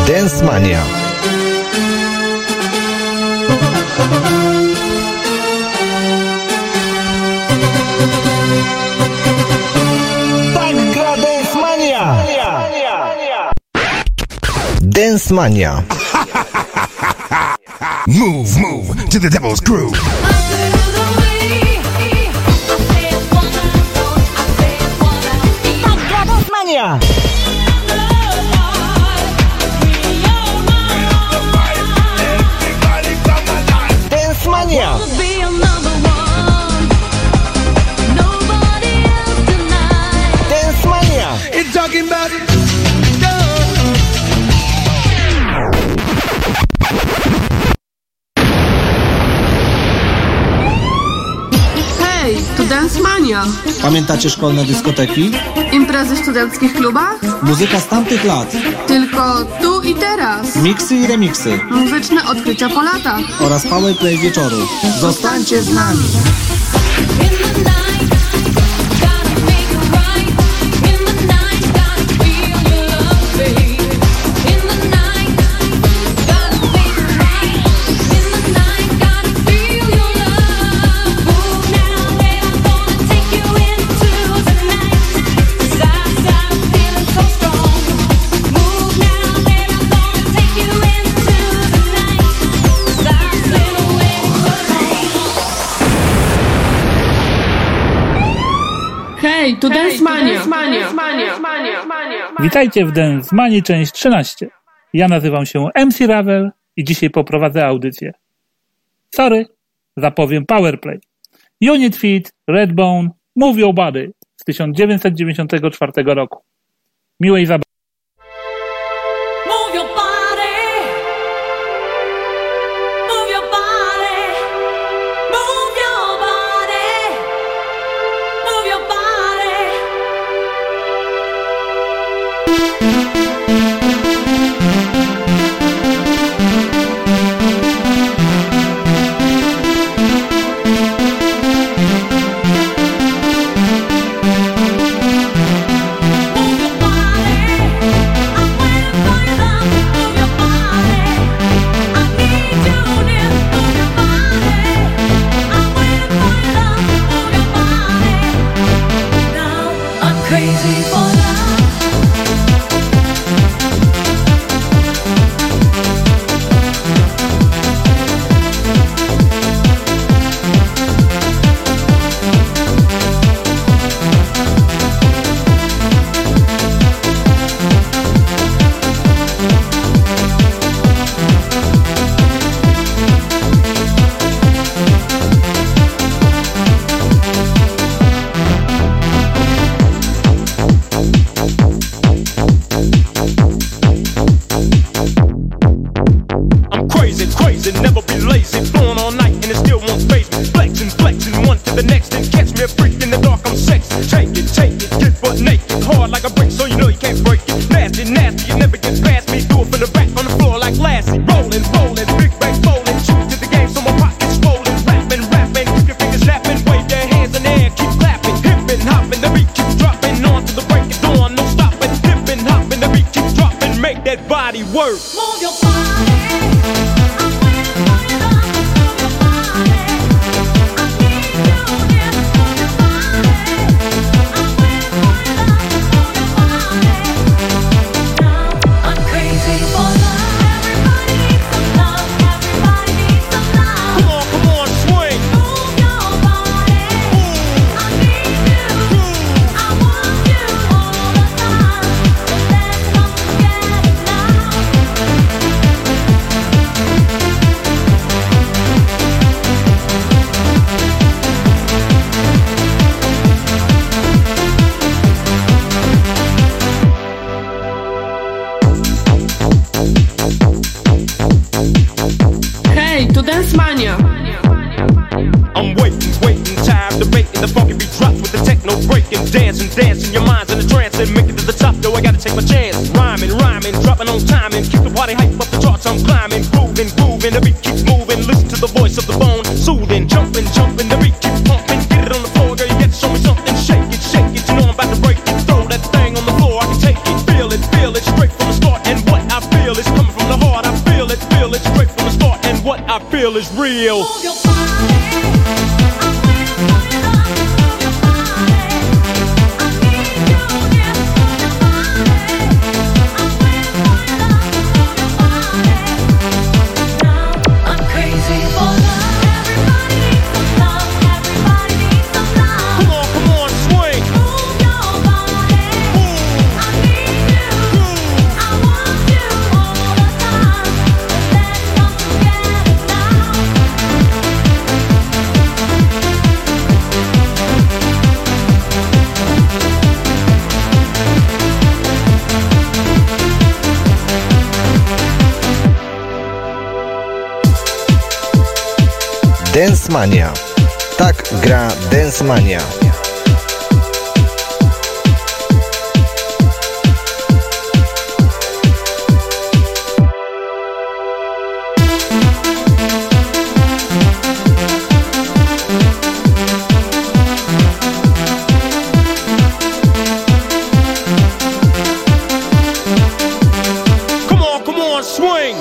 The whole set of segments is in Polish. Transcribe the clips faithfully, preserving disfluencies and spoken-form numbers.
Dance Mania. Tak gra Dance Mania. Dance Mania. Move, move to the devil's groove. Dance Mania. Dance Mania. Dance Mania. It's talking about Hej, to Dance Mania. Pamiętacie szkolne dyskoteki? Imprezy w studenckich klubach? Muzyka z tamtych lat. Tylko tu i teraz. Miksy i remiksy. Muzyczne odkrycia po latach. Oraz powerplay wieczoru. Zostańcie z nami. Hej, to Dance Mania. Witajcie w Dance Manii część trzynaście. Ja nazywam się M C Ravel i dzisiaj poprowadzę audycję. Sorry, zapowiem Powerplay. Unit Feet, Redbone, Move Your Body z tysiąc dziewięćset dziewięćdziesiątego czwartego roku. Miłej zabawy. Feel it straight from the start, and what I feel is coming real is real. Dance Mania. Tak gra Dance Mania. Come on, come on, swing.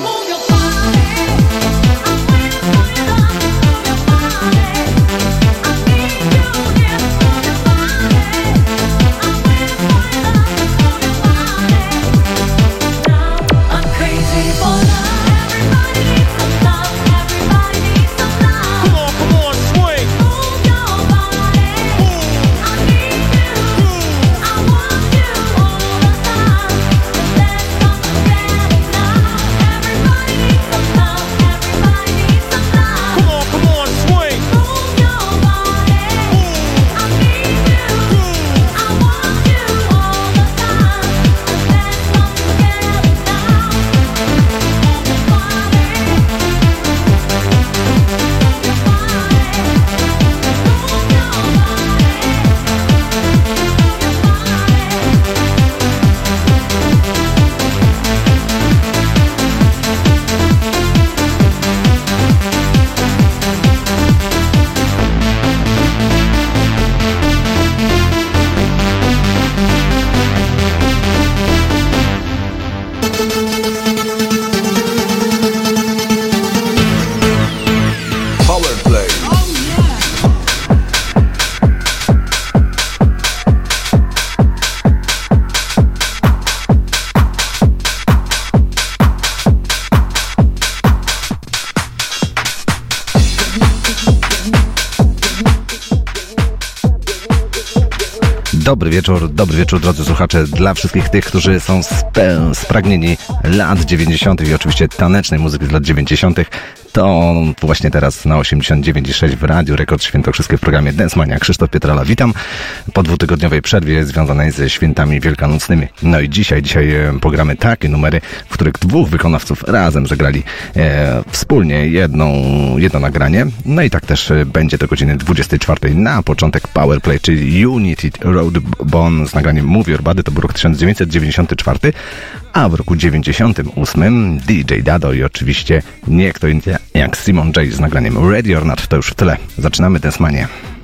Dobry wieczór, dobry wieczór drodzy słuchacze, dla wszystkich tych, którzy są spe- spragnieni lat dziewięćdziesiątych i oczywiście tanecznej muzyki z lat dziewięćdziesiątych. To właśnie teraz na osiemdziesiąt dziewięć i sześć w Radiu Rekord Świętokrzyskie w programie Dance Mania. Krzysztof Pietrala, witam po dwutygodniowej przerwie związanej ze świętami wielkanocnymi. No i dzisiaj, dzisiaj pogramy takie numery, w których dwóch wykonawców razem zagrali e, wspólnie jedną, jedno nagranie. No i tak też będzie do godziny dwudziestej czwartej na początek Powerplay, czyli Unity Road Bone z nagraniem Move Your Body, to był rok tysiąc dziewięćset dziewięćdziesiąty czwarty, a w roku dziewięćdziesiątym ósmym D J Dado i oczywiście nie kto inny jak Simon J z nagraniem Ready or Not. To już w tyle. Zaczynamy Dance Manię.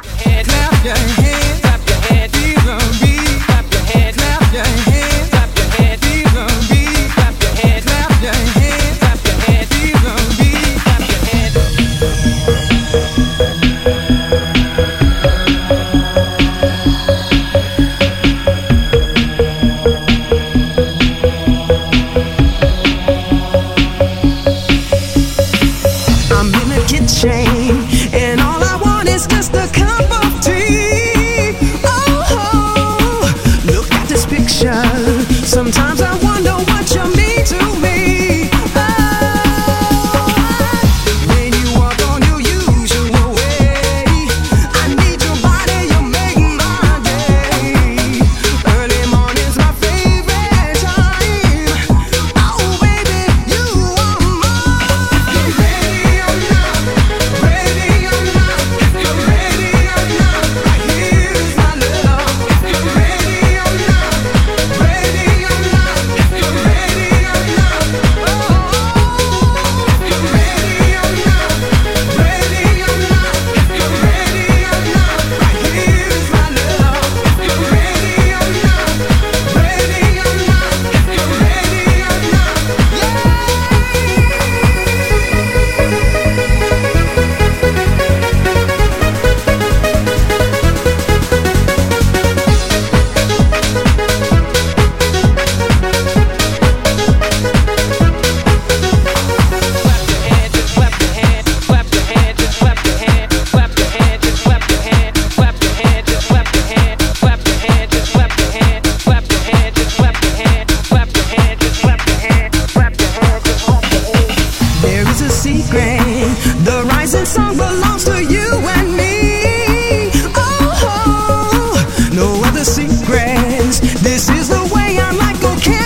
And all I want is just a cup of tea. Oh, look at this picture. Sometimes I wonder what you mean to me. Oh, when you walk on your usual way, I need your body, you make my day. Early morning's my favorite time. Oh, baby, you are mine. Ready or not. Ready or not, ready or not, here's my love. Ready or not, ready or not,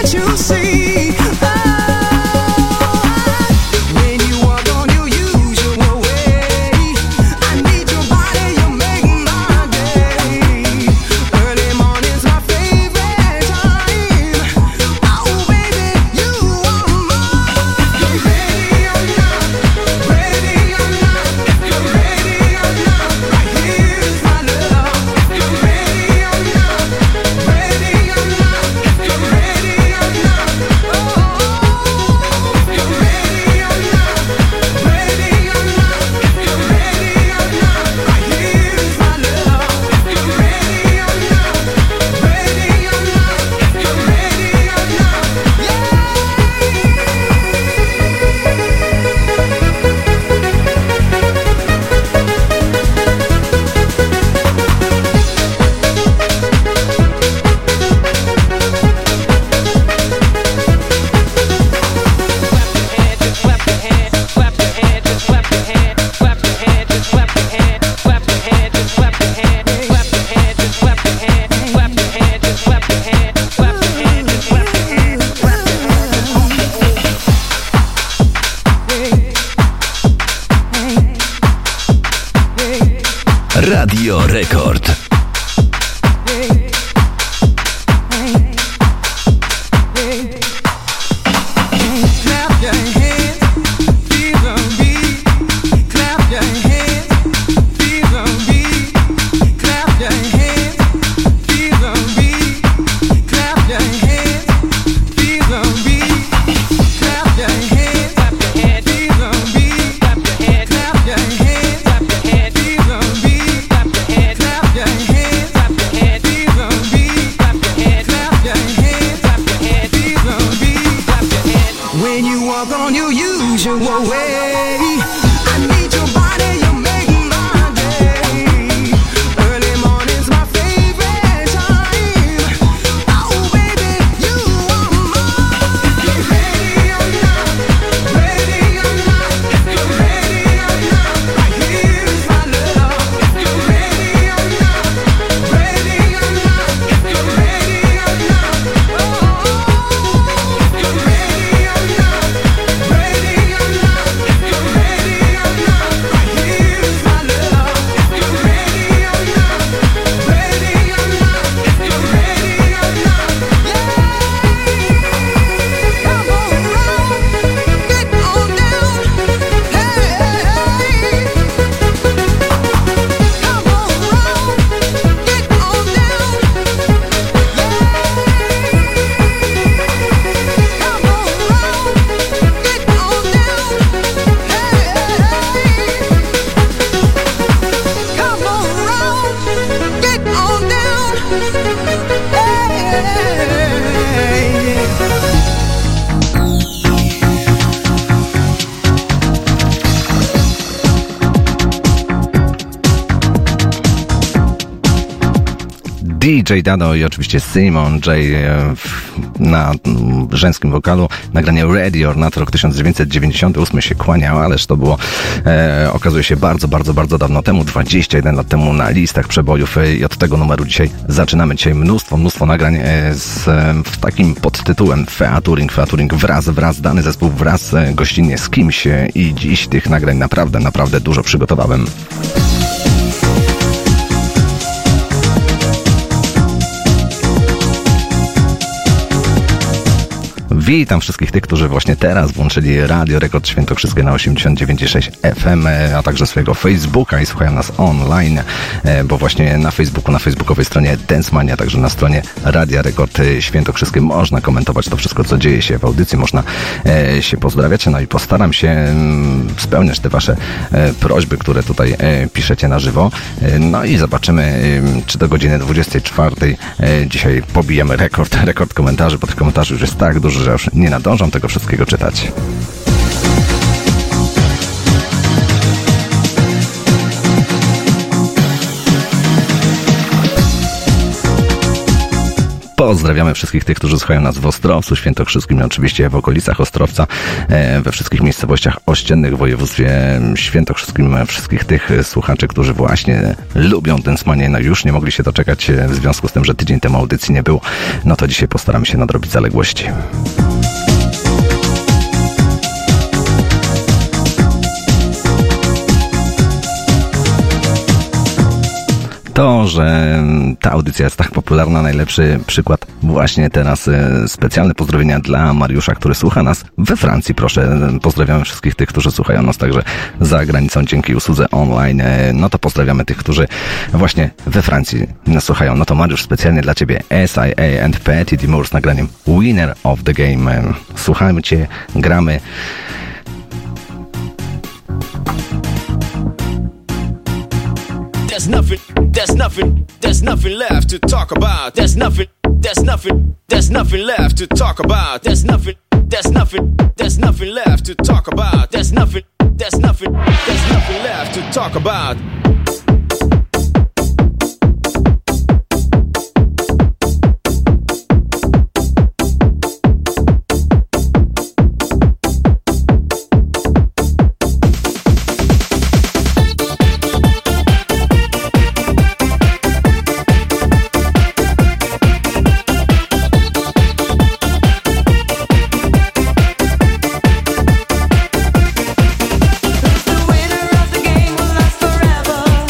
can't you see? When you walk on your usual way, I need your body, you make my day. Early morning's my favorite time. Oh baby, you are mine. You ready or not? Ready or not? You ready or not? Right here is my love. You ready or not? Ready or not? You ready or not? Oh, you ready or not? Ready or not? You ready or not? Right here is my love. You ready or not? Ready or not? You ready or not? Radio Rekord. Clap your hands, feel the beat. Clap your hands, feel the beat. Clap your hands, feel the beat. Clap your hands, feel the beat. Clap your hands, feel the beat. Clap your hands, feel the beat. Clap your hands, feel the beat. Clap your hands, feel the beat. When you walk on your usual way, I need your body, you make my day. Early morning's my favorite time. Oh baby, you are mine. You ready or not? Ready or not? You ready or not? Right here is my love. You ready or not? Ready or not? You ready or not? Oh, you ready or not? Ready or not? You ready or not? Right here is my love. You ready or not? Ready or not? You ready or not? Yeah. Come on round, get on down. Hey. Come on round, get on down. Yeah. Come on round, get on down. Hey. Come on round, get on down. D J Dado i oczywiście Simon J e, w- na mm, żeńskim wokalu. Nagranie Ready or Not, rok tysiąc dziewięćset dziewięćdziesiąty ósmy się kłaniał, ależ to było, e, okazuje się, bardzo, bardzo, bardzo dawno temu, dwadzieścia jeden lat temu na listach przebojów e, i od tego numeru dzisiaj zaczynamy. Dzisiaj mnóstwo, mnóstwo nagrań e, z e, w takim podtytułem Featuring, Featuring wraz, wraz, dany zespół wraz, e, gościnnie z kimś e, i dziś tych nagrań naprawdę, naprawdę dużo przygotowałem. Witam wszystkich tych, którzy właśnie teraz włączyli Radio Rekord Świętokrzyskie na osiemdziesiąt dziewięć i sześć F M, a także swojego Facebooka i słuchają nas online, bo właśnie na Facebooku, na facebookowej stronie Dance Mania, także na stronie Radia Rekord Świętokrzyskie można komentować to wszystko, co dzieje się w audycji, można e, się pozdrawiać, no i postaram się m, spełniać te wasze e, prośby, które tutaj e, piszecie na żywo, e, no i zobaczymy, e, czy do godziny dwudziestej czwartej e, dzisiaj pobijemy rekord, rekord komentarzy, bo tych komentarzy już jest tak dużo, że już nie nadążam tego wszystkiego czytać. Pozdrawiamy wszystkich tych, którzy słuchają nas w Ostrowcu Świętokrzyskim i oczywiście w okolicach Ostrowca, we wszystkich miejscowościach ościennych w województwie świętokrzyskim, wszystkich tych słuchaczy, którzy właśnie lubią Densmanię, no już nie mogli się doczekać w związku z tym, że tydzień temu audycji nie było, no to dzisiaj postaramy się nadrobić zaległości. To, że ta audycja jest tak popularna, najlepszy przykład właśnie teraz. Specjalne pozdrowienia dla Mariusza, który słucha nas we Francji. Proszę, pozdrawiamy wszystkich tych, którzy słuchają nas także za granicą dzięki usłudze online. No to pozdrawiamy tych, którzy właśnie we Francji nas słuchają. No to Mariusz, specjalnie dla Ciebie S I A and Patty Dimur z nagraniem Winner of the Game. Słuchamy Cię, gramy. There's nothing, there's nothing, there's nothing left to talk about. There's nothing, there's nothing, there's nothing left to talk about. There's nothing, there's nothing, there's nothing left to talk about. There's nothing, there's nothing, there's nothing left to talk about. The winner of the game will last forever.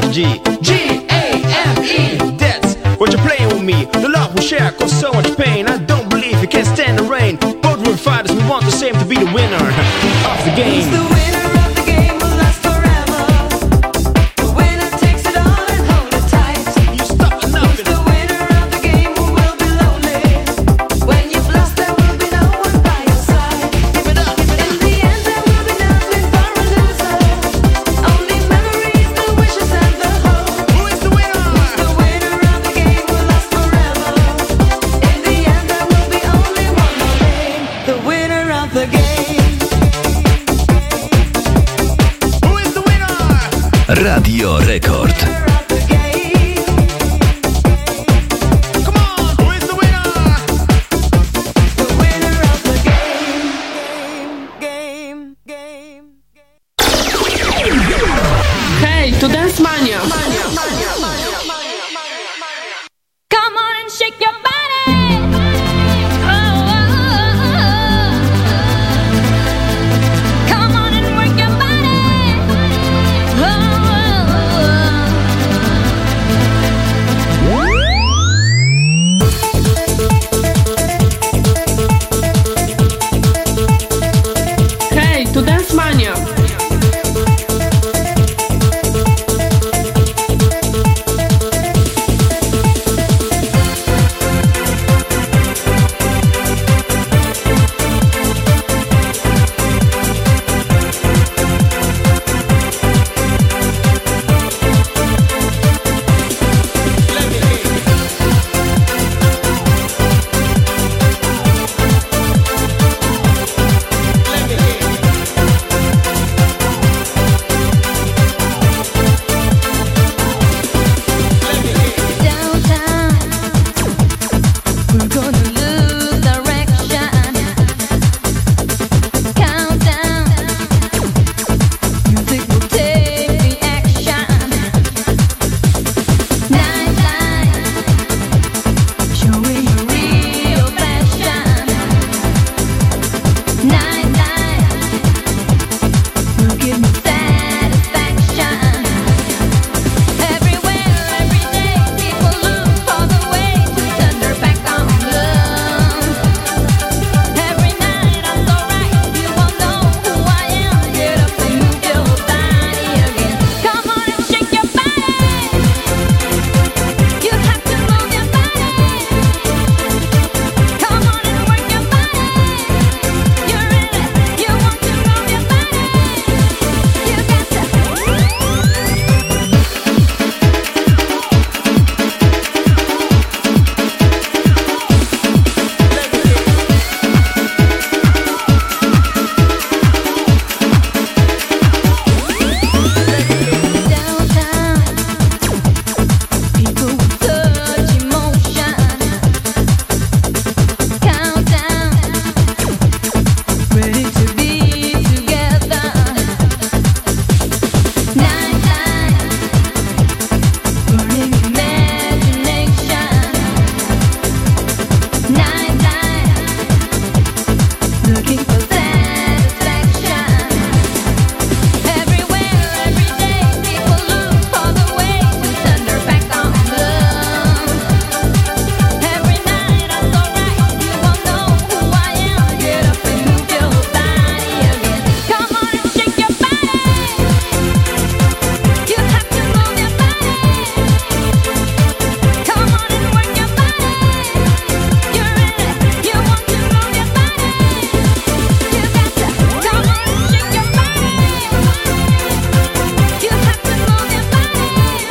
G, G A M E. That's what you're playing with me. The love we share caused so much pain. I don't believe you can stand the rain. Both we're fighters, we want the same to be the winner of the game. Who's the winner of the game will last forever. The winner takes it all and hold it tight. You stop and Who's the winner of the game who will be lonely? When you've lost, there will be no one by your side. give it up. In the end, there will be nothing for a loser. Only memories, the wishes, and the hope. Who is the winner? The winner of the game will last forever. In the end, there will be only one more name. The winner of the game. Who is the winner? Radio Rekord. Of the game. Come on, who is the winner? The winner of the game. Game, game, game. Hej, to Dance Mania. Come on and shake your body. Oh, oh, oh, oh. Come on and work your body. Oh, oh, Hej, to Dance Mania. downtown. We're gonna lose direction. Countdown. Music will take the action. Nightlife, showing your real passion. Nightlife will give me satisfaction. Everywhere, every day, people look for the way to turn their back on love. Every night I'm so right, you won't know who I am. Get up and move your body again. Come on and shake your body. You have to move your body. Come on and work your body. You're in it, you want to move your body. You got to. Downtown, people with such emotion. Countdown, ready to be together. Nightlife, burning imagination. Nightlife, looking for satisfaction. Everywhere, every day, people look for the way to turn their back on love. Every night I'm so right, you won't know who I am. Get up and move your body again. Come on and shake your body. You have to move your body. Come on and work your body. You're in it, you want to move your body. You got to. Come on and shake your body. You have to move your body.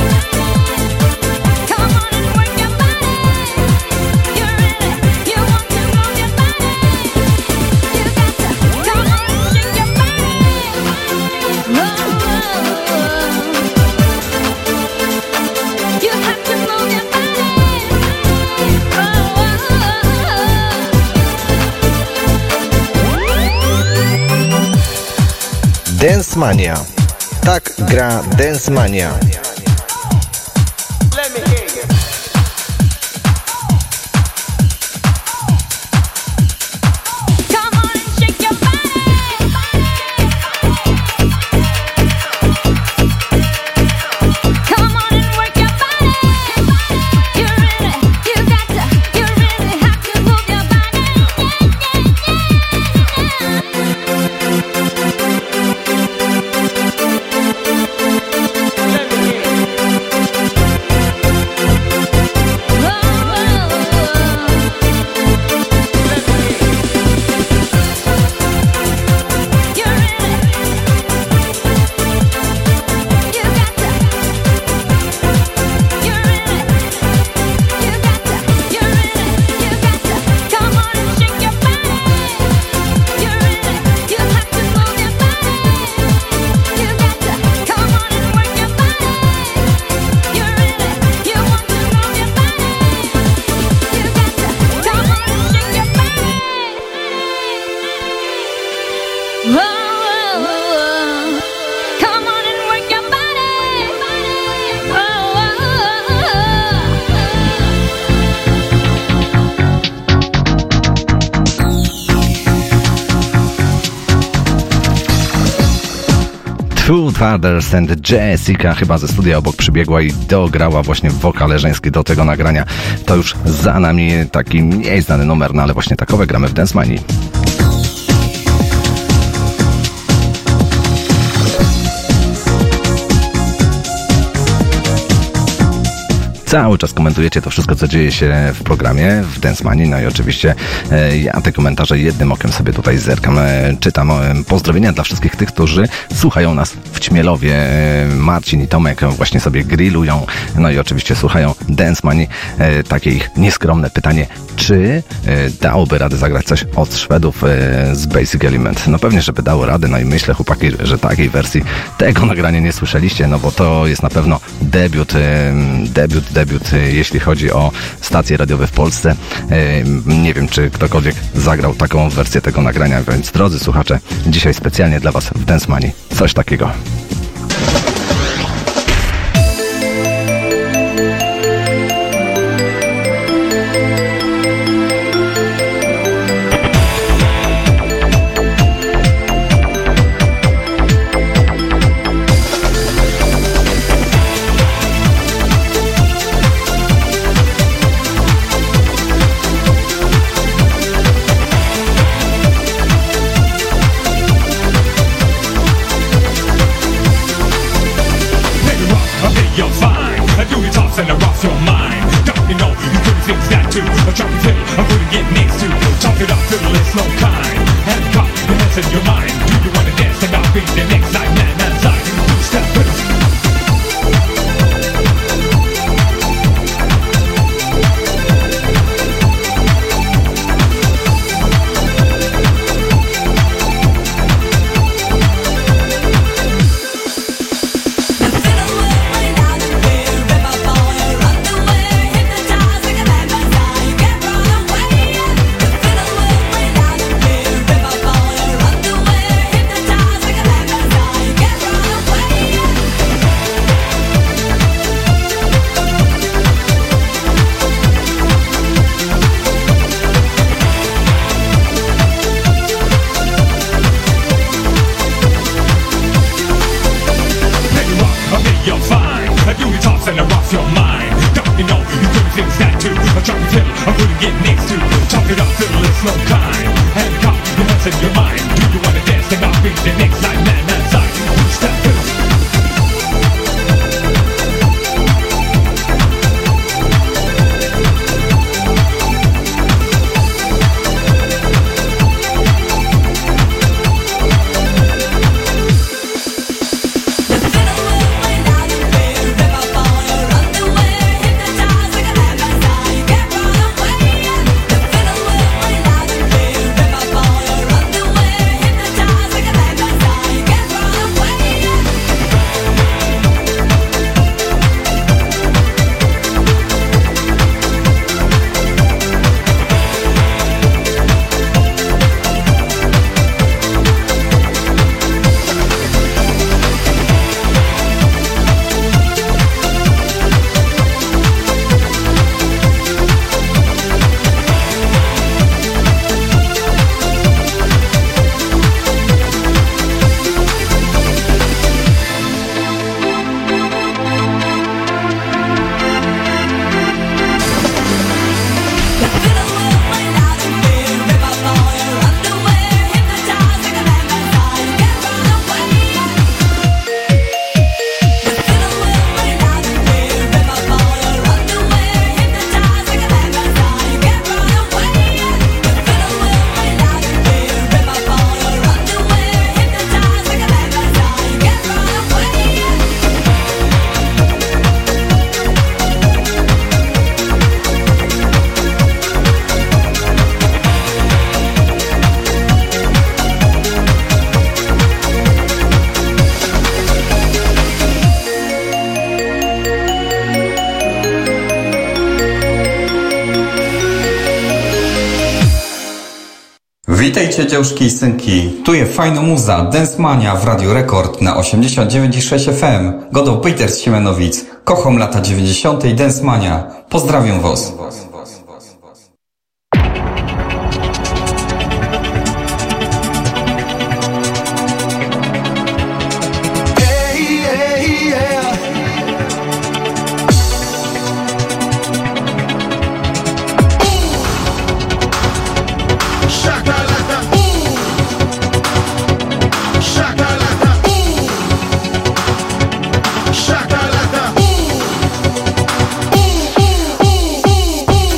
Come on and work your body. You're in it, you want to move your body. You got to. Come on and shake your body. Oh, you have to move your body. Dance Mania. Tak gra Dance Mania. Let me hear you. Come on and shake your body. Come Whoa, whoa, whoa. Come on and work your body. Whoa, whoa, Two Fathers and Jessica chyba ze studia obok przybiegła i dograła właśnie wokale żeńskie do tego nagrania. To już za nami taki mniej znany numer, no ale właśnie takowe gramy w Dance Manii. Cały czas komentujecie to wszystko, co dzieje się w programie, w Dance Manii. No i oczywiście e, ja te komentarze jednym okiem sobie tutaj zerkam, e, czytam. E, pozdrowienia dla wszystkich tych, którzy słuchają nas w Ćmielowie. E, Marcin i Tomek właśnie sobie grillują. No i oczywiście słuchają Dance Manii. E, takie ich nieskromne pytanie, czy e, dałoby radę zagrać coś od Szwedów e, z Basic Element? No pewnie, żeby dało radę. No i myślę, chłopaki, że takiej wersji tego nagrania nie słyszeliście, no bo to jest na pewno debiut, e, debiut, debiut, jeśli chodzi o stacje radiowe w Polsce. Nie wiem, czy ktokolwiek zagrał taką wersję tego nagrania, więc drodzy słuchacze, dzisiaj specjalnie dla Was w Dance Manii coś takiego. Run away. Witajcie dziewczki i synki, tu jest fajna muza, Dance Mania w Radio Rekord na osiemdziesiąt dziewięć i sześć F M. Godą Peter z Siemianowic, kocham lata dziewięćdziesiąte i Dance Mania. Pozdrawiam was. Shakalaka, ooh.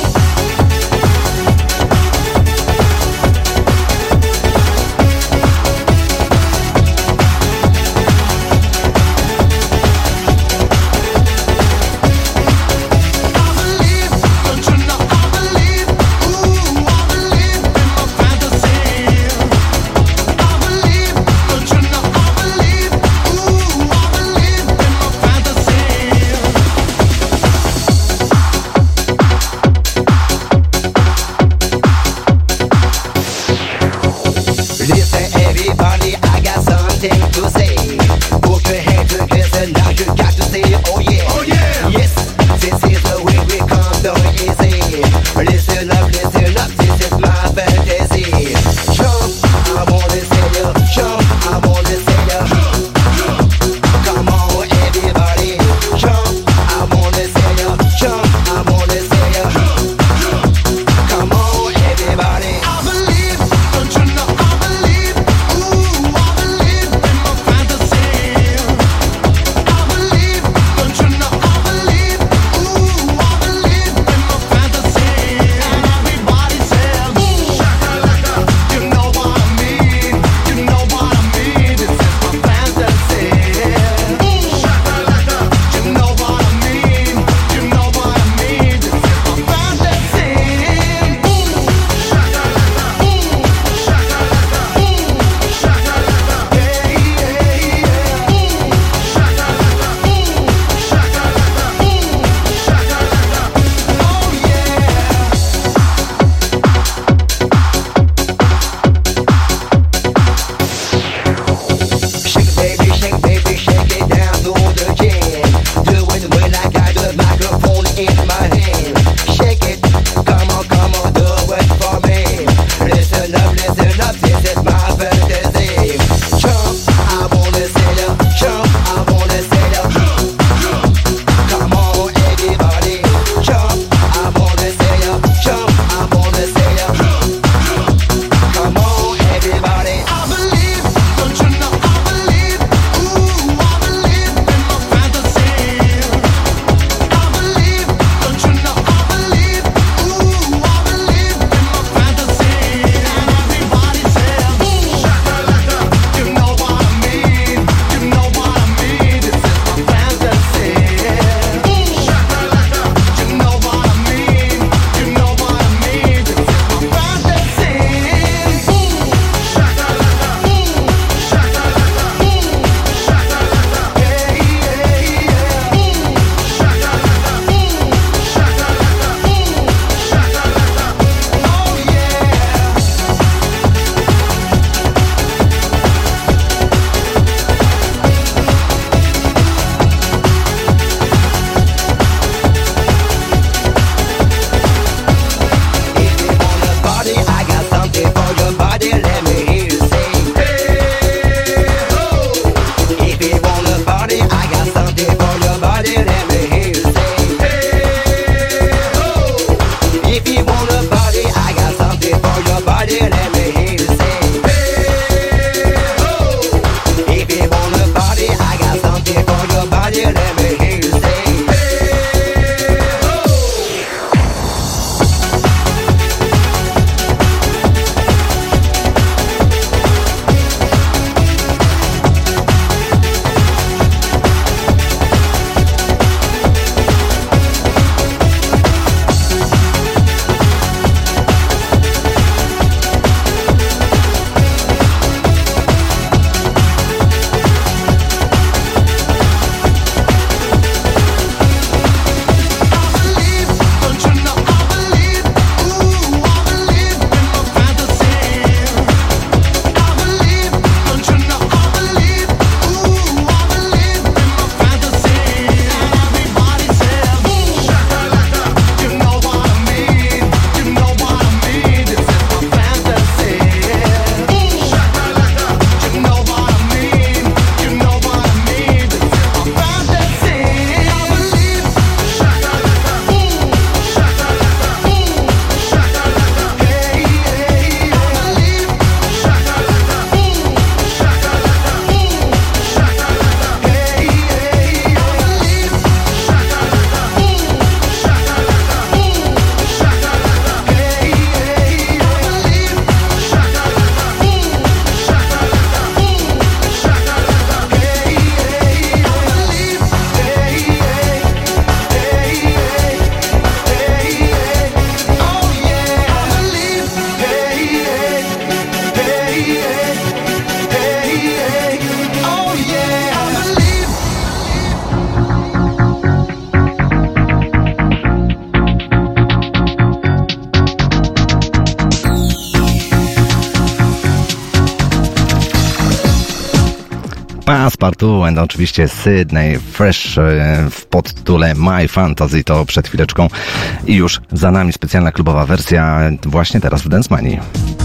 Passepartout and oczywiście Sydney Fresh w podtytule My Fantasy to przed chwileczką i już za nami specjalna klubowa wersja właśnie teraz w Dance Manii.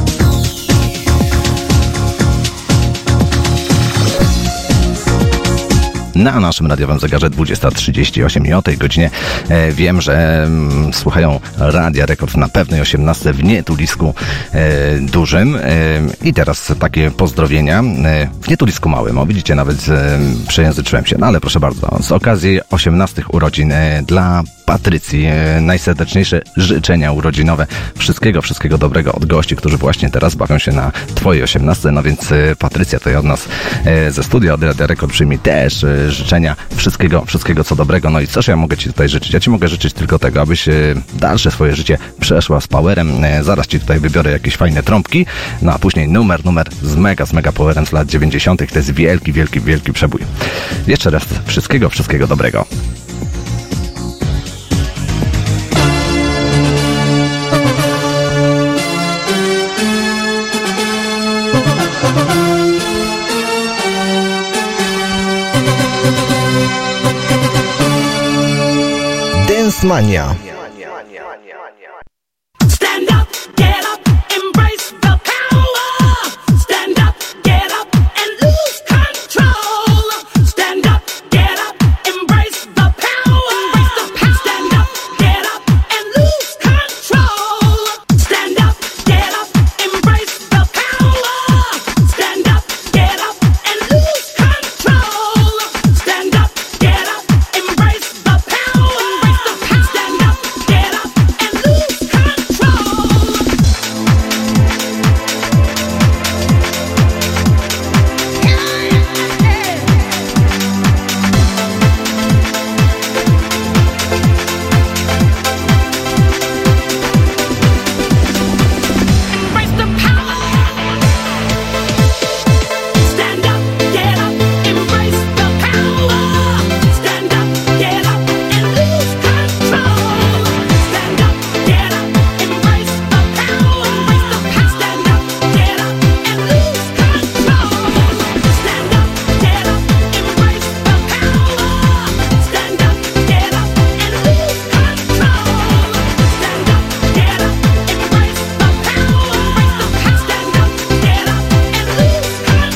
Na naszym radiowym zegarze dwudziesta trzydzieści osiem i o tej godzinie e, wiem, że m, słuchają Radia Rekord na pewnej osiemnastce w Nietulisku e, dużym e, i teraz takie pozdrowienia e, w Nietulisku małym, o widzicie, nawet e, przejęzyczyłem się, no ale proszę bardzo, z okazji osiemnastych urodzin e, dla Patrycji e, najserdeczniejsze życzenia urodzinowe, wszystkiego, wszystkiego dobrego od gości, którzy właśnie teraz bawią się na twojej osiemnastce, no więc e, Patrycja to ja od nas e, ze studia od Radia Rekord przyjmie też e, życzenia wszystkiego, wszystkiego co dobrego. No i cóż ja mogę ci tutaj życzyć? Ja ci mogę życzyć tylko tego, abyś e, dalsze swoje życie przeszła z powerem. E, zaraz ci tutaj wybiorę jakieś fajne trąbki, no a później numer, numer z mega, z mega powerem z lat dziewięćdziesiątych. To jest wielki, wielki, wielki przebój. Jeszcze raz wszystkiego, wszystkiego dobrego. Dance Mania. Stand up, get up, embrace the power. Stand up, get up, and lose control. Stand up, get up, embrace the power. Stand up, get up, and lose control. Stand up, get up, embrace the power. Stand up, get up, and lose control. Stand up, get up, embrace the power. Stand up, get up, and lose control. Embrace the power. Stand up, get up, embrace the power. Stand up, get up, and lose control. Stand up, get up, embrace the power. Stand up, get up, and lose control. Stand up, get up, embrace the power. Stand up, get up, and lose control. Stand up, get up, embrace the power. Stand up, get up, and lose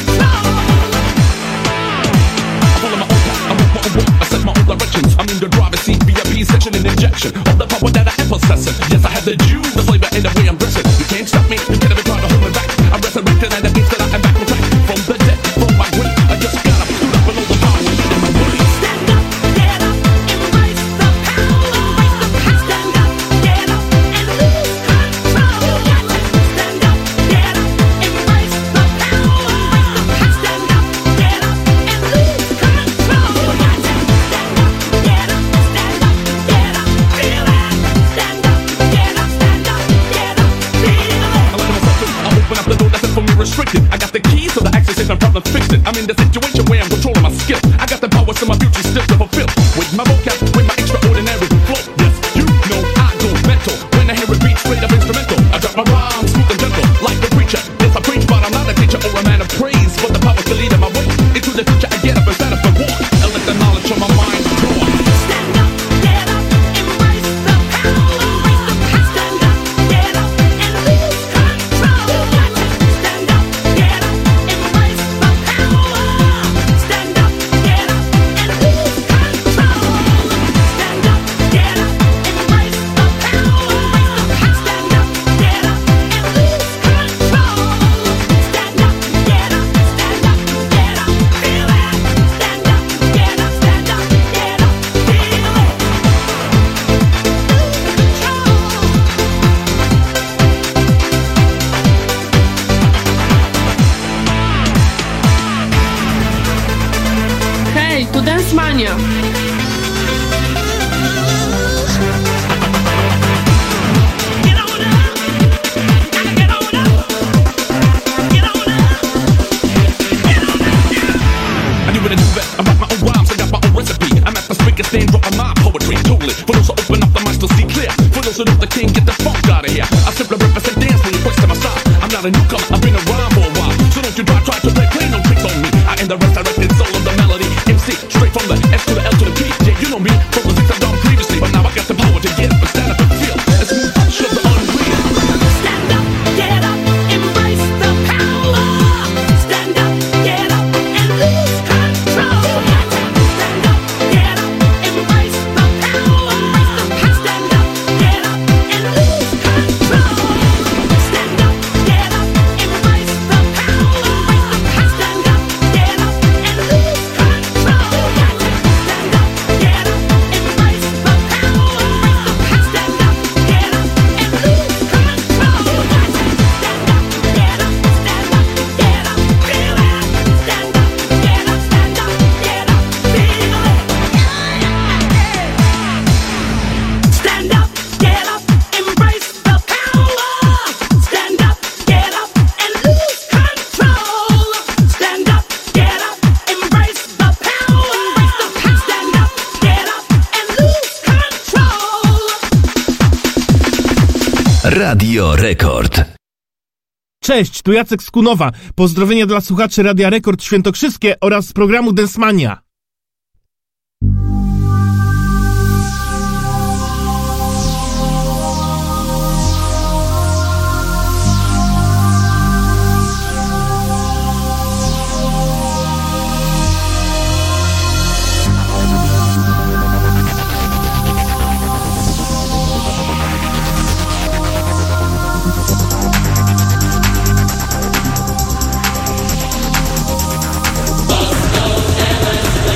control. I set my own directions. I'm in the driver's seat, V I P section and injection of the power that I am possessing. Yes, I have the juice, the flavor, and the way I'm dressing. You can't stop me, you can't ever try to hold me back. I'm resurrected and against that I am back on track. From the dead, from my grave, I just gotta put up below the power and get in my way. Stand up, get up, embrace the power. Stand up, get up, and lose control. Stand up, get up, embrace the power. Stand up, get up, and lose control. Stand up, get up, stand up, get up, feel it. Stand up, get up, stand up, get up, feel it. I let myself in, I open up the door that's for me restricted. I got the keys to the access and problems fixed it. I'm in the situation where I'm controlling my skill. I got the power so my future still to fulfill. With my vocab, with my extraordinary flow. Yes, you know I go mental. When I hear a beat straight up instrumental, I drop my rhymes smooth and gentle, like a preacher. Yes, I preach, but I'm not a teacher or a man of praise. But the power's to lead in my way. Into the future, I get up and stand up and walk. And let the knowledge of my mind grow. Stand up, get up, embrace the power. Stand up, get up, and lose control. Stand up, get up, embrace the power. Stand up, get up, and lose control. Stand up, get up, embrace the power. Stand up, get up, and lose control. Stand up, get up, stand up, get up, feel it. Stand up, get up, stand up, get up, feel it. Hej, tu Dance Mania. Get on up, get on up, get on up, get on up. I knew what I do best. I write my own rhymes, I got my own recipe. I'm at the speaker stand, dropping my poetry totally. For those who open up the minds to see clear. For those who know the king, get the funk out of here. I simply represent dance when you first to my side. I'm not a newcomer, I've been around for a while. So don't you try, try to play, play no tricks on me. I am the resurrected soul Radio Rekord. Cześć, tu Jacek z Kunowa. Pozdrowienia dla słuchaczy Radia Rekord Świętokrzyskie oraz z programu Densmania. Let's go,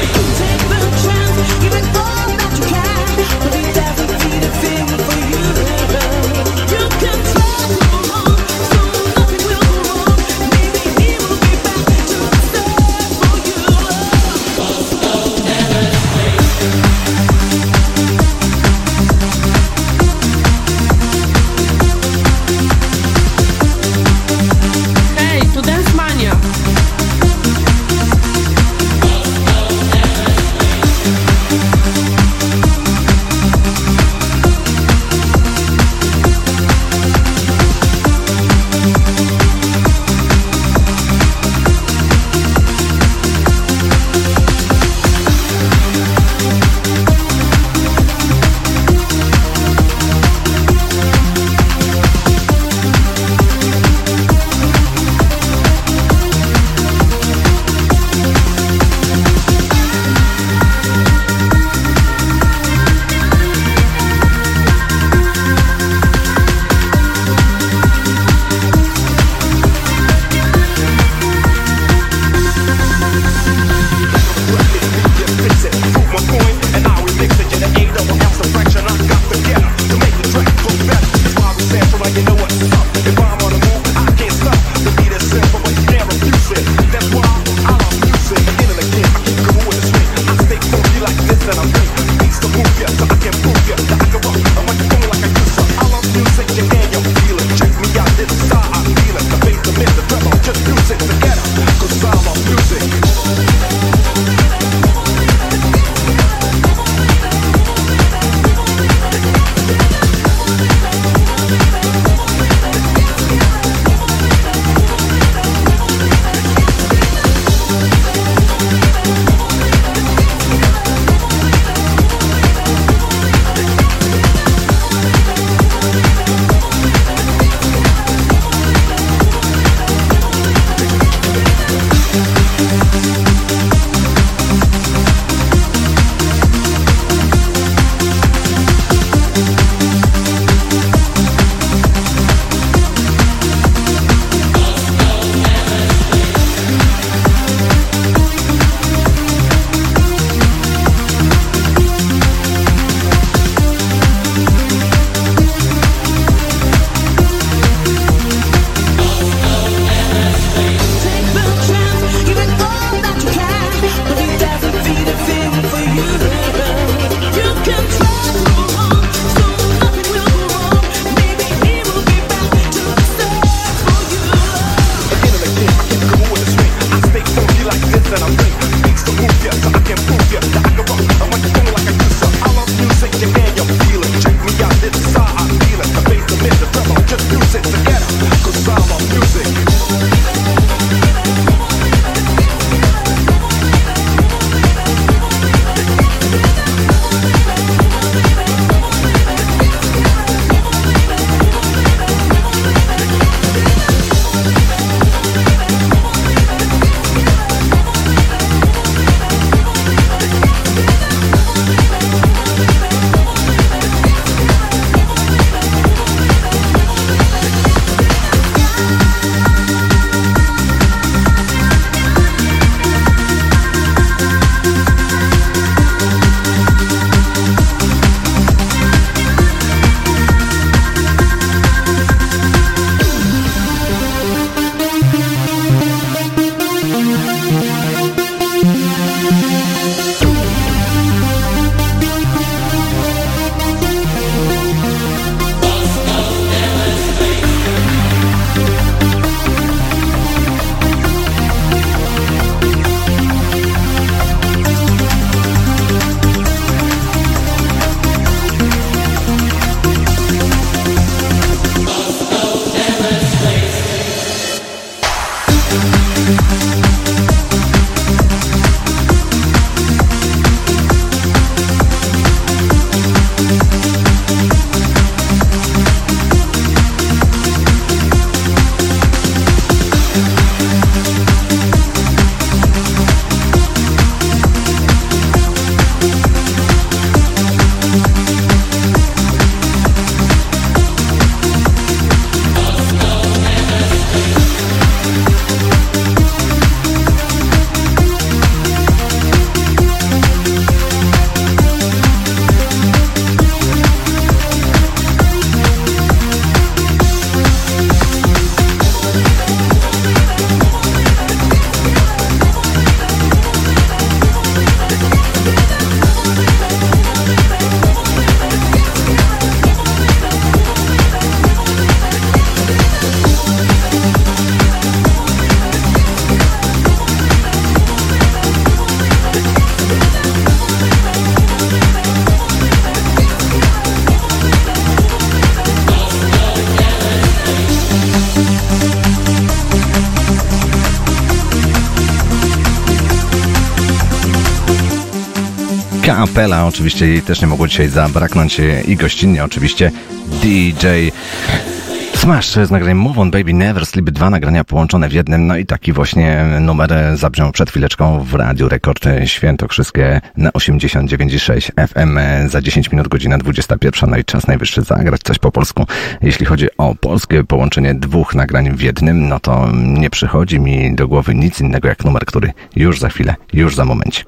Kapela, oczywiście jej też nie mogło dzisiaj zabraknąć i gościnnie oczywiście D J Smash z nagraniem Move On Baby Never Sleep, dwa nagrania połączone w jednym, no i taki właśnie numer zabrzmiał przed chwileczką w Radiu Rekord Świętokrzyskie na osiemdziesiąt dziewięć i sześć F M. Za dziesięć minut godzina dwudziesta pierwsza, no i czas najwyższy zagrać coś po polsku. Jeśli chodzi o polskie połączenie dwóch nagrań w jednym, no to nie przychodzi mi do głowy nic innego jak numer, który już za chwilę, już za momencik.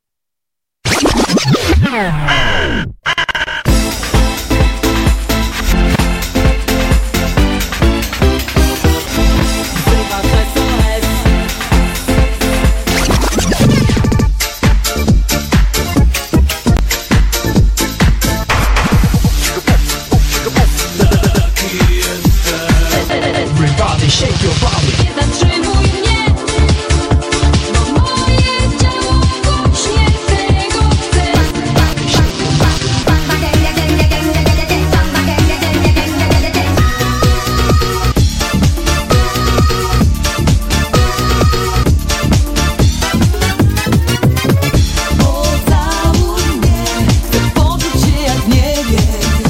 Everybody shake your body. Nie zatrzymuj mnie, bo moje ciało właśnie tego chce. Pocałuj mnie, chcę poczuć się jak nie wiem.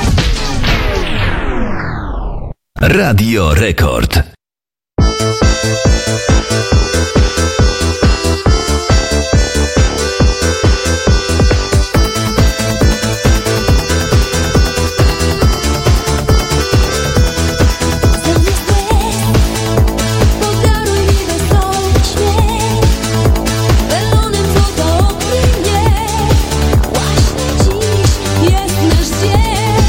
Radio Rekord. Podaruj mi wesoły śmiech, pelonem złota okryj mnie. Właśnie dziś jest nasz dzień.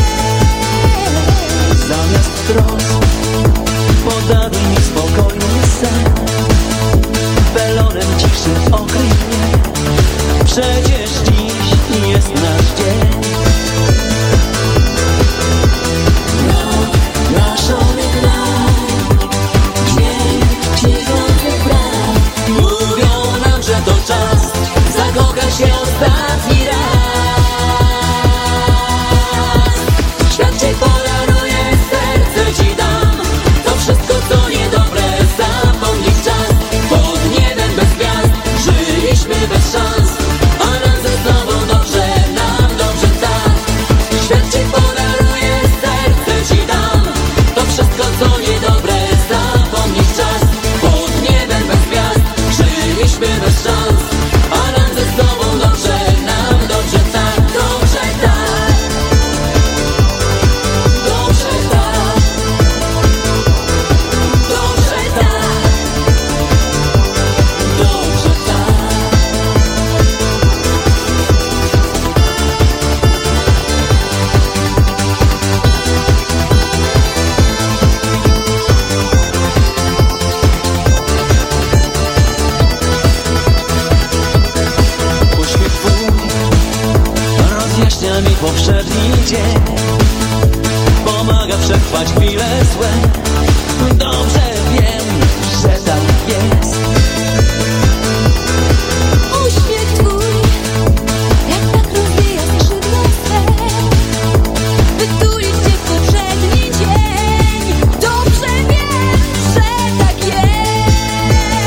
Zamiast trosk podaruj mi spokojny sen. Pelonem ciszy okryj mnie. Przecież dziś jest nasz dzień. Naszony kraj, dźwięk cichących braw mówią nam, że to czas zakochać się ostatni raz. Świat cię podaruje, serce ci dam. To wszystko co niedobre zapomnieć czas. Pod niebem bez gwiazd żyliśmy bez szans, a nam ze sobą dobrze, nam dobrze tak. Świat cię podaruje, serce ci dam. To wszystko co niedobre zapomnieć czas. Pod niebem bez gwiazd żyliśmy bez szans, a nam ze sobą dobrze, nam dobrze tak. Dobrze tak. Dobrze tak. Dobrze tak. Dobrze tak. Uśmiech twój rozjaśnia mi powszedni dzień. Pomaga przetrwać chwile złe. Dobrze wiem, że tak jest. Uśmiech twój, jak tak rozwija skrzydła swe, wytulić cię w poprzedni dzień. Dobrze wiem, że tak jest.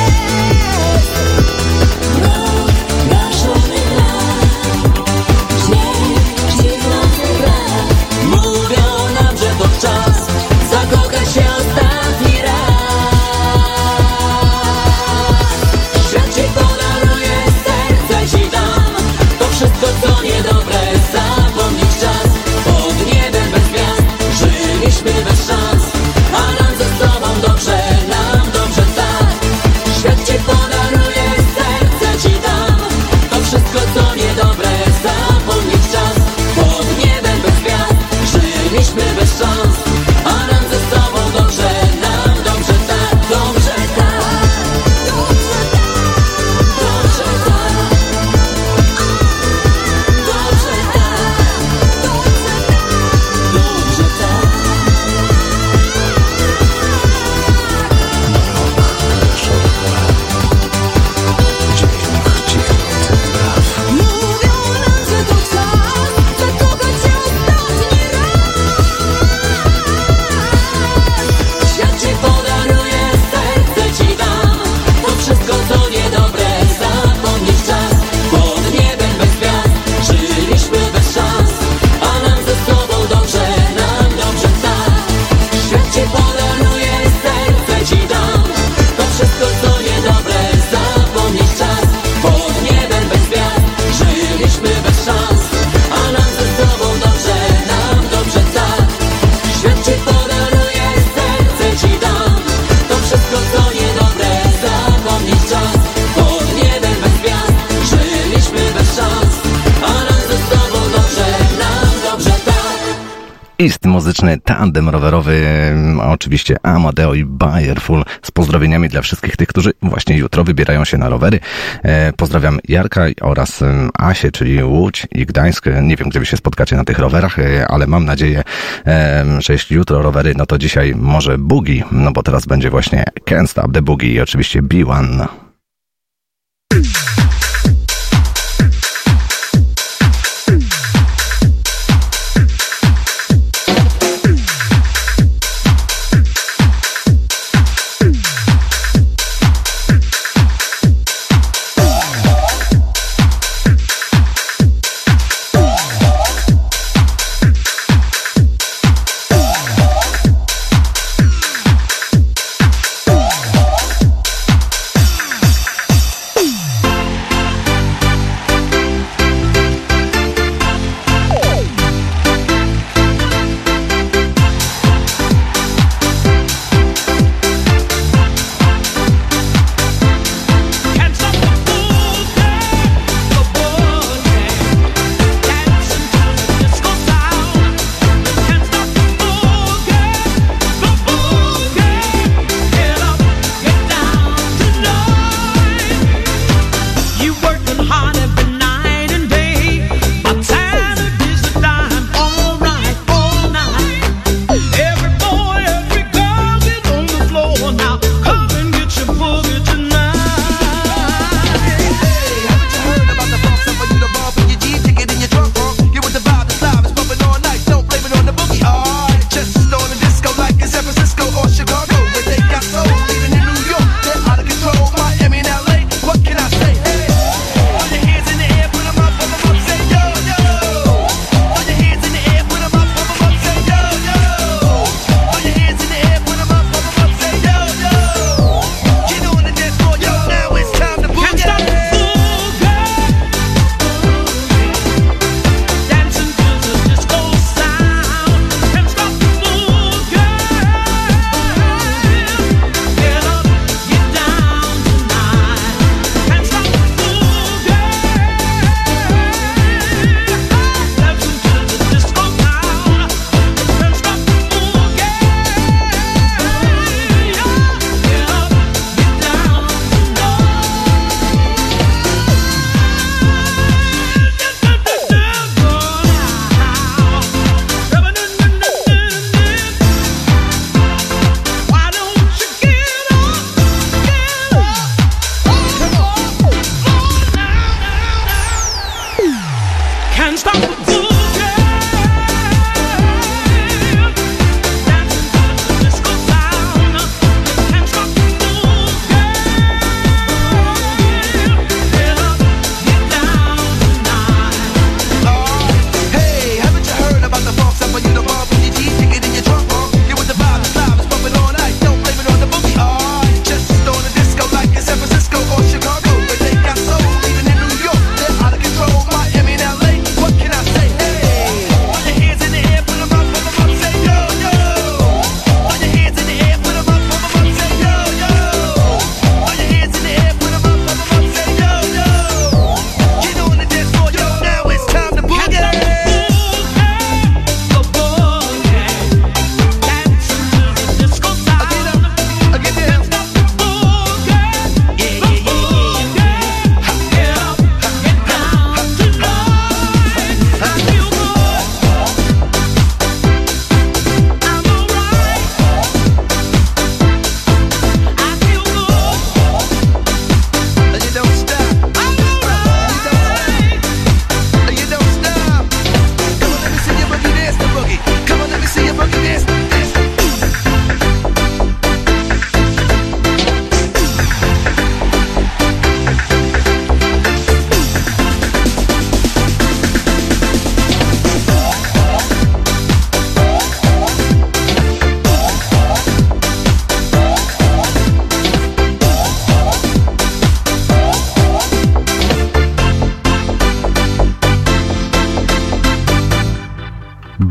Ist, muzyczny tandem rowerowy, oczywiście Amadeo i Bayerful, z pozdrowieniami dla wszystkich tych, którzy właśnie jutro wybierają się na rowery. E, pozdrawiam Jarka oraz e, Asię, czyli Łódź i Gdańsk. Nie wiem, gdzie wy się spotkacie na tych rowerach, e, ale mam nadzieję, e, że jeśli jutro rowery, no to dzisiaj może boogie, no bo teraz będzie właśnie Can't Stop the Boogie i oczywiście B jeden.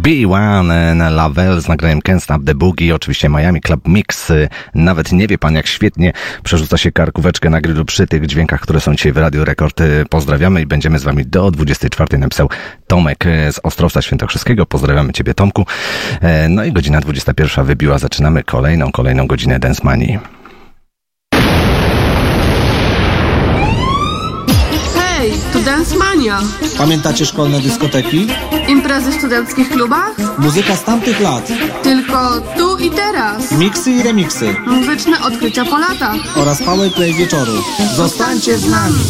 B jeden na Lavelle z nagraniem Can't Stop the Boogie, oczywiście Miami Club Mix. Nawet nie wie pan, jak świetnie przerzuca się karkóweczkę na grillu przy tych dźwiękach, które są dzisiaj w Radio Rekord. Pozdrawiamy i będziemy z wami do dwudziestej czwartej, napisał Tomek z Ostrowca Świętokrzyskiego. Pozdrawiamy ciebie, Tomku. No i godzina dwudziesta pierwsza wybiła. Zaczynamy kolejną, kolejną godzinę Dance Manii. Hej, tu Dance Mania. Pamiętacie szkolne dyskoteki? Imprezy w studenckich klubach? Muzyka z tamtych lat. Tylko tu i teraz. Miksy i remiksy. Muzyczne odkrycia po latach. Oraz powerplay wieczoru. Zostańcie z nami.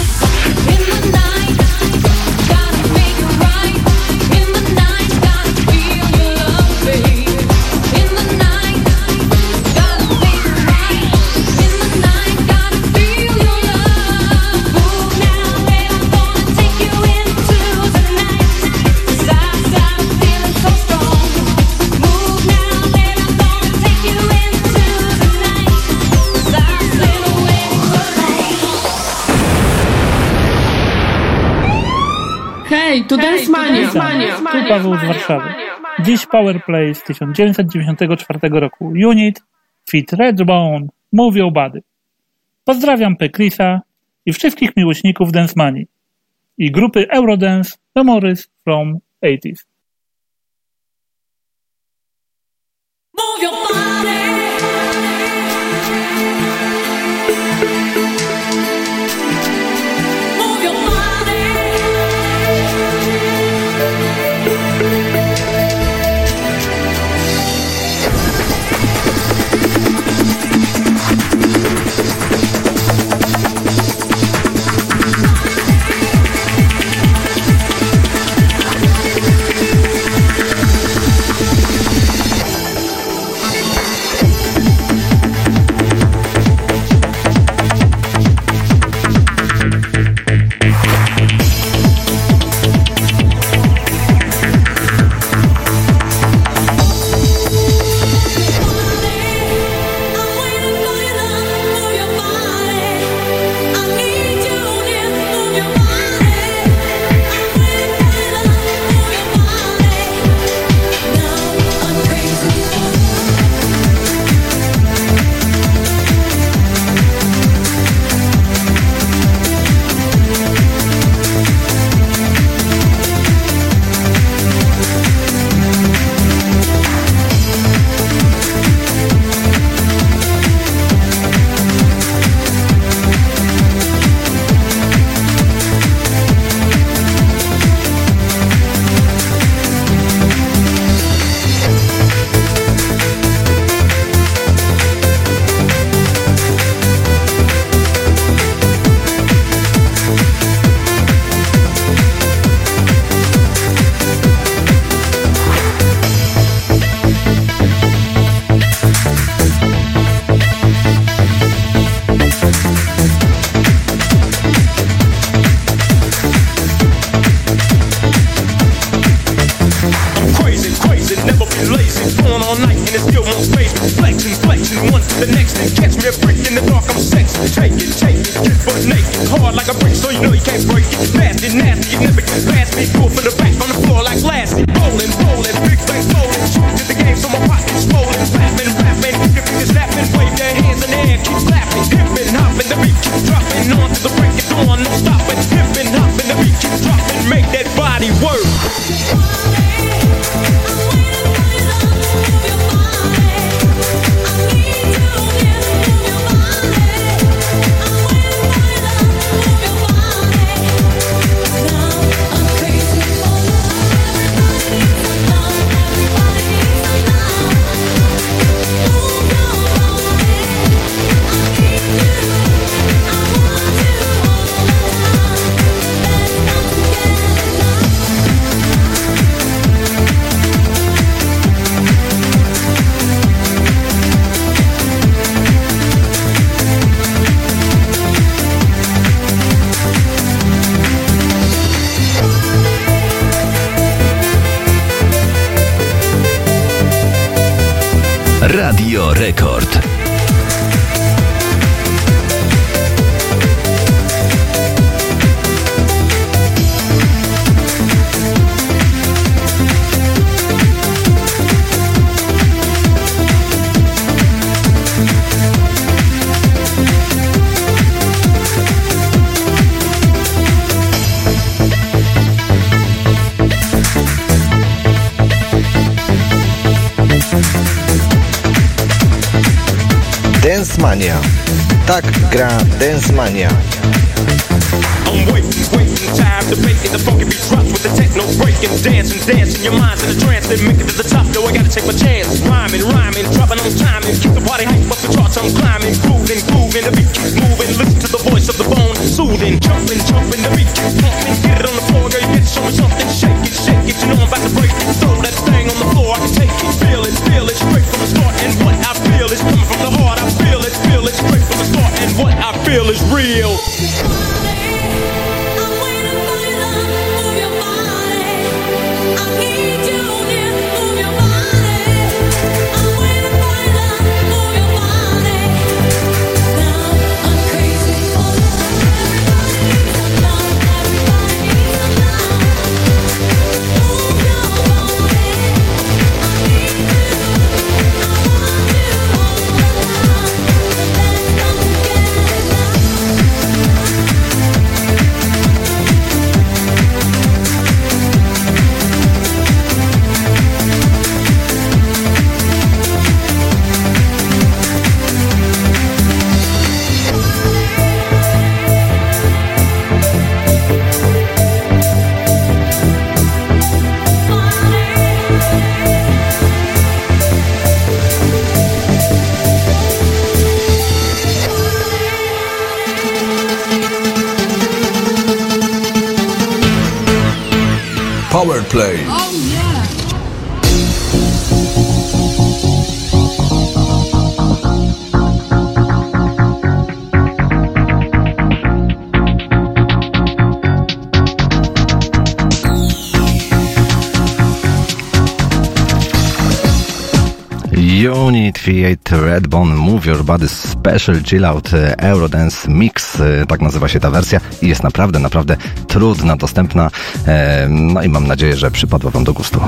Hej, tu Dance Mania. Tu Paweł z Warszawy. Dziś Powerplay z tysiąc dziewięćset dziewięćdziesiątego czwartego roku. Unit, Fit Redbone, Move Your Body. Pozdrawiam P. Chrisa i wszystkich miłośników Dance Manii i grupy Eurodance Memories from eighties. Move your body. Move your body. Radio Rekord. Mania. Tak gra Dance Mania. I'm wasting, wasting time debating the funky beat drops with the techno breaking, dancing, dancing. Your mind's in a trance, then make it to the top. No, I gotta take my chance. Rhyming, rhyming, dropping on time and keep the party hype up the charts. I'm climbing, grooving, grooving. The beat keeps moving. Listen to the voice of the bone, soothing, jumping, jumping. The beat keeps pumping. Get it on the floor, girl. You get to show me something. Shake it, shake it. You know I'm about to break it. Throw that thing on the floor. I can take it, feel it, feel it straight from the start. And what I feel is coming from the heart. I feel it, feel it straight from the start. And what I feel is real. Power Play. Oh yeah! Unit Fiat Redbone Move Your Body Special Chill Out Eurodance Mix, tak nazywa się ta wersja i jest naprawdę, naprawdę trudna, dostępna, no i mam nadzieję, że przypadła Wam do gustu.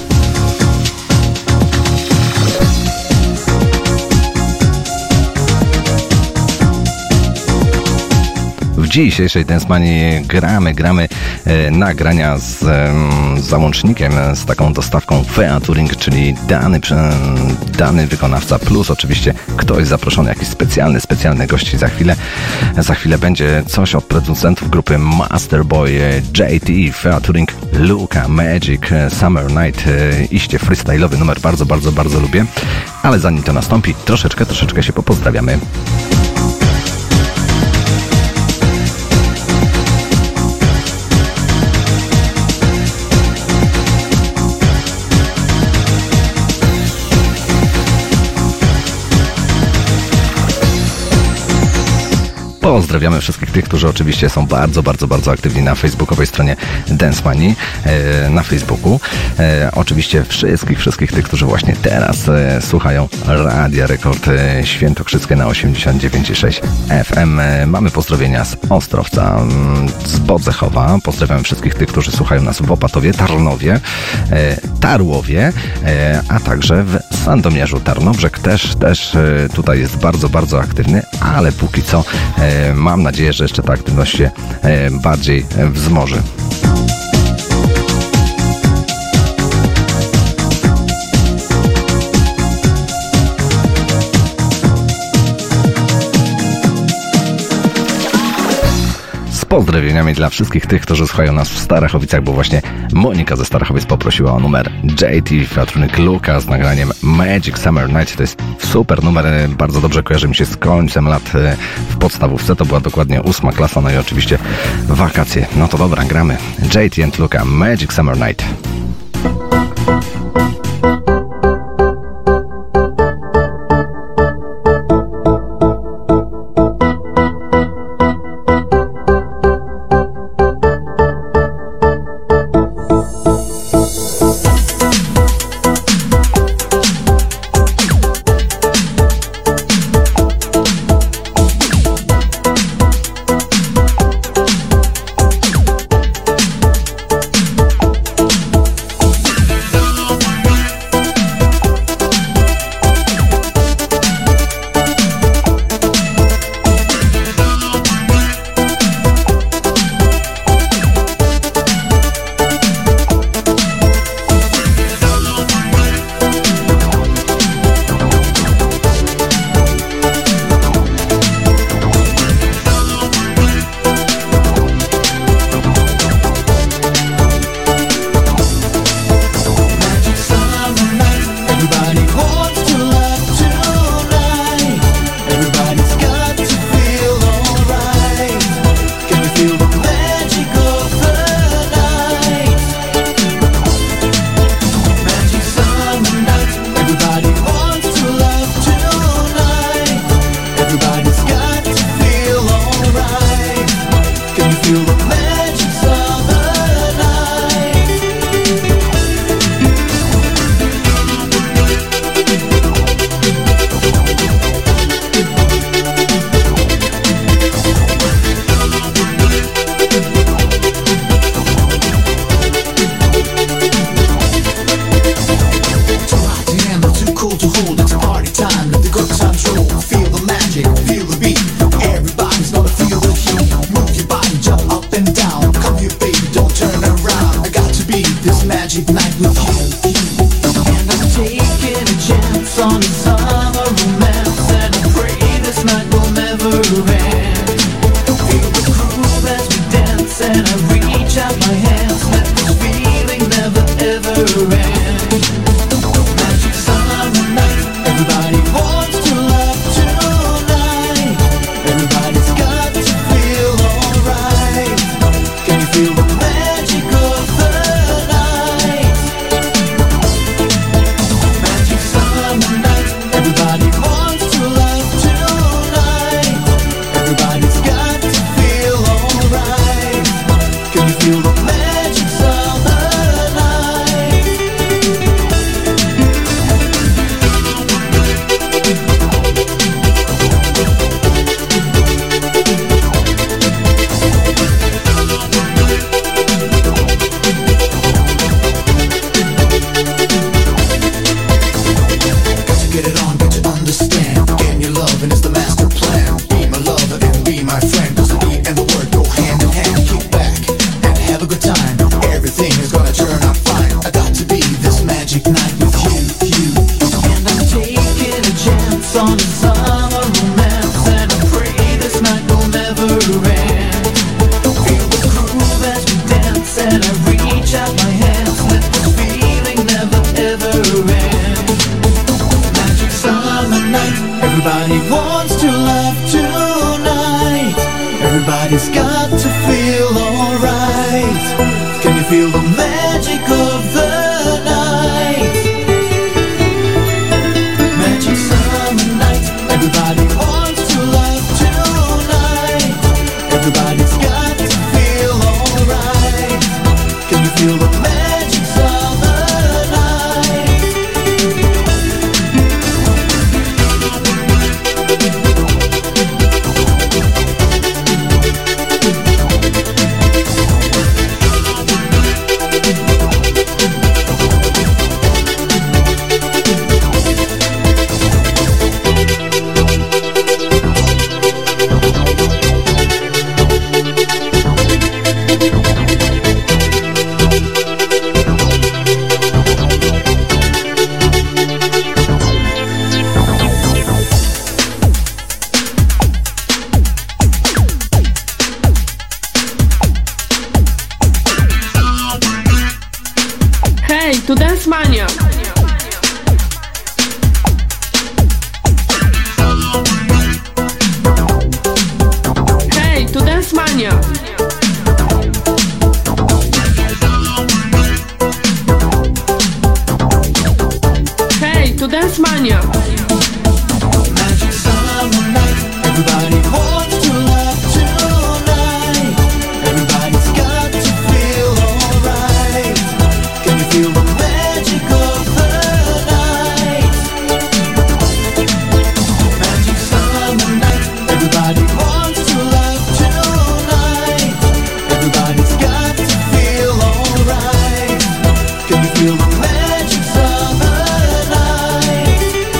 W dzisiejszej Dance Manii gramy, gramy e, nagrania z e, załącznikiem, z taką dostawką featuring, czyli dany, dany wykonawca plus oczywiście ktoś zaproszony, jakiś specjalny, specjalny gości za chwilę. Za chwilę będzie coś od producentów grupy Masterboy, J T featuring Luka Magic Summer Night. E, iście freestyle'owy numer, bardzo, bardzo, bardzo lubię. Ale zanim to nastąpi, troszeczkę, troszeczkę się popozdrawiamy. Pozdrawiamy wszystkich tych, którzy oczywiście są bardzo, bardzo, bardzo aktywni na facebookowej stronie Dance Manii, e, na Facebooku. E, oczywiście wszystkich, wszystkich tych, którzy właśnie teraz e, słuchają Radia Rekord e, Świętokrzyskie na osiemdziesiąt dziewięć i sześć F M. E, mamy pozdrowienia z Ostrowca, m, z Bodzechowa. Pozdrawiamy wszystkich tych, którzy słuchają nas w Opatowie, Tarnowie, e, Tarłowie, e, a także w Sandomierzu. Tarnobrzeg też, też e, tutaj jest bardzo, bardzo aktywny, ale póki co e, mam nadzieję, że jeszcze ta aktywność się bardziej wzmoży. Pozdrowieniami dla wszystkich tych, którzy słuchają nas w Starachowicach, bo właśnie Monika ze Starachowic poprosiła o numer J T featuring Luka z nagraniem Magic Summer Night. To jest super numer, bardzo dobrze kojarzy mi się z końcem lat w podstawówce. To była dokładnie ósma klasa, no i oczywiście wakacje. No to dobra, gramy J T and Luka Magic Summer Night. We'll be right back. dance and I reach out my hands. Let this feeling never ever end. Magic summer night, everybody wants to love tonight. Everybody's got to feel alright. Can you feel the magic of the night? Magic summer night, everybody wants to love tonight. Everybody's got to feel alright. Can you feel the magic summer night? Got to get it on, got to understand. Getting your love and it's the master plan. Be my lover and be my friend. Cause the beat and the word go hand in hand. Kick back and have a good time. Everything is gonna turn out fine. I got to be this magic night with you, you. And I'm taking a chance on a summer romance. And I pray this night will never end. Feel the groove as we dance and I reach out my hands. Let this feeling never ever end. Magic summer night, everybody wants to love tonight. Everybody's got to feel alright. Can you feel the magic of the night? Magic summer night, everybody wants to love tonight. Everybody's got to feel alright. Can you feel the magic summer night? Hej, tu Dance Mania. Hej, tu Dance Mania. Hej, tu Dance Mania. Magic summer night, everybody wants to love tonight. Everybody's got to feel alright. Can you feel the magic of the night? Magic summer night, everybody wants to love tonight. Everybody's got to feel alright. Can you feel the magic summer night?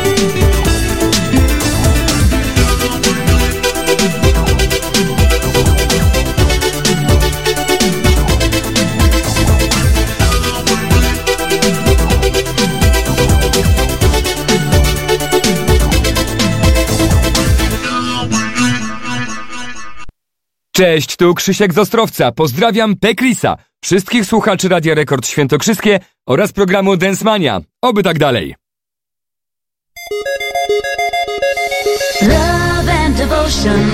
Cześć, tu Krzysiek z Ostrowca. Pozdrawiam Pekrisa, wszystkich słuchaczy Radia Rekord Świętokrzyskie oraz programu Dance Mania. Oby tak dalej. Love and devotion.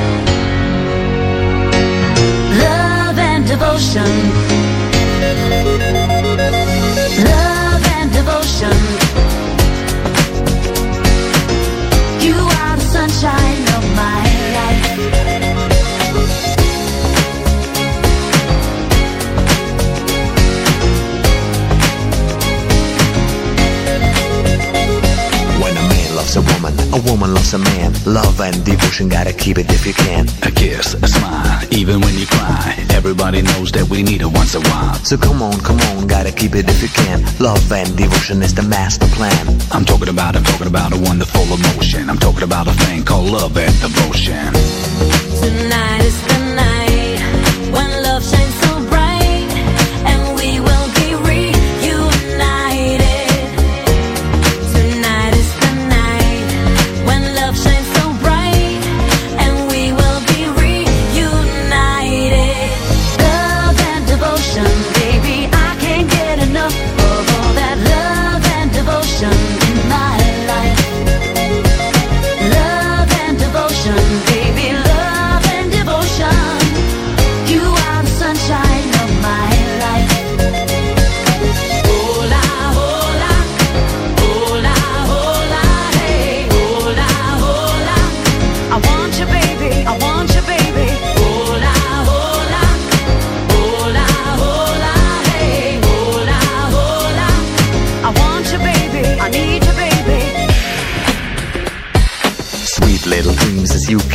Love and devotion. Love and devotion. You are the sunshine of my life. When a man loves a woman, a woman loves a man. Love and devotion, gotta keep it if you can. A kiss, a smile, even when you cry. Everybody knows that we need it once a while. So come on, come on, gotta keep it if you can. Love and devotion is the master plan. I'm talking about, I'm talking about a wonderful emotion. I'm talking about a thing called love and devotion. Tonight is the night when love shines so bright, and we will be reunited. Tonight is the night when love shines so bright, and we will be reunited.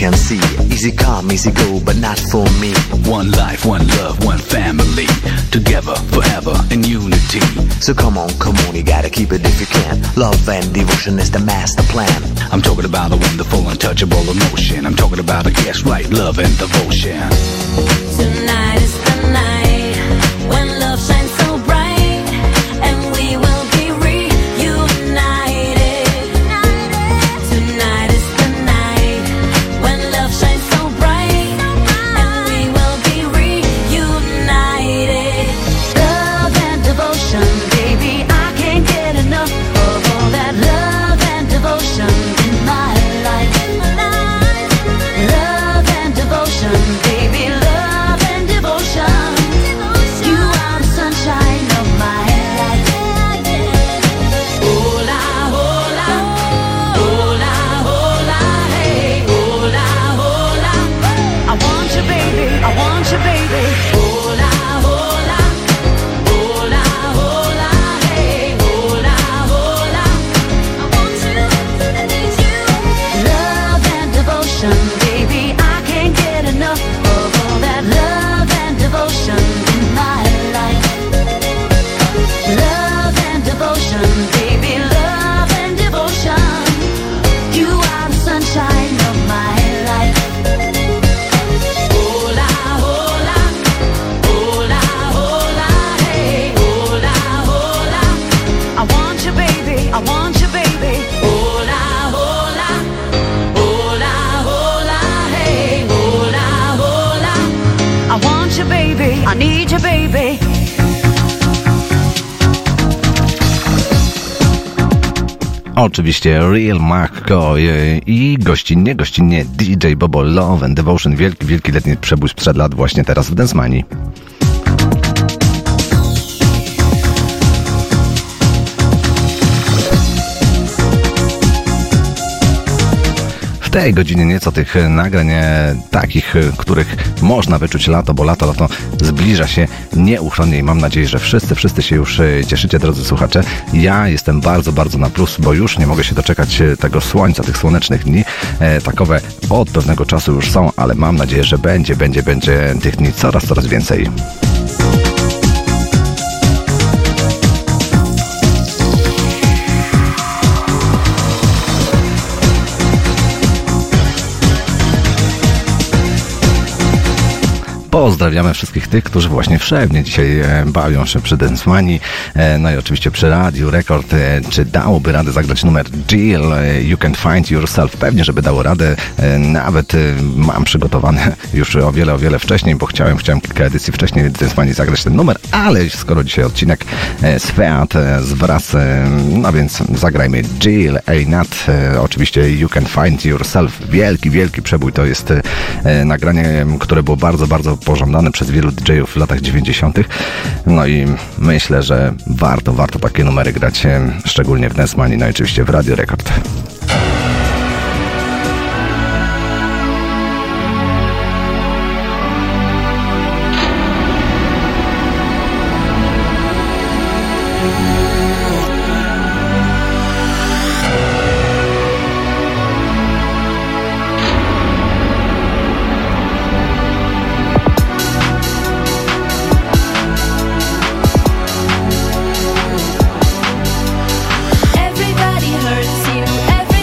can see. Easy come, easy go, but not for me. One life, one love, one family. Together, forever, in unity. So come on, come on, you gotta keep it if you can. Love and devotion is the master plan. I'm talking about a wonderful, untouchable emotion. I'm talking about a yes, right, love and devotion. Tonight is the night when love shines so bright, and we will be reunited. Tonight is the night when love shines so bright, and we will be reunited. Love and devotion, baby, I can't get enough of all that love and devotion in my life. Love and devotion, baby, love and devotion. You are the sunshine of my life. Hola, hola, hola, hola, hey, hola, hola. I want you, baby, I want you, baby. Hola, hola, hola, hola, hey, hola, hola. I want you, I need you. Love and devotion, baby, I can't get enough of all that love and devotion in my life. Love and devotion, baby, love and devotion. You are the sunshine of my life. Hola, hola, hola, hola, hey, hola, hola. I want you, baby, I want you, baby. Hola, hola, hola, hola, hey, hola, hola. I want you, baby, I need you, baby. Oczywiście Real McCoy i gościnnie, gościnnie D J Bobo Love and Devotion. Wielki, wielki letni przebój sprzed lat właśnie teraz w Densmanii. W tej godzinie nieco tych nagrań, e, takich, e, których można wyczuć lato, bo lato, lato zbliża się nieuchronnie i mam nadzieję, że wszyscy, wszyscy się już e, cieszycie, drodzy słuchacze. Ja jestem bardzo, bardzo na plus, bo już nie mogę się doczekać e, tego słońca, tych słonecznych dni. E, takowe od pewnego czasu już są, ale mam nadzieję, że będzie, będzie, będzie tych dni coraz, coraz więcej. Pozdrawiamy wszystkich tych, którzy właśnie wszędzie dzisiaj e, bawią się przy Densmanii, e, no i oczywiście przy Radiu Rekord. E, czy dałoby radę zagrać numer Jill, e, You Can Find Yourself? Pewnie, żeby dało radę. E, nawet e, mam przygotowane już o wiele, o wiele wcześniej, bo chciałem, chciałem kilka edycji wcześniej w Densmanii zagrać ten numer, ale skoro dzisiaj odcinek e, Sveat e, z wraz, e, no więc zagrajmy Jill, A Nat, e, oczywiście You Can Find Yourself. Wielki, wielki przebój. To jest e, nagranie, które było bardzo, bardzo pożądane przez wielu didżejów w latach dziewięćdziesiątych. No i myślę, że warto, warto takie numery grać, szczególnie w Densmanii, no i oczywiście w Radio Rekord. Everybody hurts you.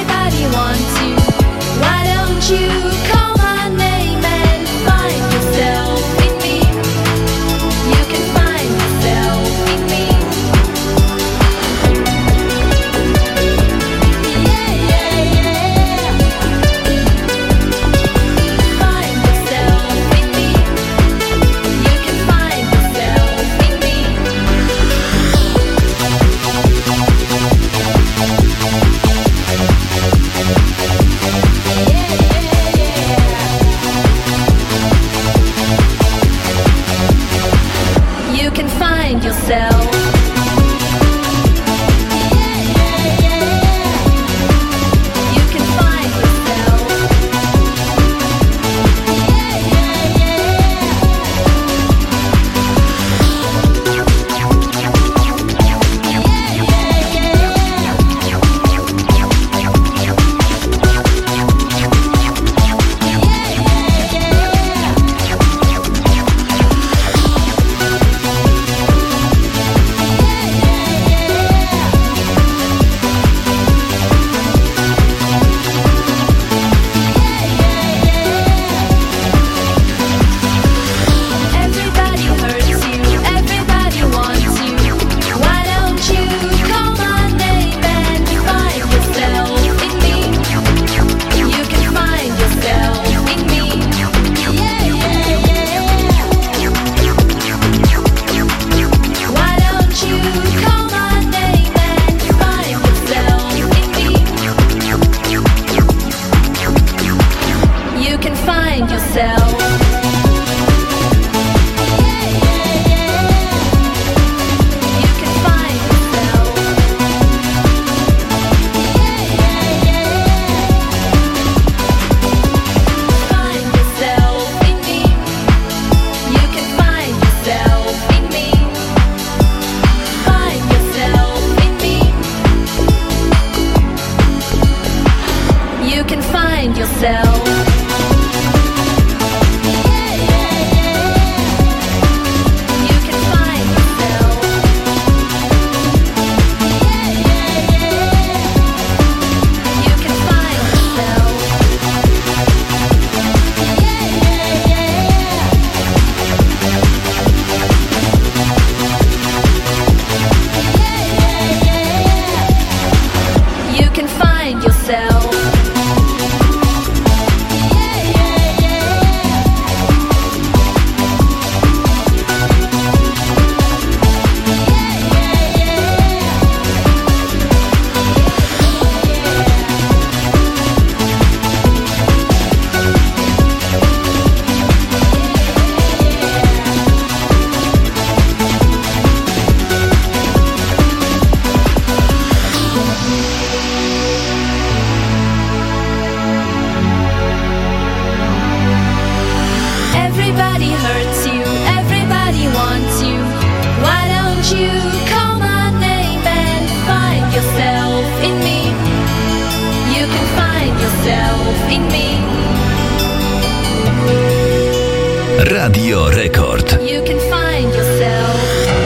Radio Rekord. You can find yourself.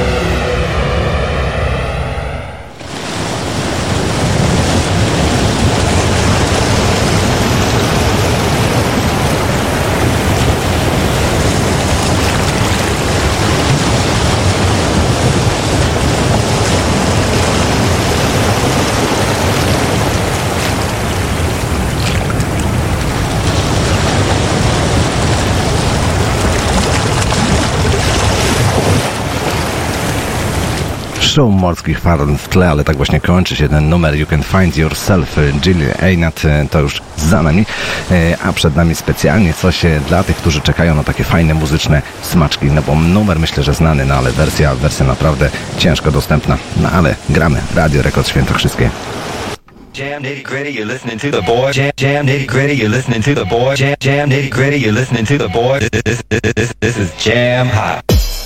Show morskich farm w tle, ale tak właśnie kończy się ten numer You Can Find Yourself, Jill Einat, to już za nami, a przed nami specjalnie coś dla tych, którzy czekają na takie fajne muzyczne smaczki, no bo numer myślę, że znany, no ale wersja, wersja naprawdę ciężko dostępna, no ale gramy, Radio Rekord Świętokrzyskie. Jam nitty gritty, you're listening to the boy. Jam, jam nitty gritty, you're listening to the boy. Jam, jam nitty gritty, you're listening to the boy. This, this, this, this, this is Jam Hot.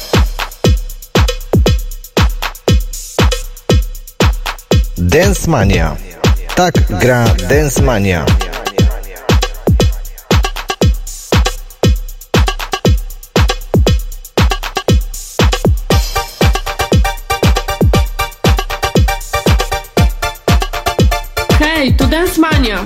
Dance Mania. Tak gra Dance Mania. Hej, to Dance Mania.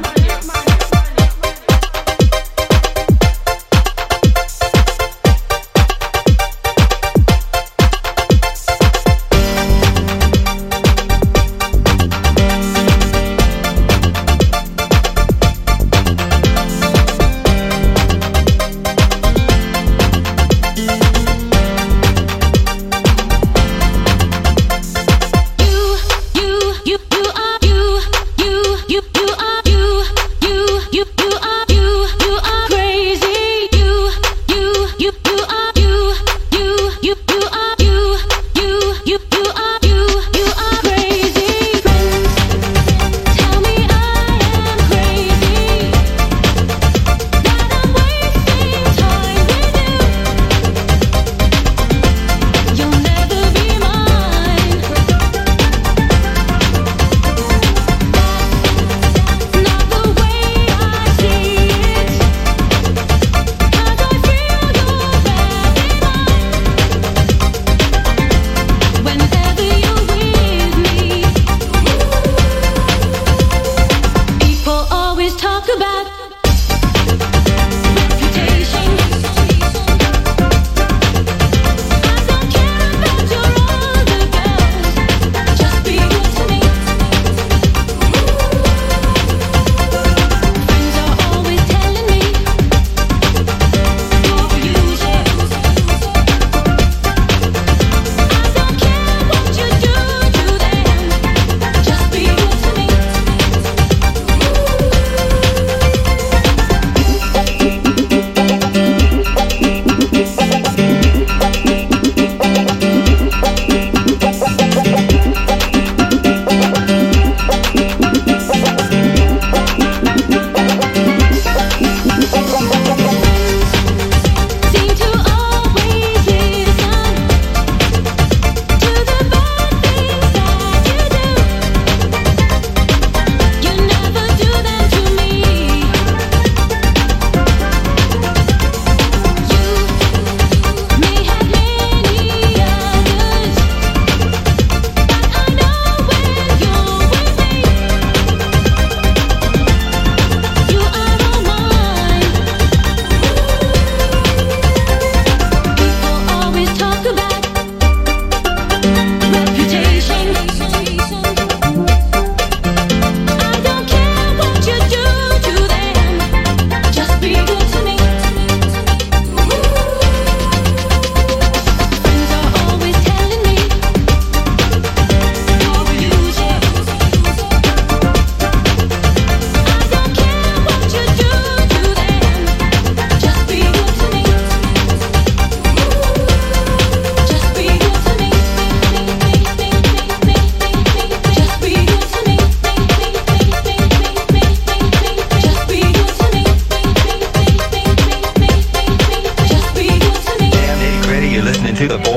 You, you, you, you are you, you, you, you are you.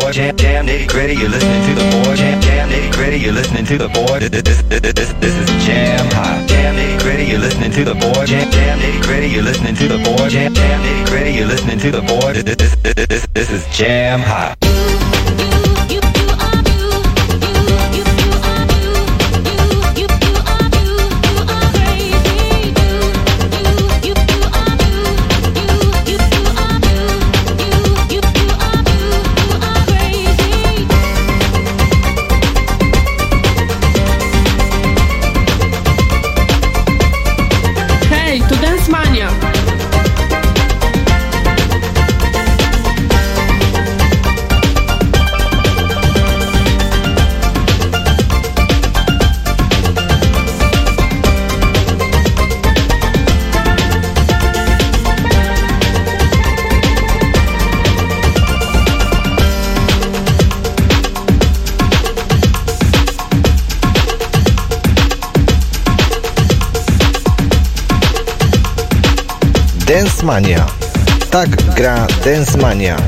boy. Jam, jam, nitty gritty, you're listening to the boy. Jam, jam, nitty gritty, you're listening to the boy. This, this, this, this, this is jam hot. Jam, nitty gritty, you're listening to the boy. Jam, jam, nitty gritty, you're listening to the boy. Jam, jam, nitty gritty, you're listening to the boy. This, this, this, this, this is jam hot. Hej, to Dance Mania. Dance Mania. Tak gra Dance Mania.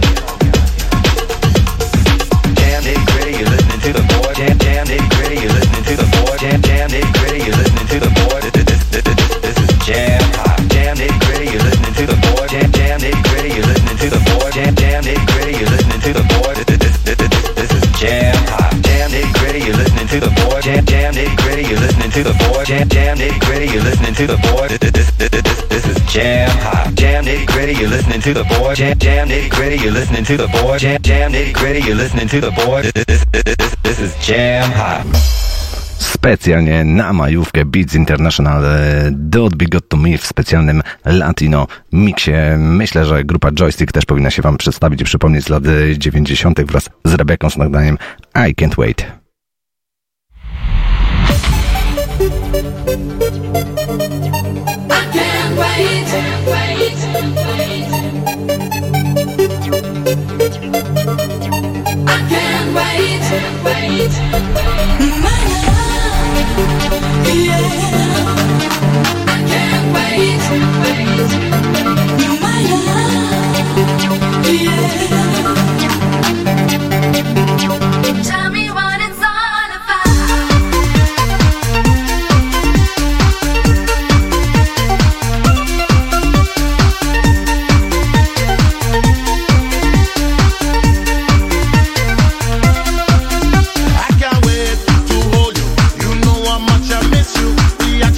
Jam, nitty gritty, you're listening to the boy. Jam, jam, nitty gritty, you're listening to the boy. Jam, jam, nitty gritty, you're listening to the boy. This, this, this, this, this is jam hot. Jam, nitty gritty, you're listening to the boy. Jam, jam, nitty gritty, you're listening to the boy. Jam, jam, nitty gritty, you're listening to the boy. This, this, this, this, this is jam hot. Jam, nitty gritty, you're listening to the boy. Jam, jam, nitty gritty, you're listening to the boy. Jam, jam, nitty gritty, you're listening to the boy. This, this, this, this, this is jam hot. Jam, nitty gritty, you're listening to the boy. Jam, jam, nitty gritty, you're listening to the boy. Jam, jam, nitty gritty, you're listening to the boy. This, this, this, this, this is jam hot. Specjalnie na majówkę Beats International e, Don't Be Got To Me w specjalnym latino miksie. Myślę, że grupa Joystick też powinna się wam przedstawić i przypomnieć z lat dziewięćdziesiątych wraz z Rebeką z nagraniem I Can't Wait. I can't wait, wait, wait. I can't wait, wait, my love, yeah. I can't wait, wait, my love, yeah. Tell me what it's all about. I can't wait to hold you. You know how much I miss you. We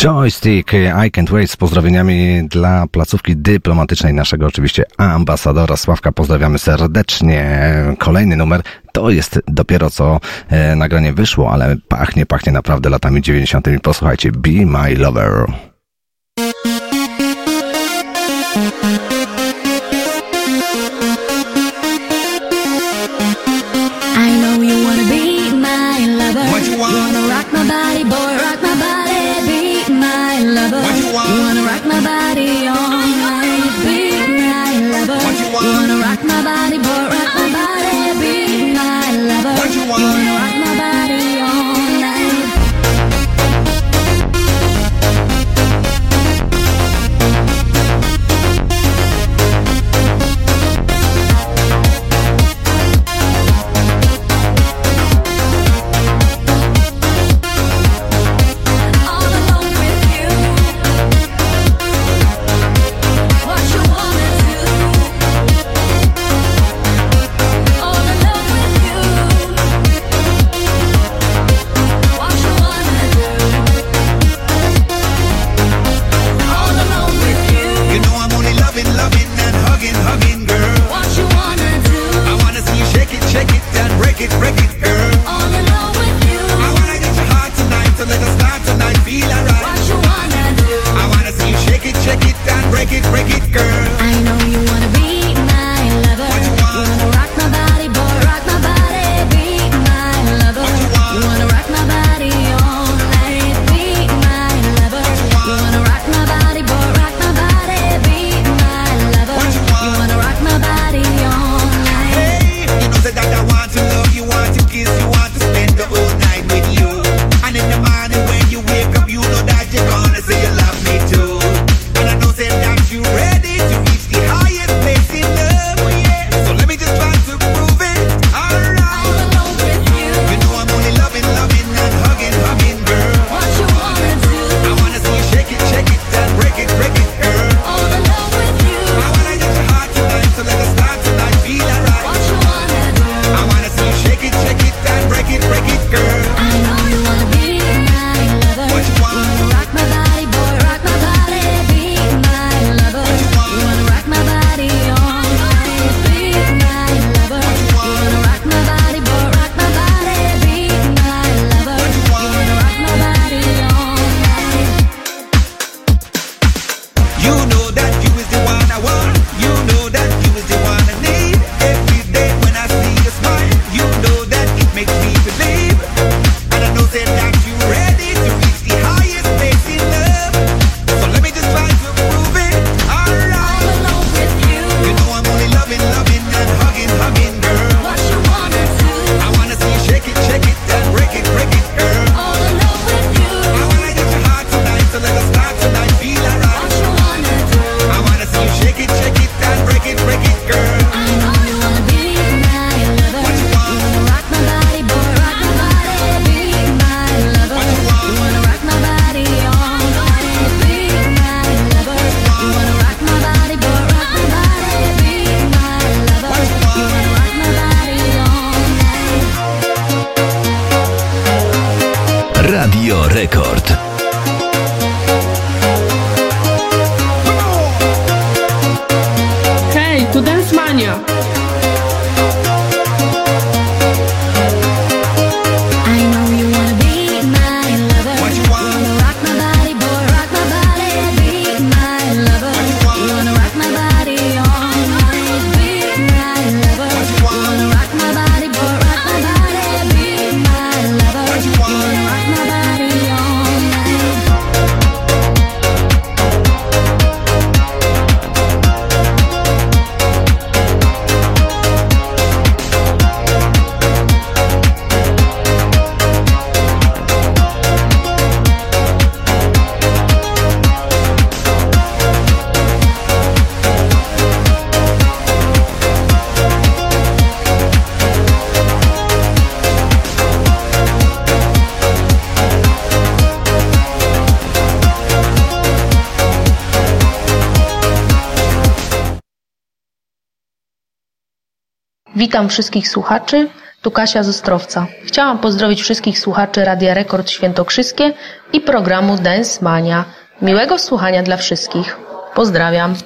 Joystick, I Can't Wait z pozdrowieniami dla placówki dyplomatycznej naszego oczywiście ambasadora Sławka. Pozdrawiamy serdecznie. Kolejny numer to jest dopiero co e, nagranie wyszło, ale pachnie, pachnie naprawdę latami dziewięćdziesiątymi. Posłuchajcie, Be My Lover. I know you wanna be my lover. What you want? You wanna rock my body, boy, rock my body. Be my lover. What you want? You wanna rock my body all night. Be my lover. What you want? You wanna rock my body, boy, rock my body. Be my lover. What you want? You wanna rock my body all night. All alone with you. What you wanna do? All alone with you. What you wanna do? All alone with you. You know I'm only loving, loving and hugging, hugging, girl. What you wanna do? I wanna see you shake it, shake it and break it, break it, girl. All alone with you. I wanna get your heart tonight, so let us start tonight, feel alright. What you wanna do? I wanna see you shake it, shake it and break it, break it, girl. I know you wanna be my lover. What you want? You wanna rock my body, boy, rock my body. Be my lover. What you want? You wanna rock my body all night. Be my lover. What you want? You wanna rock my body, boy, rock my body. Be my lover. What you want? You wanna rock my body all night. Hey, you know that I want to love you, want to kiss you, want to spend the whole night with you. And in the morning when you wake up, you know that you're gonna say you love me too. And I know say that you're ready to reach the highest place in love, oh yeah. So let me just try to prove it, alright. All alone with you. You know I'm only loving, loving and hugging, hugging, girl. What you wanna do? I wanna see you shake it, shake it and break it, break it, girl. All alone with you. I wanna get your heart tonight, so let us start tonight, feel alright. What you wanna do? I wanna see you shake it, shake it and break it, break it, girl. I know you wanna be my lover. What you want? You wanna rock my body, boy, rock my body. Be my lover. What you want? You wanna rock my body all night. Be my lover. What you want? You wanna rock my body, boy, rock my body. Be my lover. What you You want? wanna rock my body all night. You know that you is the one I want. You know that you is the one I need. Every day when I see your smile, you know that it makes me believe. And I know say that you ready to reach the highest place in love. So let me just try to prove it, All alright. alone with you. You know I'm only loving, loving and hugging, hugging, girl. What you wanna do? I wanna see you shake it, shake it and break it, break it, girl. All alone with you. I wanna get your heart tonight, so let us start tonight, feel alright. What you wanna do? I wanna see you shake it, shake it and break it, break it, girl. I know you wanna be my lover. What you want? You wanna rock my body, boy, rock my body. Be my lover. What you want? You wanna rock my body all night. Be my lover. You wanna rock my body, boy, rock my body. Be my lover. What you You want? wanna rock my body all night. Radio Rekord. Hej, tu Dance Mania. I know you wanna be my lover. What you want? wanna rock my body, boy, rock my body. Be my lover. What you want? wanna rock my body all night. Be my lover. What you want? wanna rock my body, boy, rock my body. Be my lover. What you want? wanna rock my body all night. Witam wszystkich słuchaczy. Tu Kasia z Ostrowca. Chciałam pozdrowić wszystkich słuchaczy Radia Rekord Świętokrzyskie i programu Dance Mania. Miłego słuchania dla wszystkich. Pozdrawiam.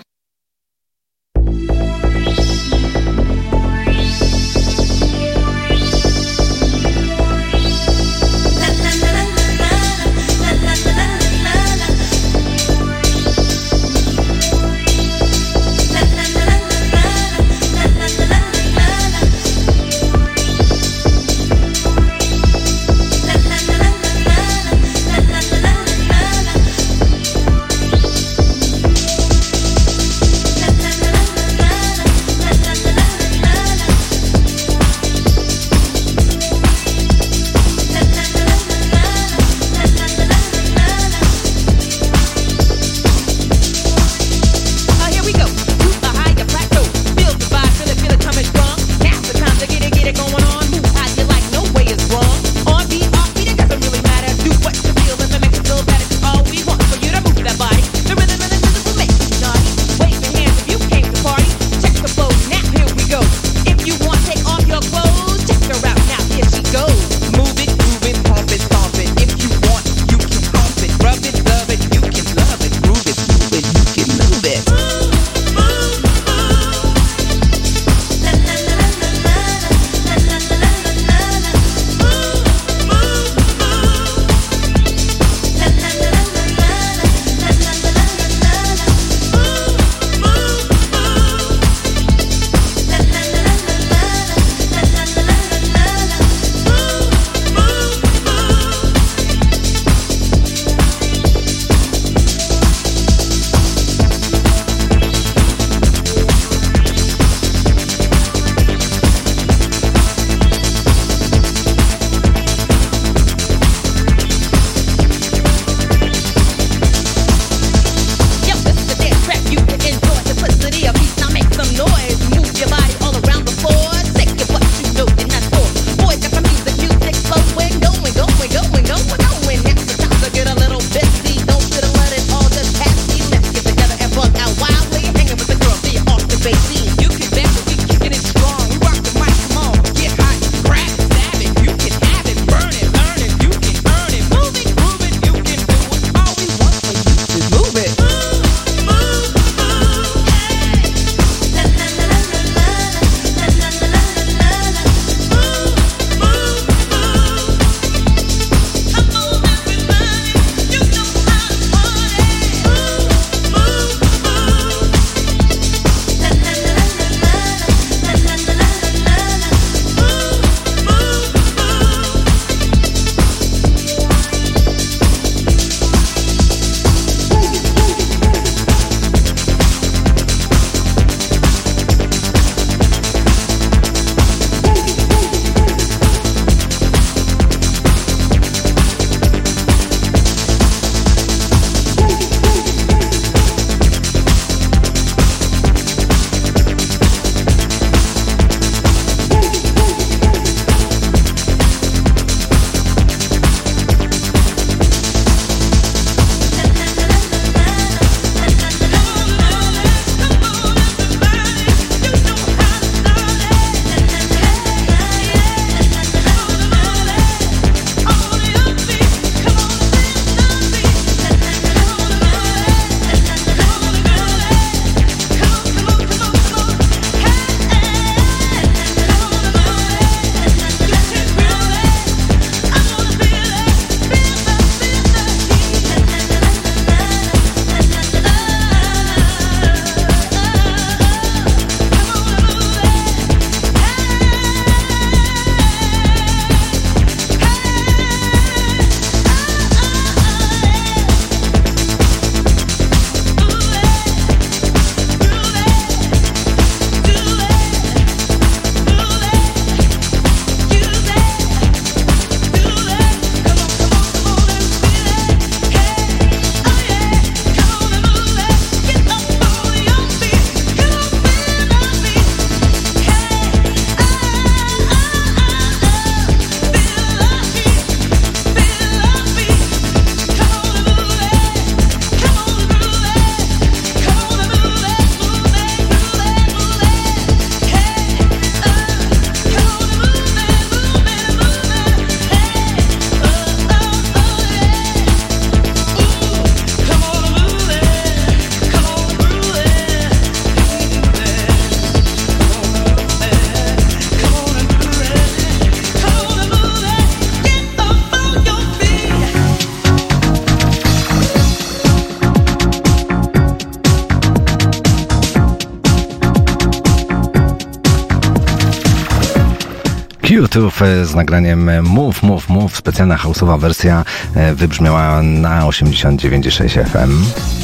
Q two z nagraniem Move, Move, Move. Specjalna house'owa wersja wybrzmiała na osiemdziesiąt dziewięć i sześć F M.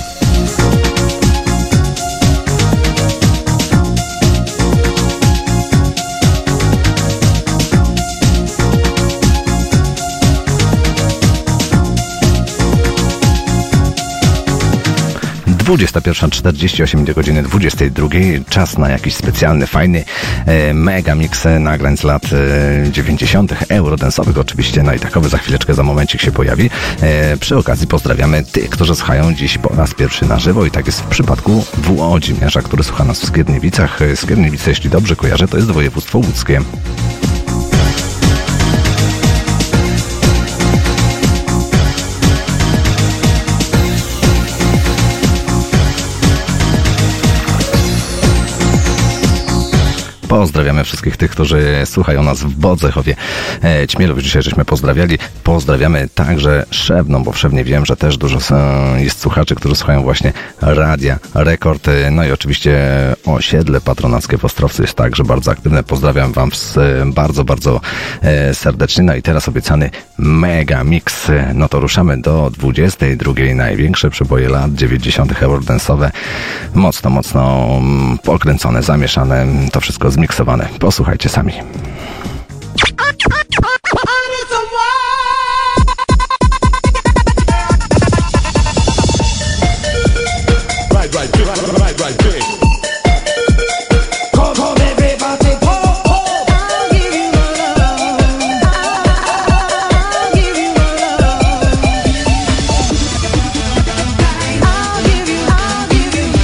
dwudziesta pierwsza czterdzieści osiem do godziny dwudziestej drugiej. Czas na jakiś specjalny, fajny e, mega mix nagrań z lat e, dziewięćdziesiątych eurodensowych oczywiście. No i takowy za chwileczkę, za momencik się pojawi. E, przy okazji pozdrawiamy tych, którzy słuchają dziś po raz pierwszy na żywo i tak jest w przypadku Włodzimierza, który słucha nas w Skierniewicach. Skierniewice, jeśli dobrze kojarzę, to jest województwo łódzkie. Pozdrawiamy wszystkich tych, którzy słuchają nas w Bodzechowie. E, Ćmielów dzisiaj żeśmy pozdrawiali. Pozdrawiamy także Szewną, bo w Szewnie wiem, że też dużo jest słuchaczy, którzy słuchają właśnie Radia Rekord. No i oczywiście osiedle patronackie w Ostrowcu jest także bardzo aktywne. Pozdrawiam wam bardzo, bardzo serdecznie. No i teraz obiecany mega mix. No to ruszamy do dwudziestej drugiej. Największe przeboje lat dziewięćdziesiątych eurodensowe. Mocno, mocno pokręcone, zamieszane. To wszystko zmiksowane. Posłuchajcie sami. Right, right, right, right, right, right. Come, come, everybody, pop, pop. I'll give you my love. I'll give you my love. I'll give you, I'll give you.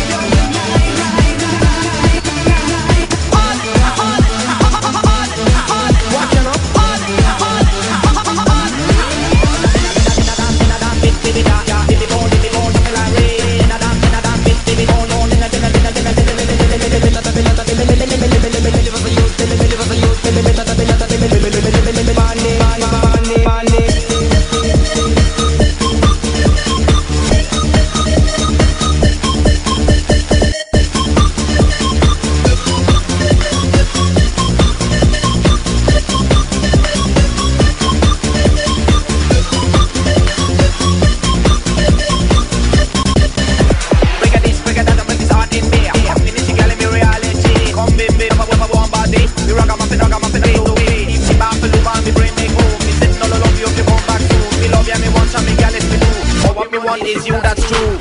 Is you, that's true.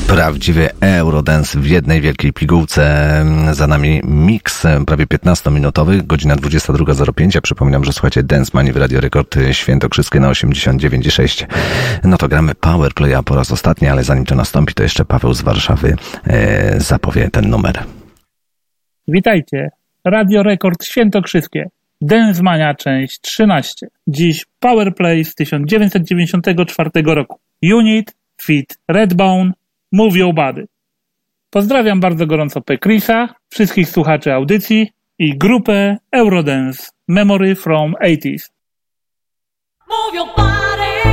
Prawdziwy Eurodance w jednej wielkiej pigułce. Za nami miks prawie piętnastominutowy, godzina dwudziesta druga zero pięć. Ja przypominam, że słuchacie Dance Manii w Radio Rekord Świętokrzyskie na osiemdziesiąt dziewięć i sześć. No to gramy Powerplaya po raz ostatni, ale zanim to nastąpi, to jeszcze Paweł z Warszawy e, zapowie ten numer. Witajcie. Radio Rekord Świętokrzyskie. Dance Mania, część trzynaście. Dziś Powerplay z tysiąc dziewięćset dziewięćdziesiątego czwartego roku. Unit, feat. Redbone, Move Your Body. Pozdrawiam bardzo gorąco P. Chrisa, wszystkich słuchaczy audycji i grupę Eurodance Memory from eighties. Move your body.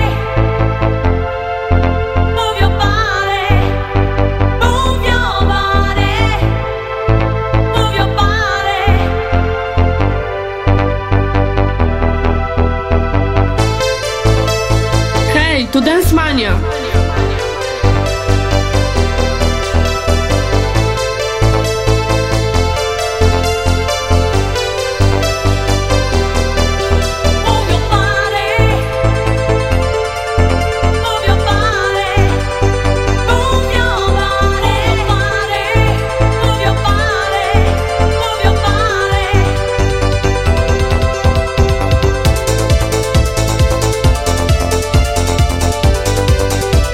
Move your body. Move your body. Move your body. Hej, to Dance Mania. Move your body.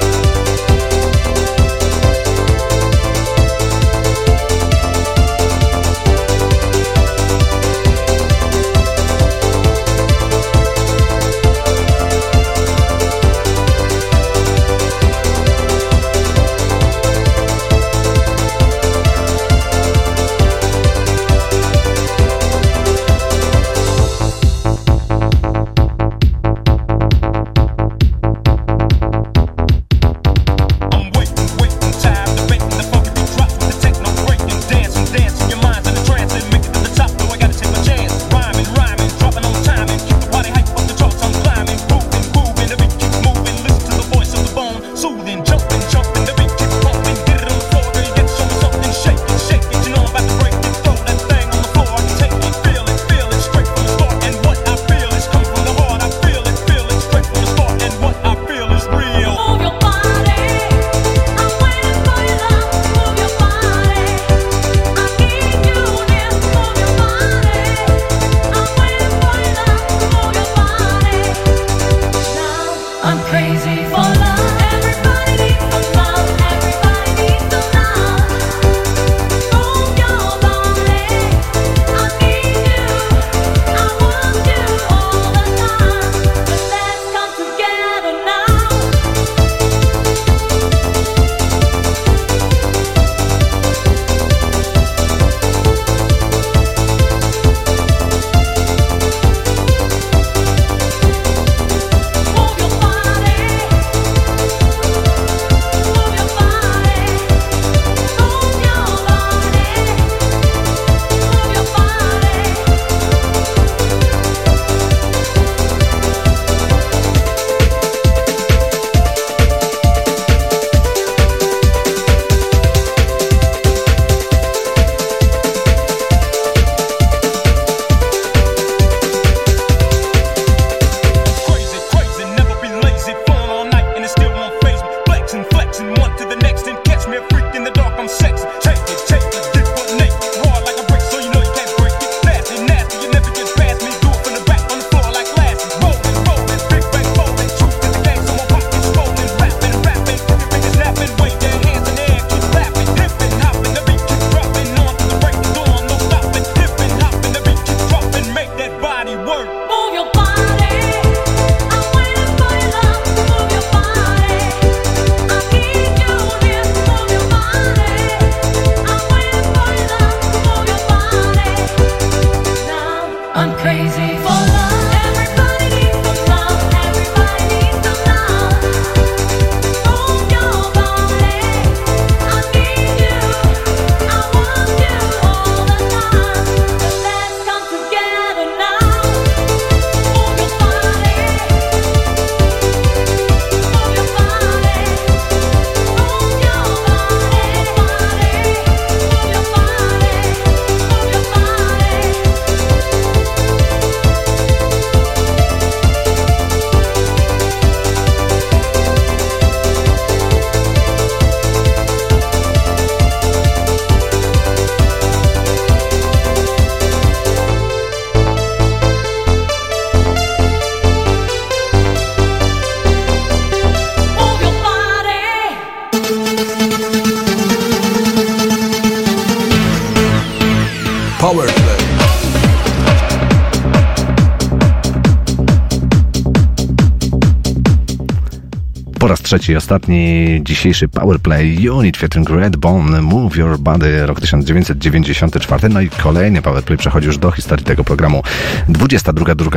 Po raz trzeci i ostatni dzisiejszy Powerplay Unit featuring Redbone, Move Your Body, rok tysiąc dziewięćset dziewięćdziesiąty czwarty. No i kolejny Powerplay przechodzi już do historii tego programu. dwudziesta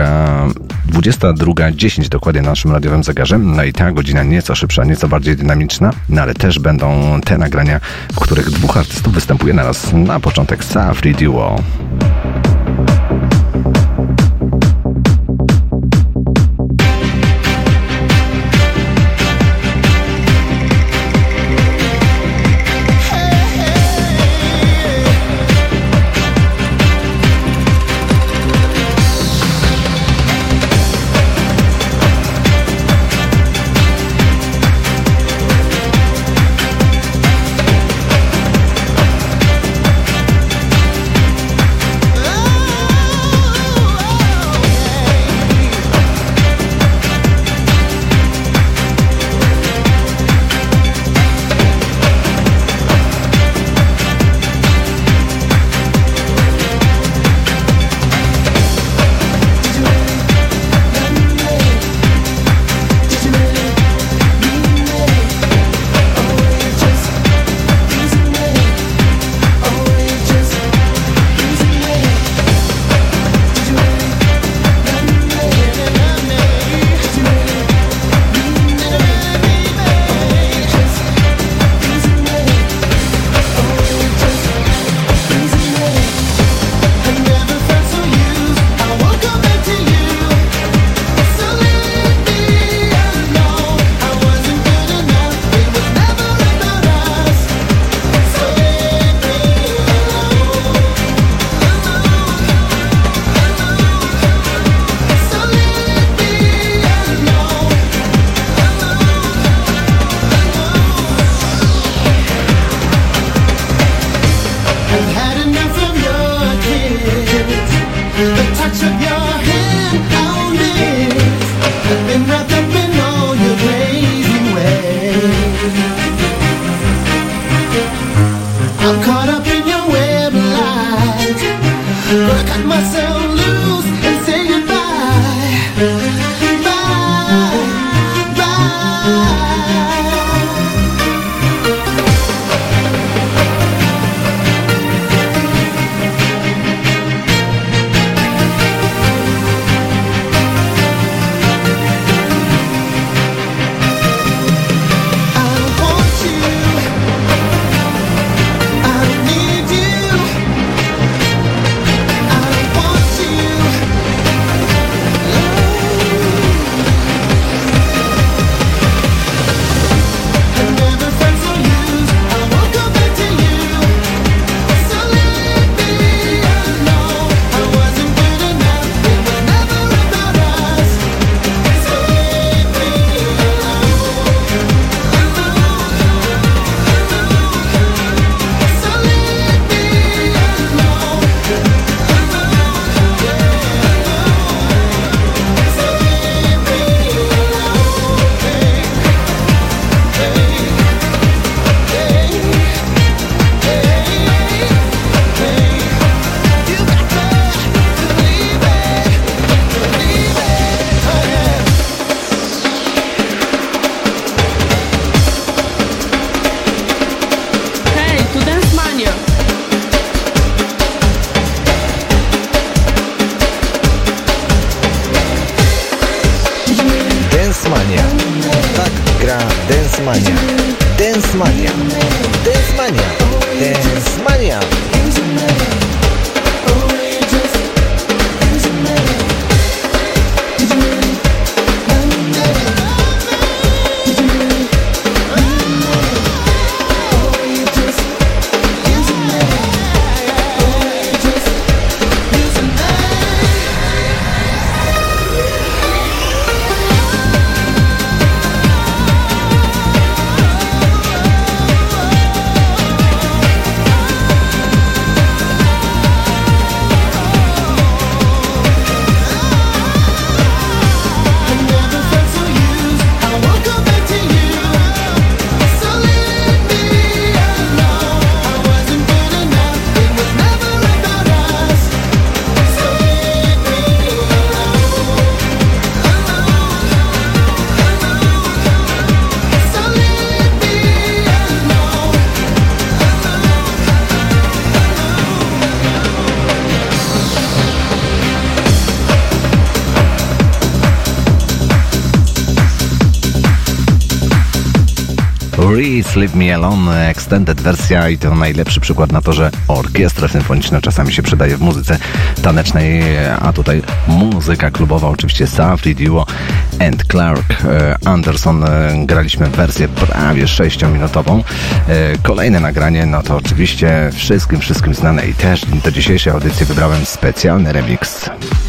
druga dziesięć dokładnie na naszym radiowym zegarze. No i ta godzina nieco szybsza, nieco bardziej dynamiczna, no ale też będą te nagrania, w których dwóch artystów występuje naraz. Na początek Safri Duo. Grease, Leave Me Alone, extended wersja i to najlepszy przykład na to, że orkiestra symfoniczna czasami się przydaje w muzyce tanecznej, a tutaj muzyka klubowa, oczywiście Safri Duo and Clark Anderson. Graliśmy wersję prawie sześciominutową. Kolejne nagranie, no to oczywiście wszystkim, wszystkim znane i też do dzisiejszej audycji wybrałem specjalny remix.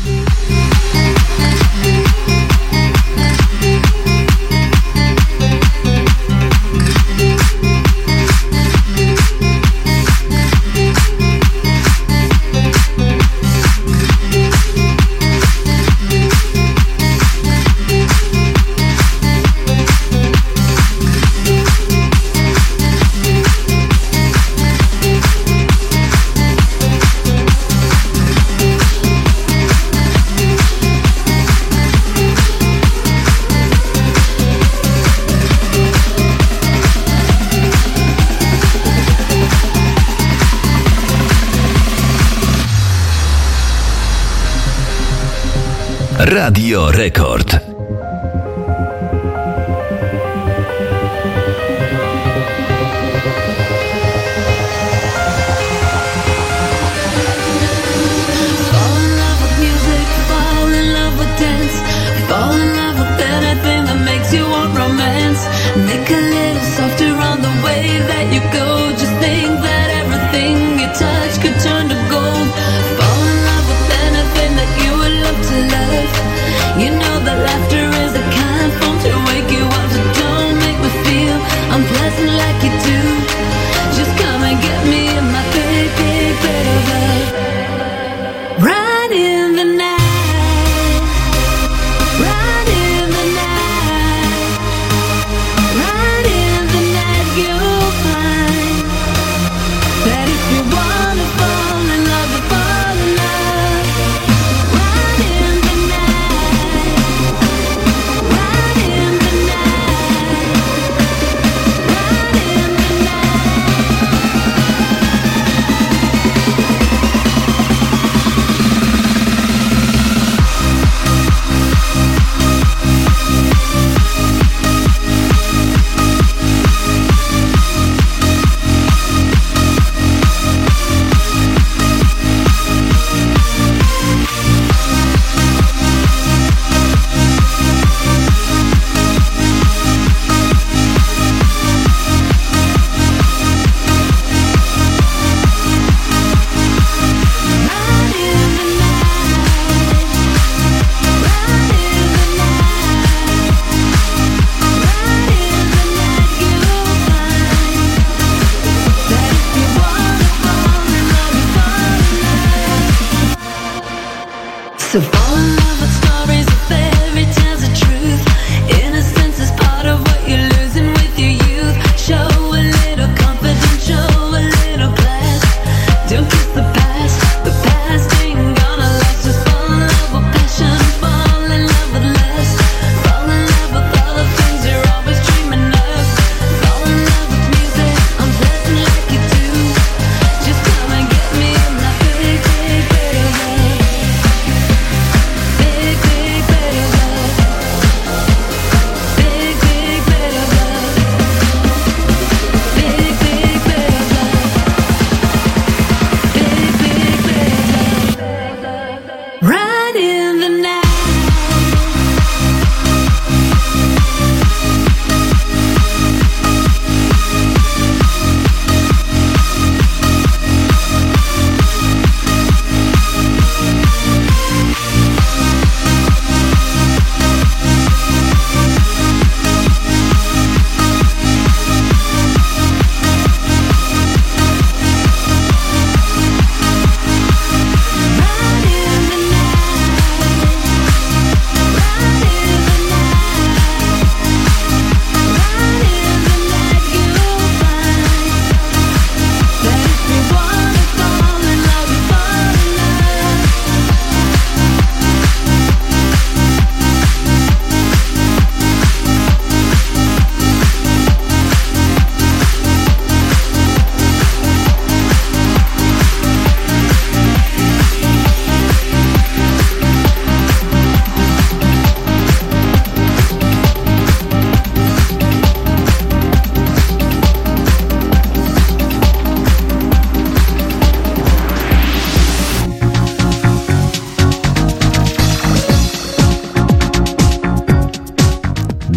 Radio Rekord. Right in the night, you'll find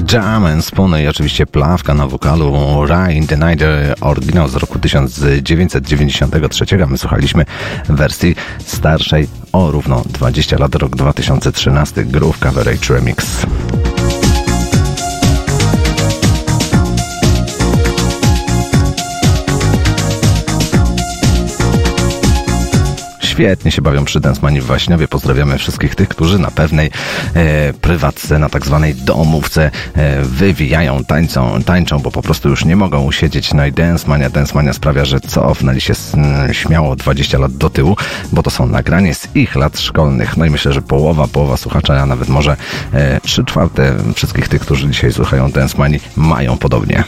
Jam and Spoon i oczywiście Plawka na wokalu Ryan the Night, oryginał z roku tysiąc dziewięćset dziewięćdziesiątego trzeciego. My słuchaliśmy wersji starszej o równo dwadzieścia lat, rok dwa tysiące trzynasty, Groove Coverage Remix. Świetnie się bawią przy Dance Manii w Waśniowie. Pozdrawiamy wszystkich tych, którzy na pewnej e, prywatce, na tak zwanej domówce e, wywijają, tańczą, tańczą, bo po prostu już nie mogą usiedzieć. No i Dance Mania, Dance Mania sprawia, że cofnęli się s, śmiało dwadzieścia lat do tyłu, bo to są nagranie z ich lat szkolnych. No i myślę, że połowa, połowa słuchaczy, a nawet może e, trzy czwarte wszystkich tych, którzy dzisiaj słuchają Dance Manii, mają podobnie.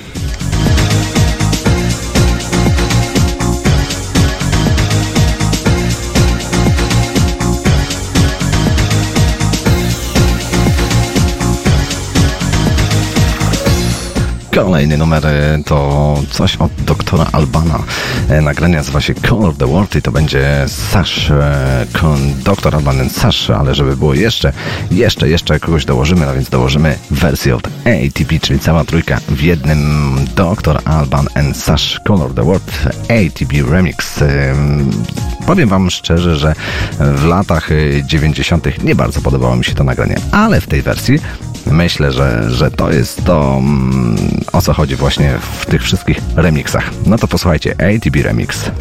Kolejny numer to coś od doktora Albana. Nagranie nazywa się Call of the World i to będzie Sash, doktor Alban and Sash, ale żeby było jeszcze, jeszcze, jeszcze kogoś dołożymy, no więc dołożymy wersję od A T P, czyli cała trójka w jednym. doktor Alban and Sash, Call of the World, A T P Remix. Powiem wam szczerze, że w latach dziewięćdziesiątych nie bardzo podobało mi się to nagranie, ale w tej wersji myślę, że, że to jest to, o co chodzi właśnie w tych wszystkich remixach. No to posłuchajcie, A T P Remix.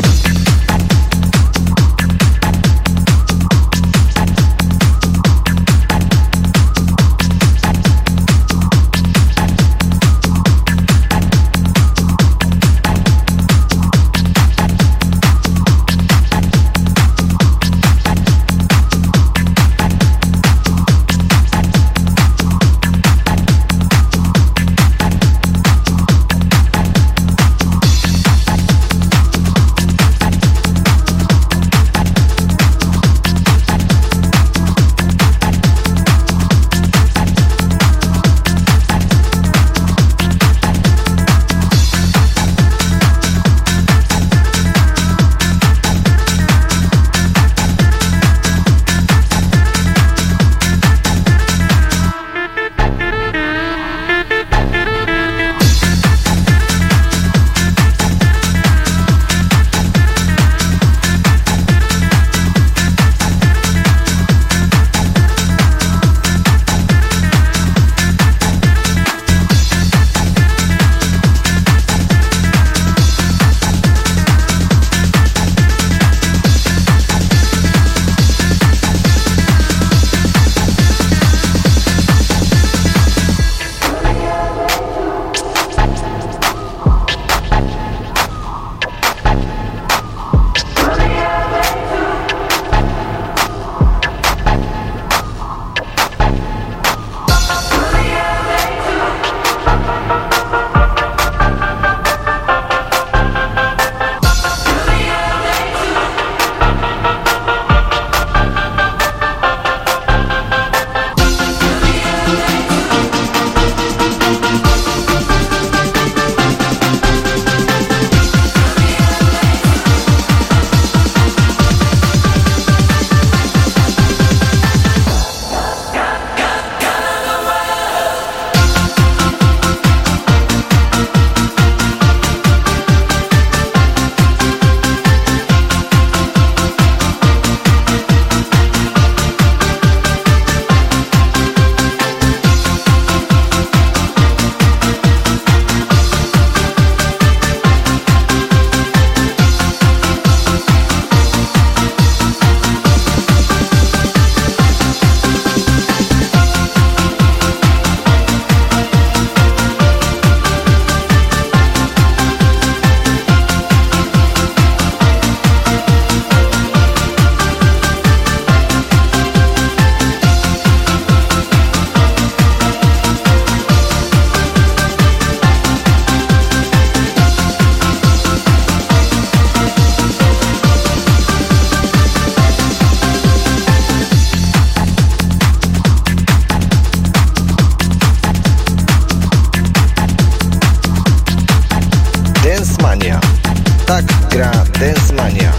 Dance Mania.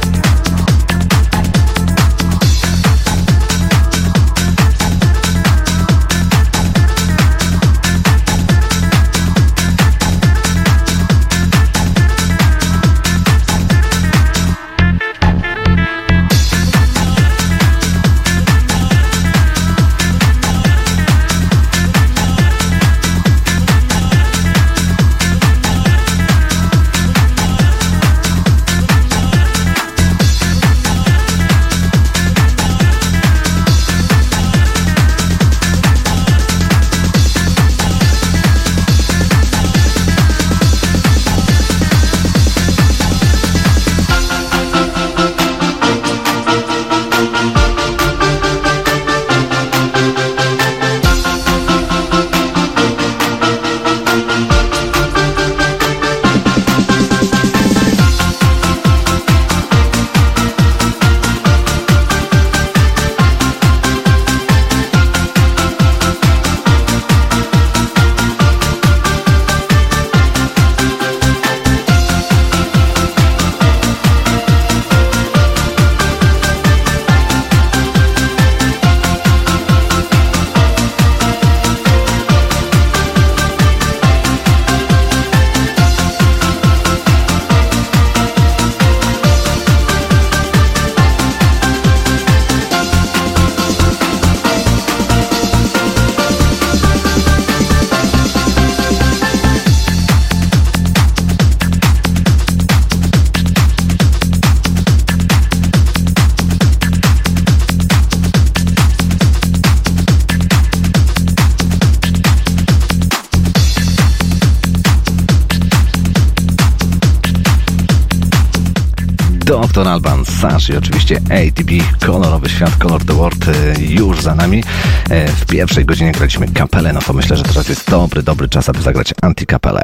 Don Alban, Sash i oczywiście A T B, kolorowy świat, Color the World już za nami. W pierwszej godzinie graliśmy kapelę, no to myślę, że teraz jest dobry, dobry czas, aby zagrać antykapelę.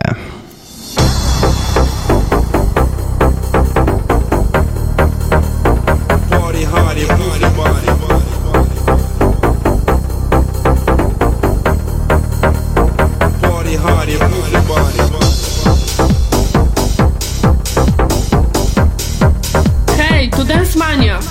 Party hardy, party body. Party hardy, party body. Hej, tu Dance Mania.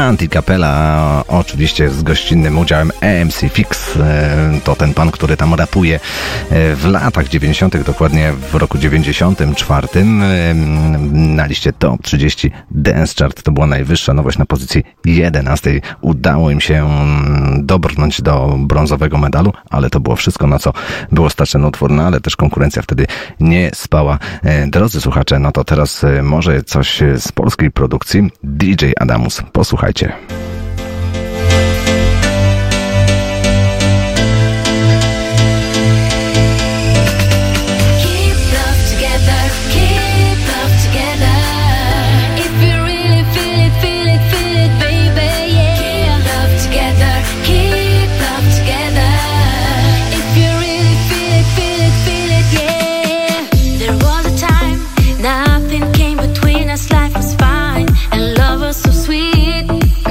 Anti-Capella, oczywiście z gościnnym udziałem M C Fix. To ten pan, który tam rapuje w latach dziewięćdziesiątych, dokładnie w roku dziewięćdziesiątym czwartym. Na liście Top trzydzieści Dance Chart to była najwyższa nowość na pozycji jedenastej. Udało im się dobrnąć do brązowego medalu, ale to było wszystko, na co było stać ten utwór, no ale też konkurencja wtedy nie spała. Drodzy słuchacze, no to teraz może coś z polskiej produkcji. D J Adamus, posłuchajcie. Life was fine and love was so sweet.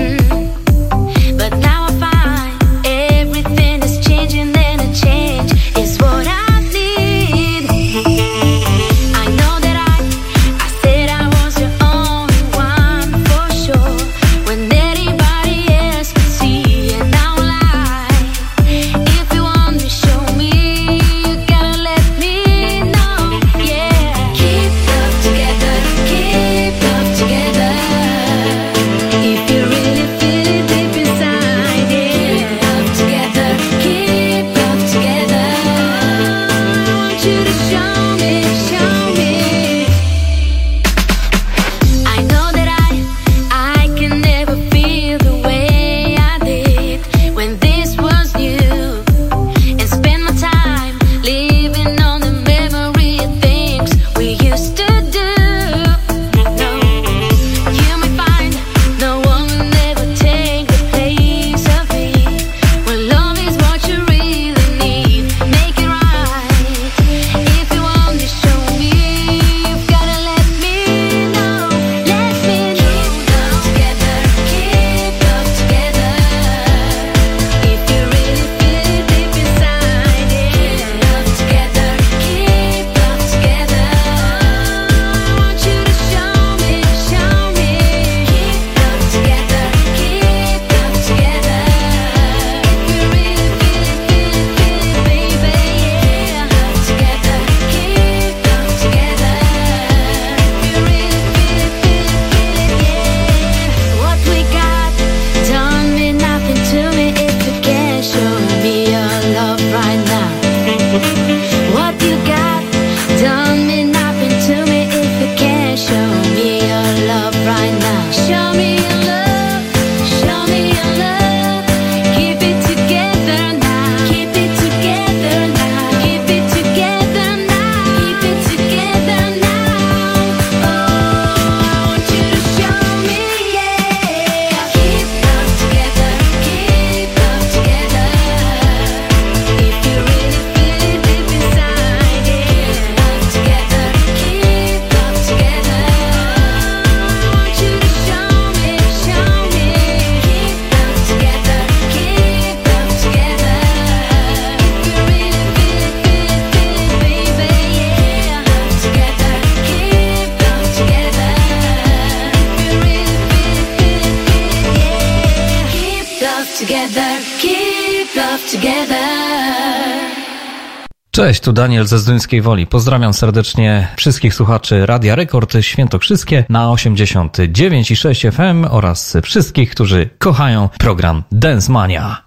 Cześć, tu Daniel ze Zduńskiej Woli. Pozdrawiam serdecznie wszystkich słuchaczy Radia Rekord Świętokrzyskie na osiemdziesiąt dziewięć i sześć F M oraz wszystkich, którzy kochają program Dance Mania.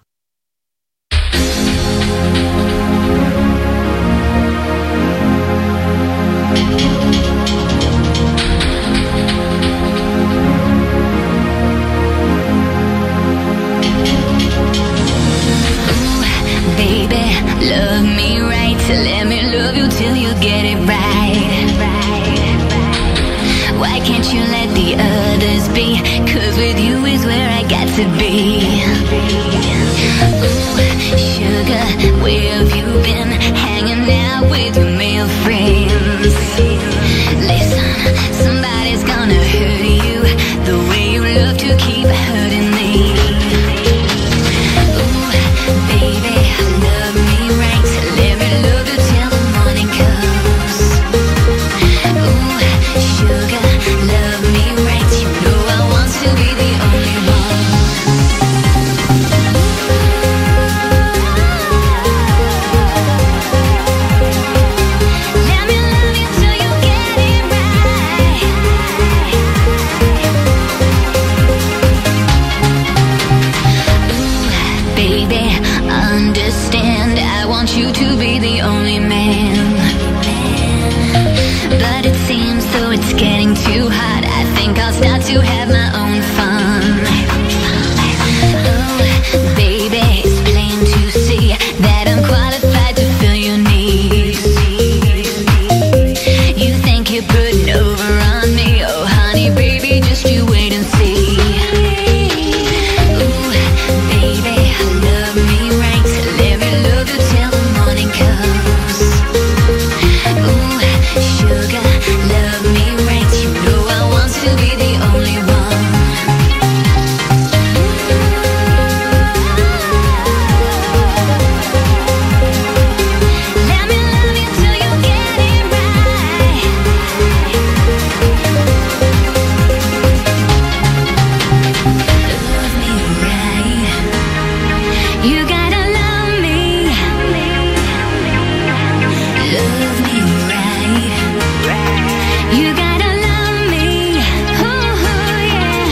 Love me right, let me love you till you get it right. Why can't you let the others be? Cause with you is where I got to be. Ooh, sugar, where have you been? Hanging out with your male friends. Listen, somebody's gonna hurt you the way you love to keep hurting me. Ooh, baby, love me. Let me love you till the morning comes. Ooh, sugar, love me right. You know I want to be the only one. baby, understand. I want you to be the only man. But it seems though it's getting too hot, I think I'll start to have my own fun. Oh, baby, it's plain to see that I'm qualified to fill your needs. You think you're putting over on me? Oh, honey, baby, just you wait and see. Ooh, baby, love me right. Let me love you till the morning comes. Ooh, sugar, love me right. You know I want to be the only one. Let me love you till you get it right. Love me right. You gotta love me. Love me right. You gotta love me. Ooh, yeah.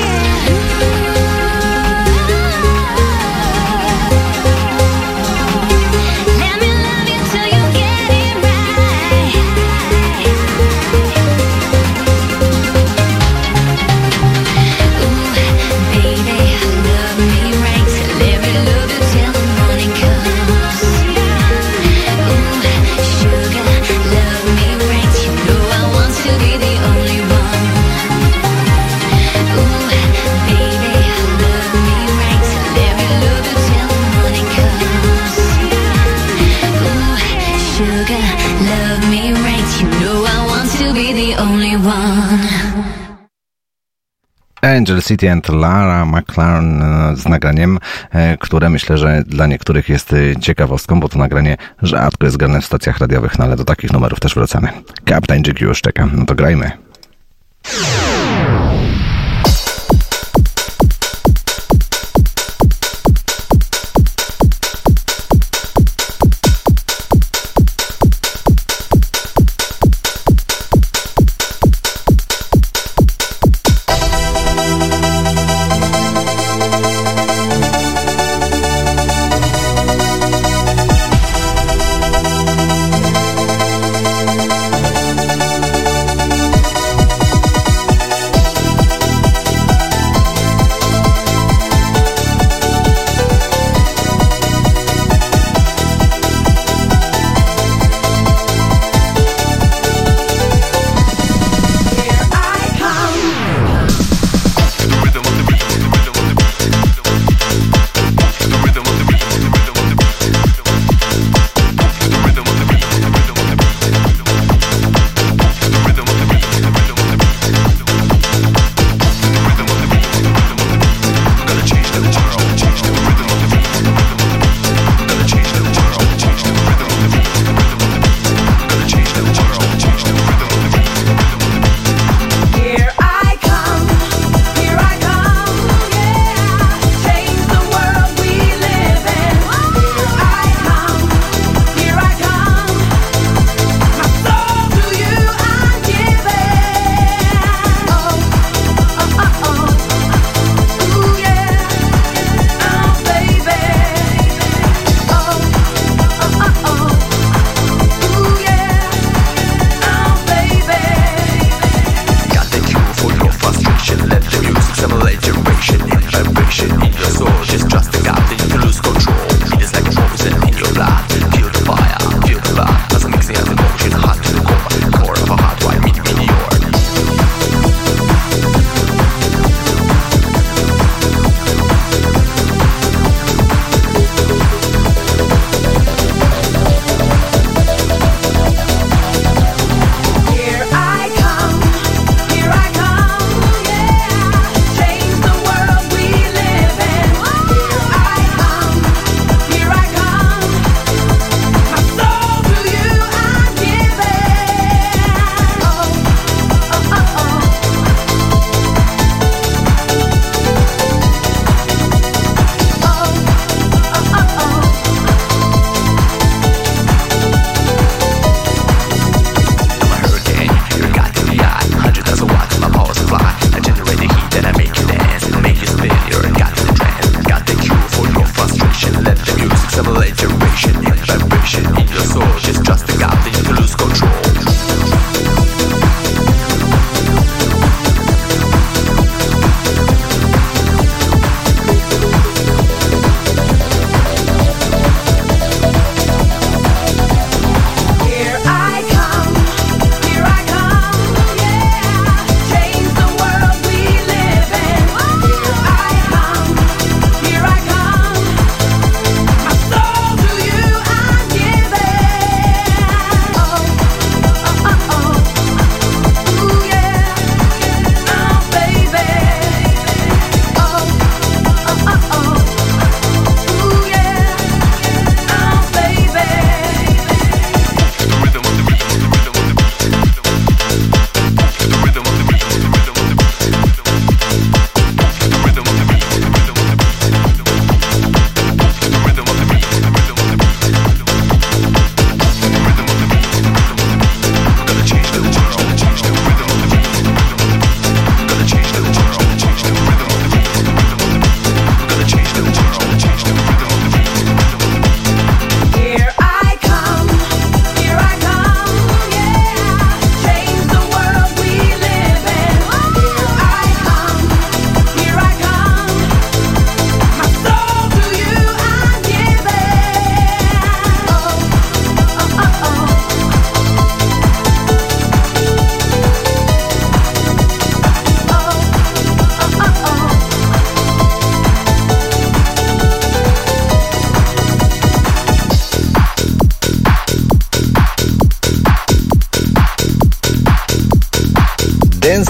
Let me love you till you get it right. Ooh, baby, love me right. Let me love you till the morning comes. Ooh, sugar, love me right. You know I want to be the only one. Ooh, baby, love me right. Let me love you till the morning comes. Ooh, sugar, love me right. You know I want to be the only one. Angel City and Lara McLaren e, z nagraniem, e, które myślę, że dla niektórych jest e, ciekawostką, bo to nagranie rzadko jest grane w stacjach radiowych, no ale do takich numerów też wracamy. Captain G Q już czeka, no to grajmy. Ooh,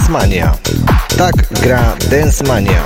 Dance Mania. Tak gra Dance Mania.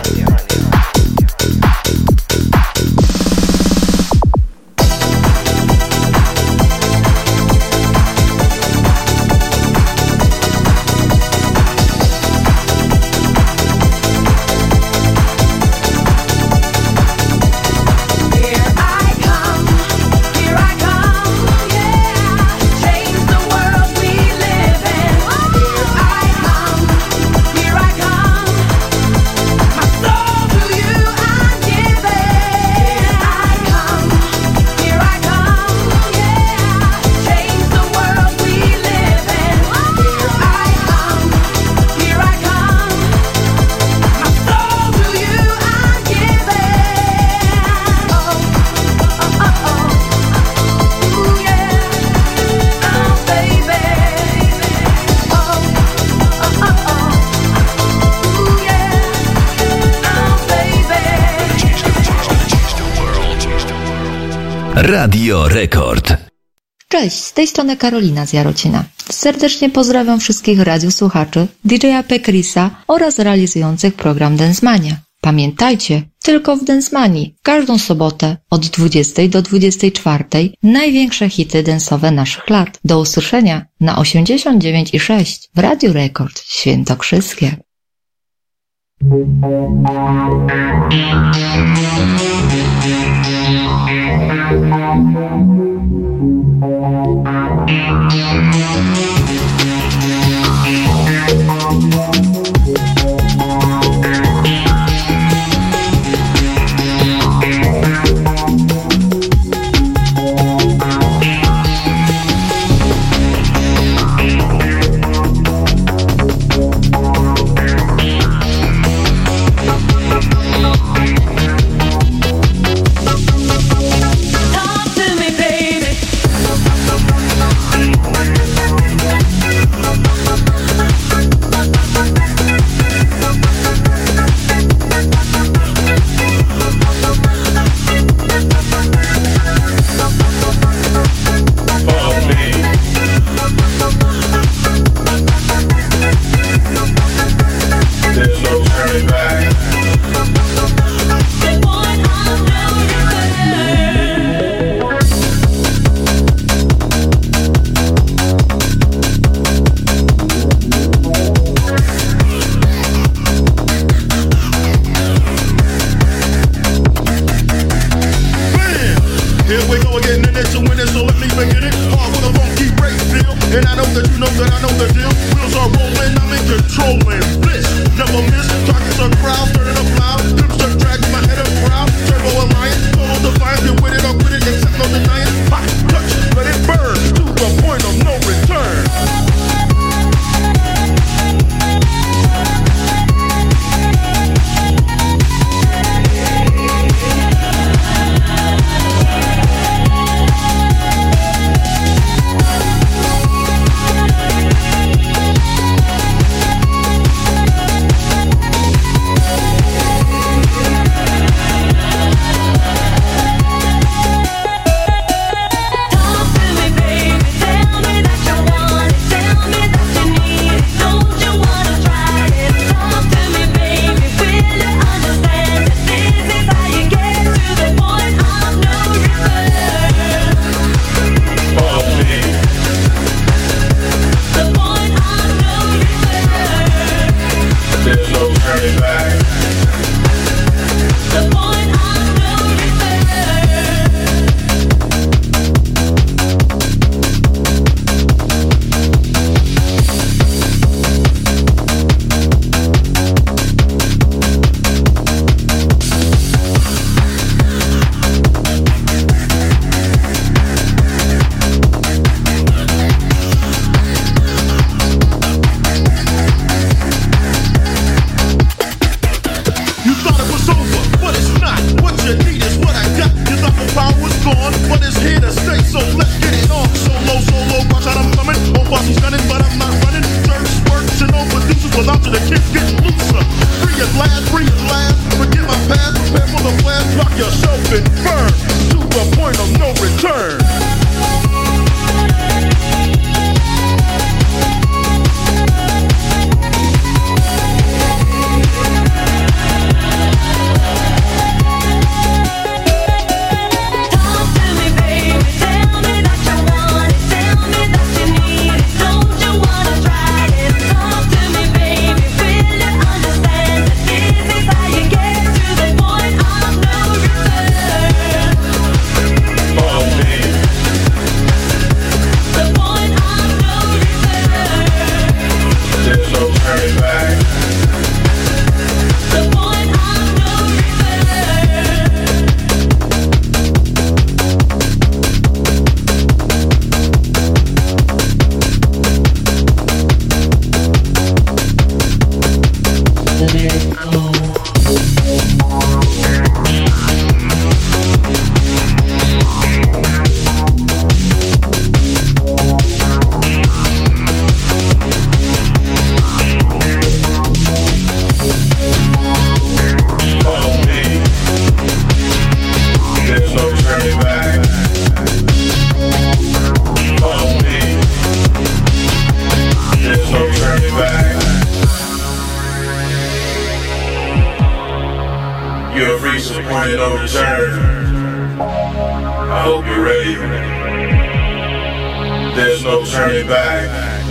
Radio Rekord. Cześć, z tej strony Karolina z Jarocina. Serdecznie pozdrawiam wszystkich radiosłuchaczy, D J P Chrisa oraz realizujących program Dance Mania. Pamiętajcie, tylko w Dance Manii, w każdą sobotę od dwudziestej do dwudziestej czwartej największe hity dance'owe naszych lat. Do usłyszenia na osiemdziesiąt dziewięć i sześć w Radiu Rekord Świętokrzyskie. return. I hope you're ready. There's no turning back.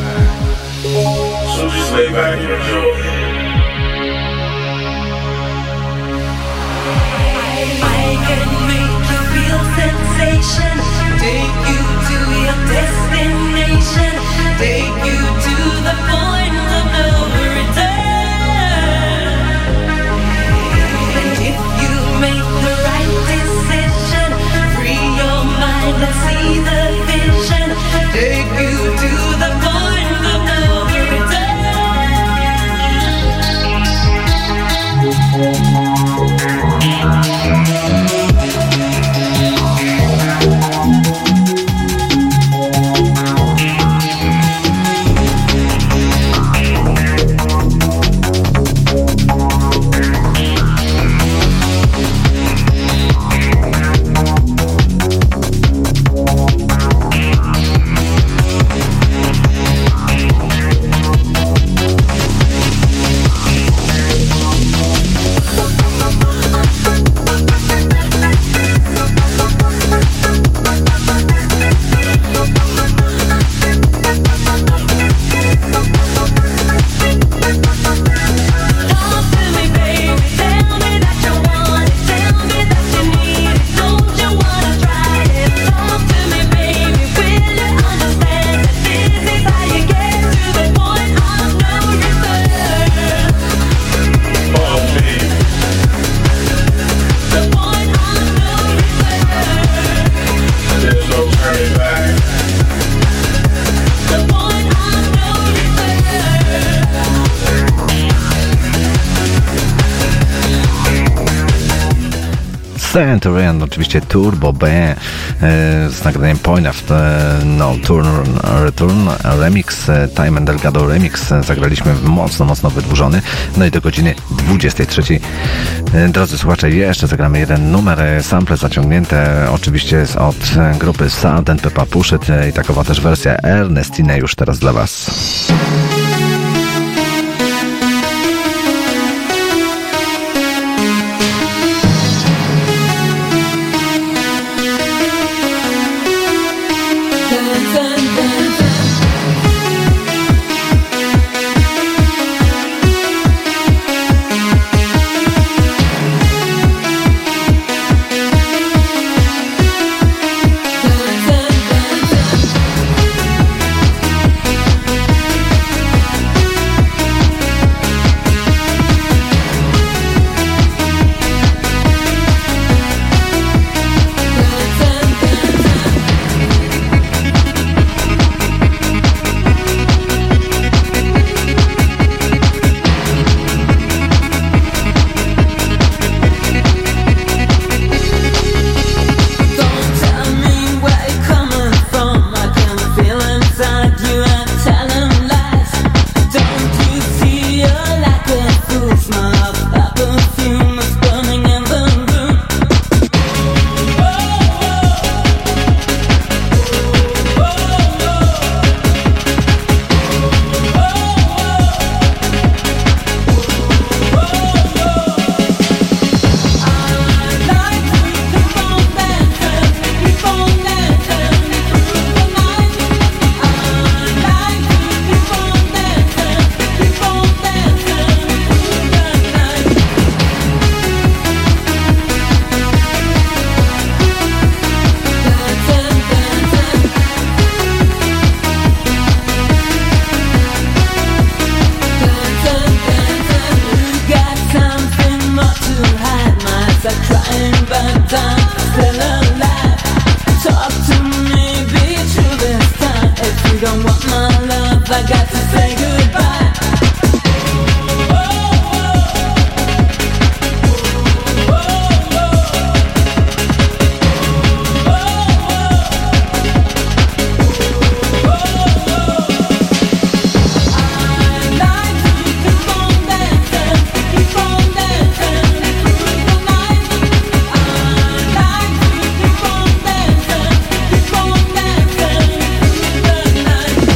So just lay back and enjoy. I can make you feel sensation. Take you to your destination. Take you to the point of no return. And if you make the right decision, free your mind and see the vision. Take you to the point of no Centurion, oczywiście Turbo B e, z nagraniem Point of No Turn Return Remix, e, Time and Delgado Remix e, zagraliśmy mocno, mocno wydłużony, no i do godziny dwudziestej trzeciej. E, drodzy słuchacze, jeszcze zagramy jeden numer, e, sample zaciągnięte oczywiście z, od e, grupy Salt and Peppa Push It e, i takowa też wersja Ernestine już teraz dla Was. night.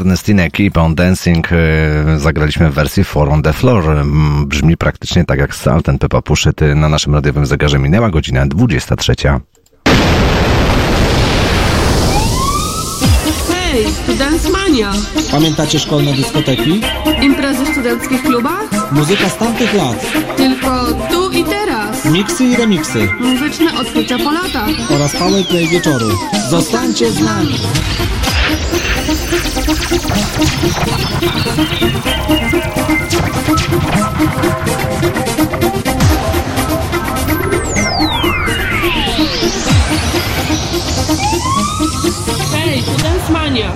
Ernestinę Keep on Dancing e, zagraliśmy w wersji Four on the Floor. Mm, Brzmi praktycznie tak jak Salt and Peppa Pushet. Na naszym radiowym zegarze minęła godzina dwudziesta trzecia. Hej, to Dance Mania. Pamiętacie szkolne dyskoteki? Imprezy w studenckich klubach? Muzyka z tamtych lat. Tylko tu i teraz. Miksy i remiksy. Muzyczne odkrycia po latach. Oraz powerplay wieczoru. Zostańcie z nami. Hej, to Dance Mania.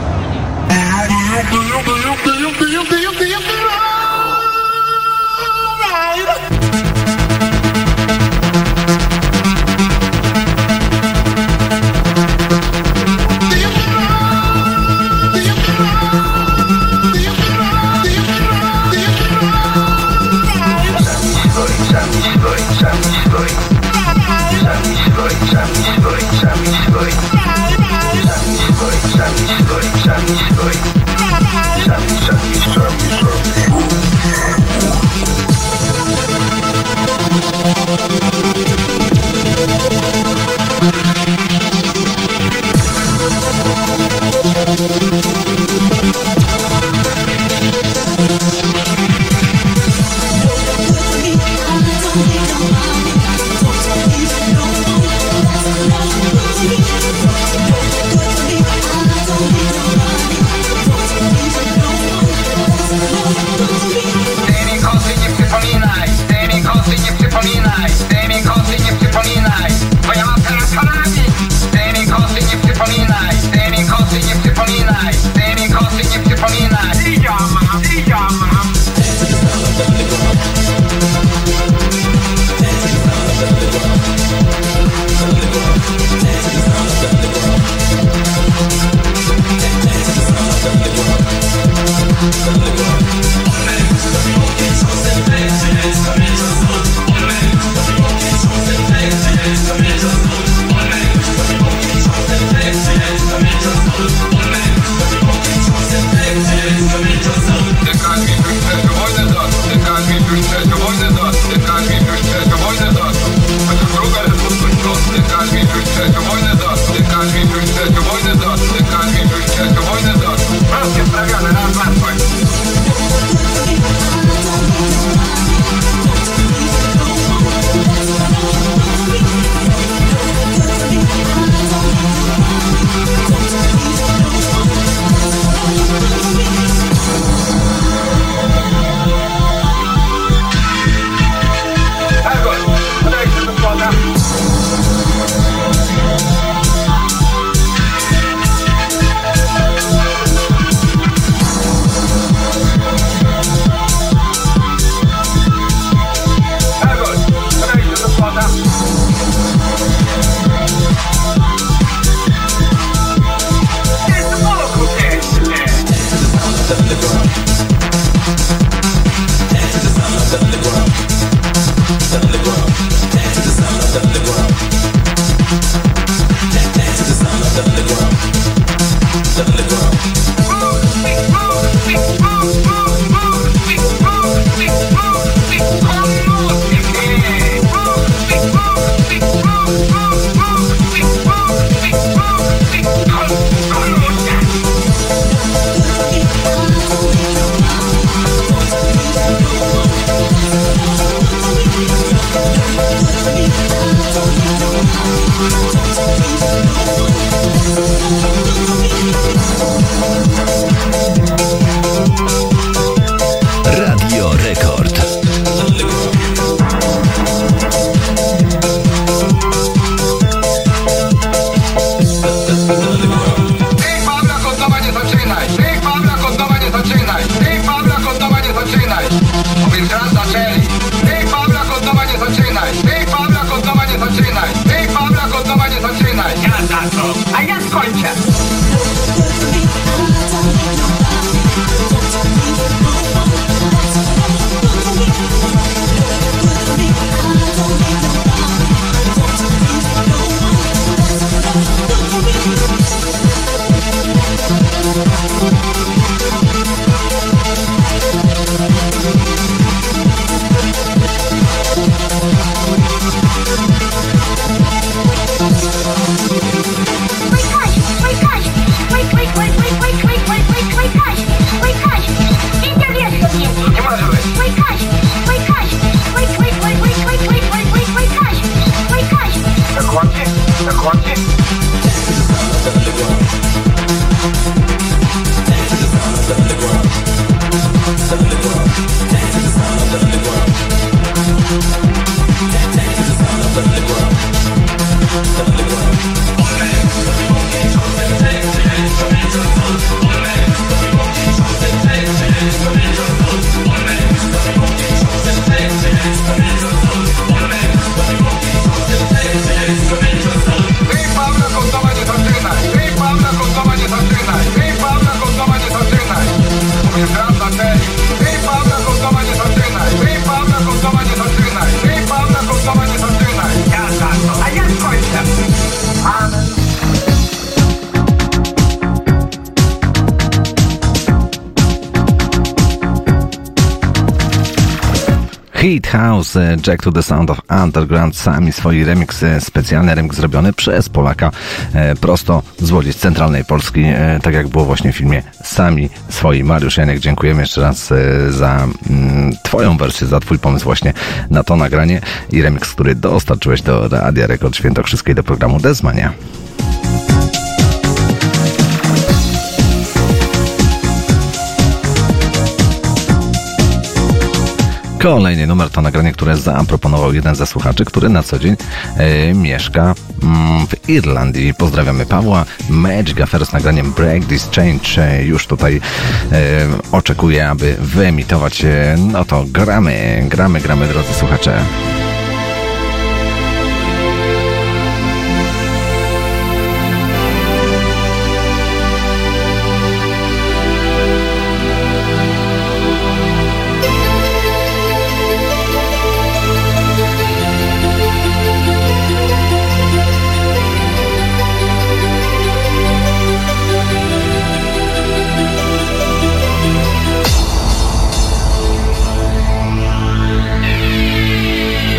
Radio Rekord. A ja skończę. Hit House, Jack to the Sound of Underground, sami swój remix, specjalny remix zrobiony przez Polaka e, prosto z Łodzi, z centralnej Polski, e, tak jak było właśnie w filmie Sami swoi. Mariusz Janek, dziękujemy jeszcze raz e, za mm, twoją wersję, za twój pomysł właśnie na to nagranie i remix, który dostarczyłeś do Radia Rekord Świętokrzyskiej, do programu Densmania. Kolejny numer to nagranie, które zaproponował jeden ze słuchaczy, który na co dzień e, mieszka mm, w Irlandii. Pozdrawiamy Pawła. Magic Affair z nagraniem Break This Change e, już tutaj e, oczekuje, aby wyemitować. E, no to gramy, gramy, gramy, drodzy słuchacze. Thank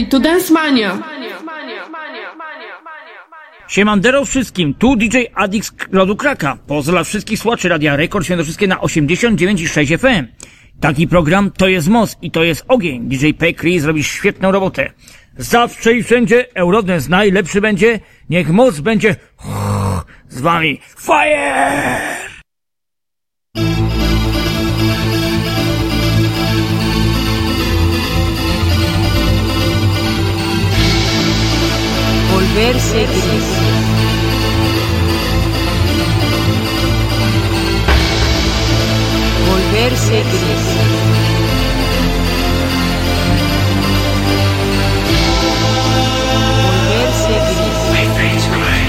tu Densmania. Siemandero wszystkim, tu D J Adix z Lodu Kraka. Pozdrowiam wszystkich słuchaczy Radia Rekord Świętokrzyskie na osiemdziesiąt dziewięć i sześć F M. Taki program to jest moc i to jest ogień. D J P. Chris robi świetną robotę. Zawsze i wszędzie Eurodance najlepszy będzie. Niech moc będzie uff, z wami. Fire! Volverse gris. Volverse gris. Volverse gris. My face cry.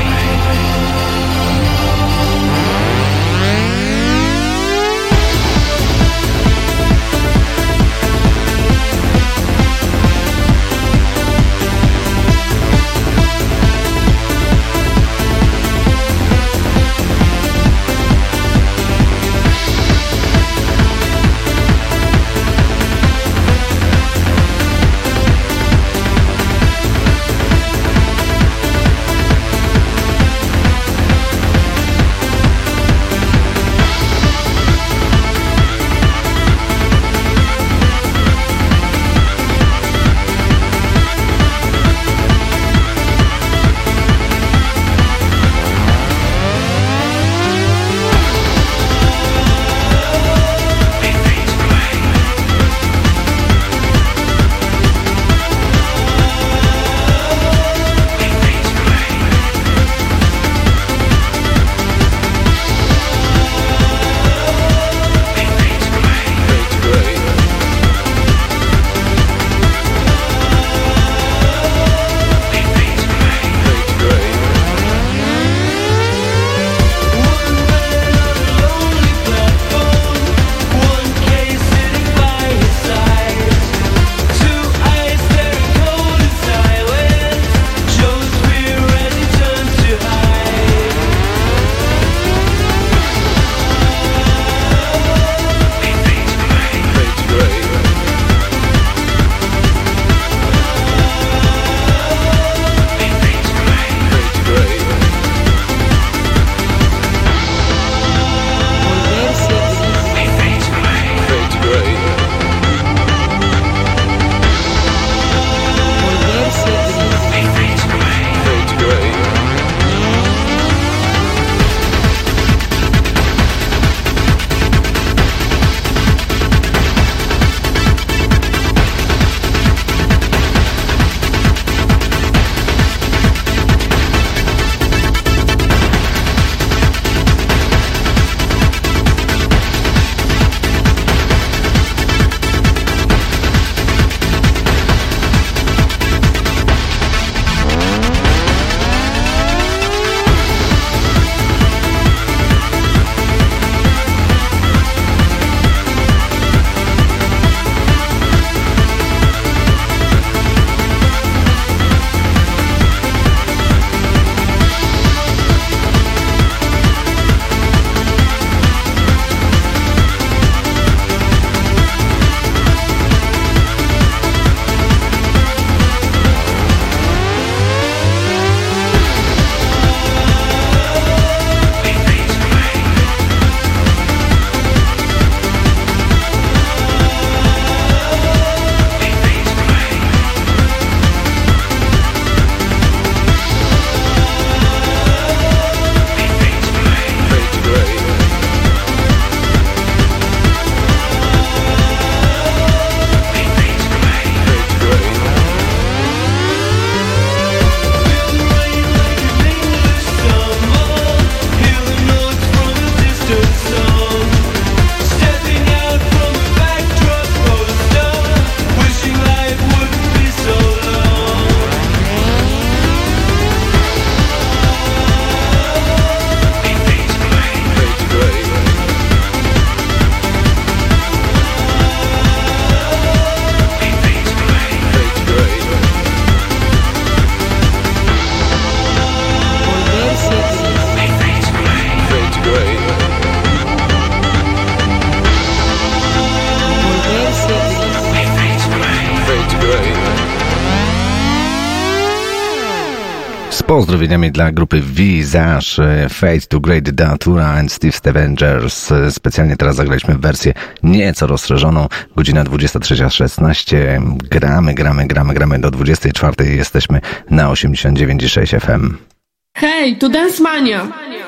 pozdrowieniami dla grupy Visage, Fate to Great Datura and Steve Stevengers. Specjalnie teraz zagraliśmy wersję nieco rozszerzoną. Godzina dwudziesta trzecia szesnaście. Gramy, gramy, gramy, gramy do dwudziestej czwartej. Jesteśmy na osiemdziesiąt dziewięć i sześć F M. Hej, tu Dance Mania.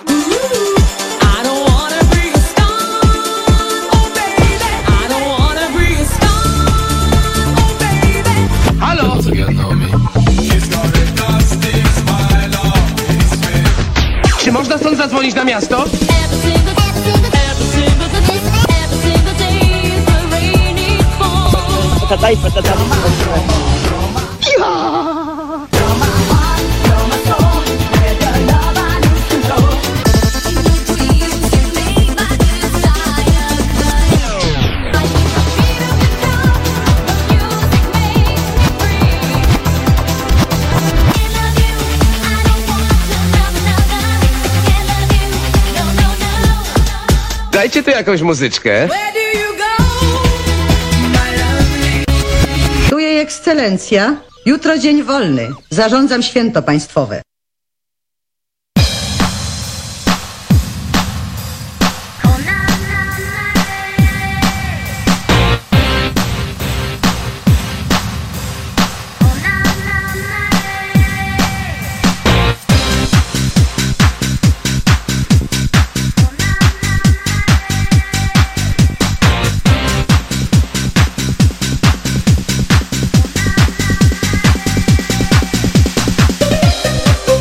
Halo! Czy można stąd zadzwonić na miasto? Dajcie tu jakąś muzyczkę. Tu jej ekscelencja. Jutro dzień wolny. Zarządzam święto państwowe. Ooh.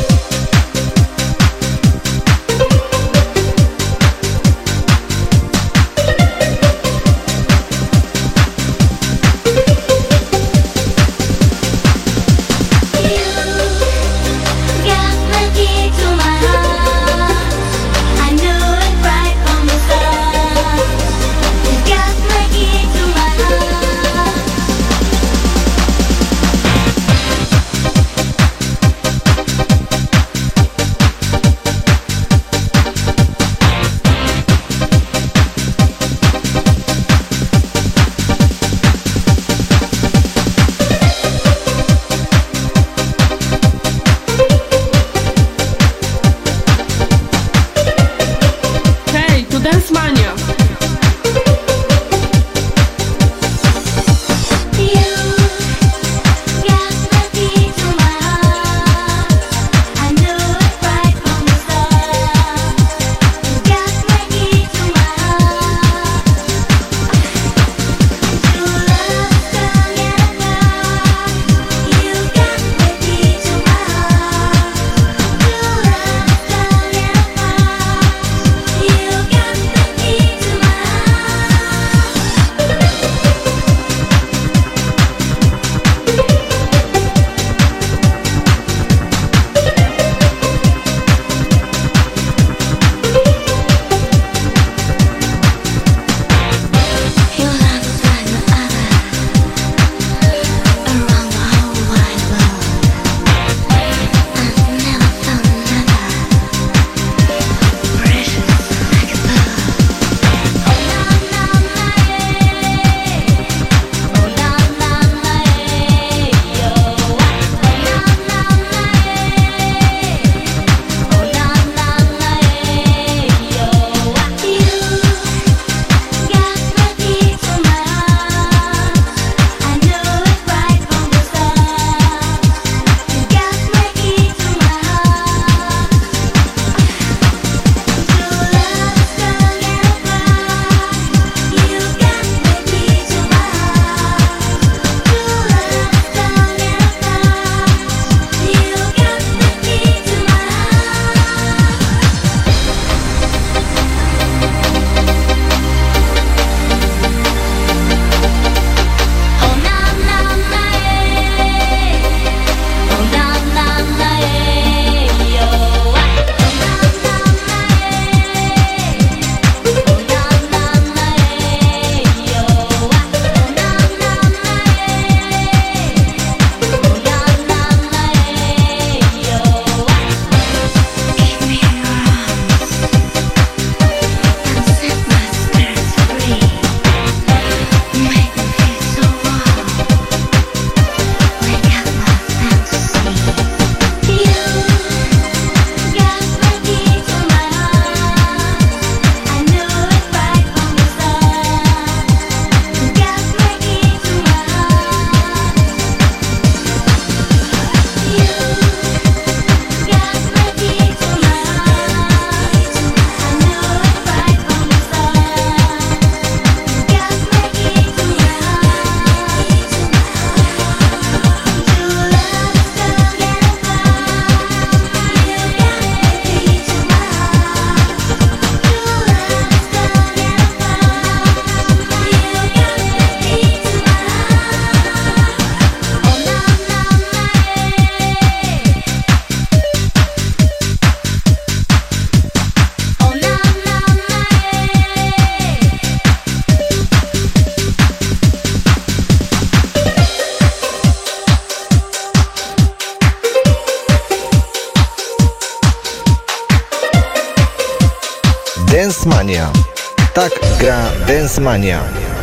Dance Mania. Tak gra Dance Mania.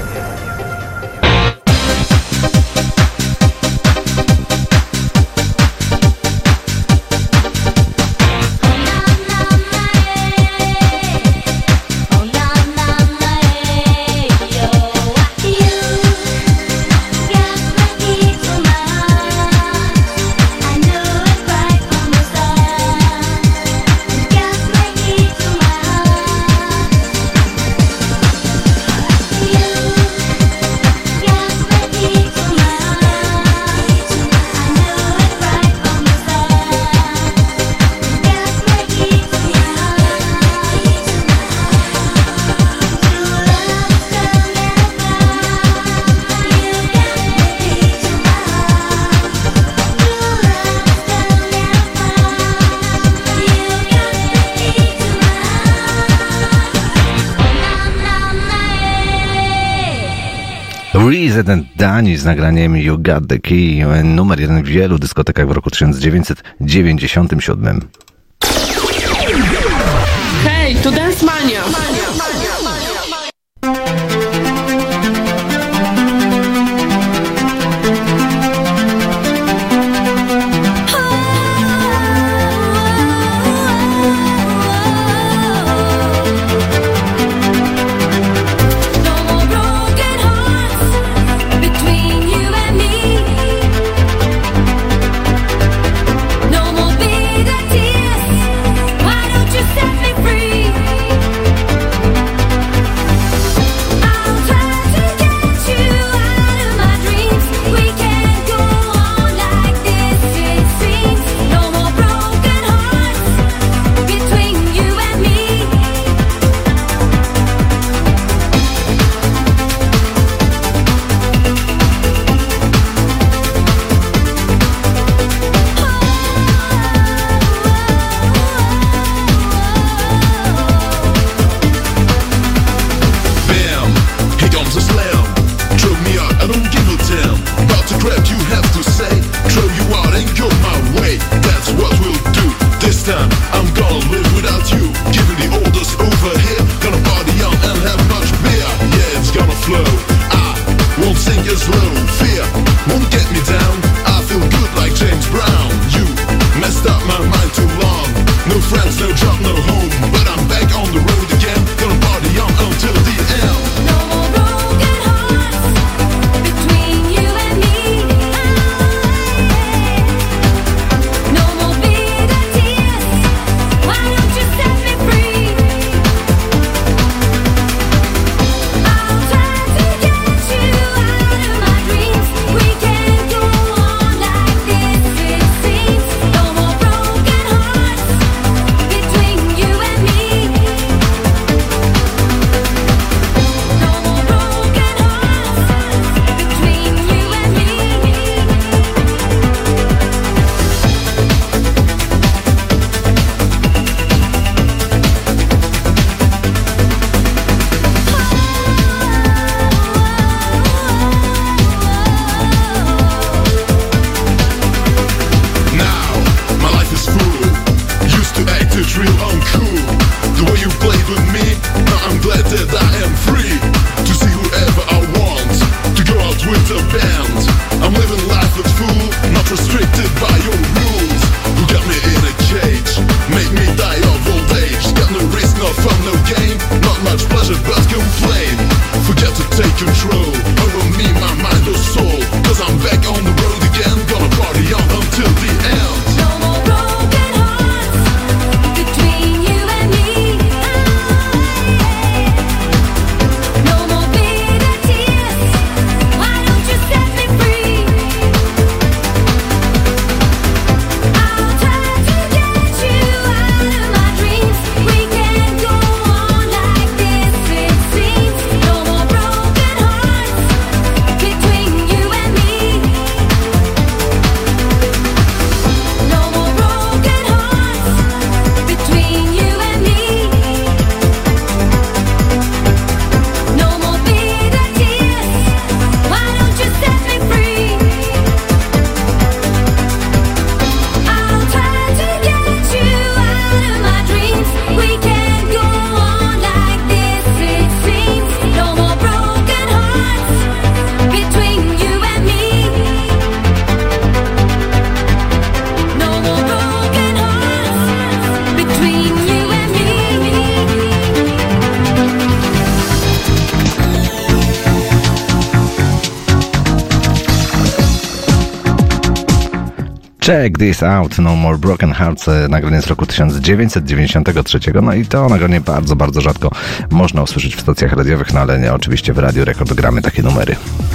Resident Dani z nagraniem You Got The Key, numer jeden w wielu dyskotekach w roku tysiąc dziewięćset dziewięćdziesiątym siódmym. Hej, tu Dance Mania. Why don't you set me free? Check This Out, No More Broken Hearts, nagranie z roku tysiąc dziewięćset dziewięćdziesiątego trzeciego. No i to nagranie bardzo, bardzo rzadko można usłyszeć w stacjach radiowych, no ale nie, oczywiście w Radio Rekord gramy takie numery.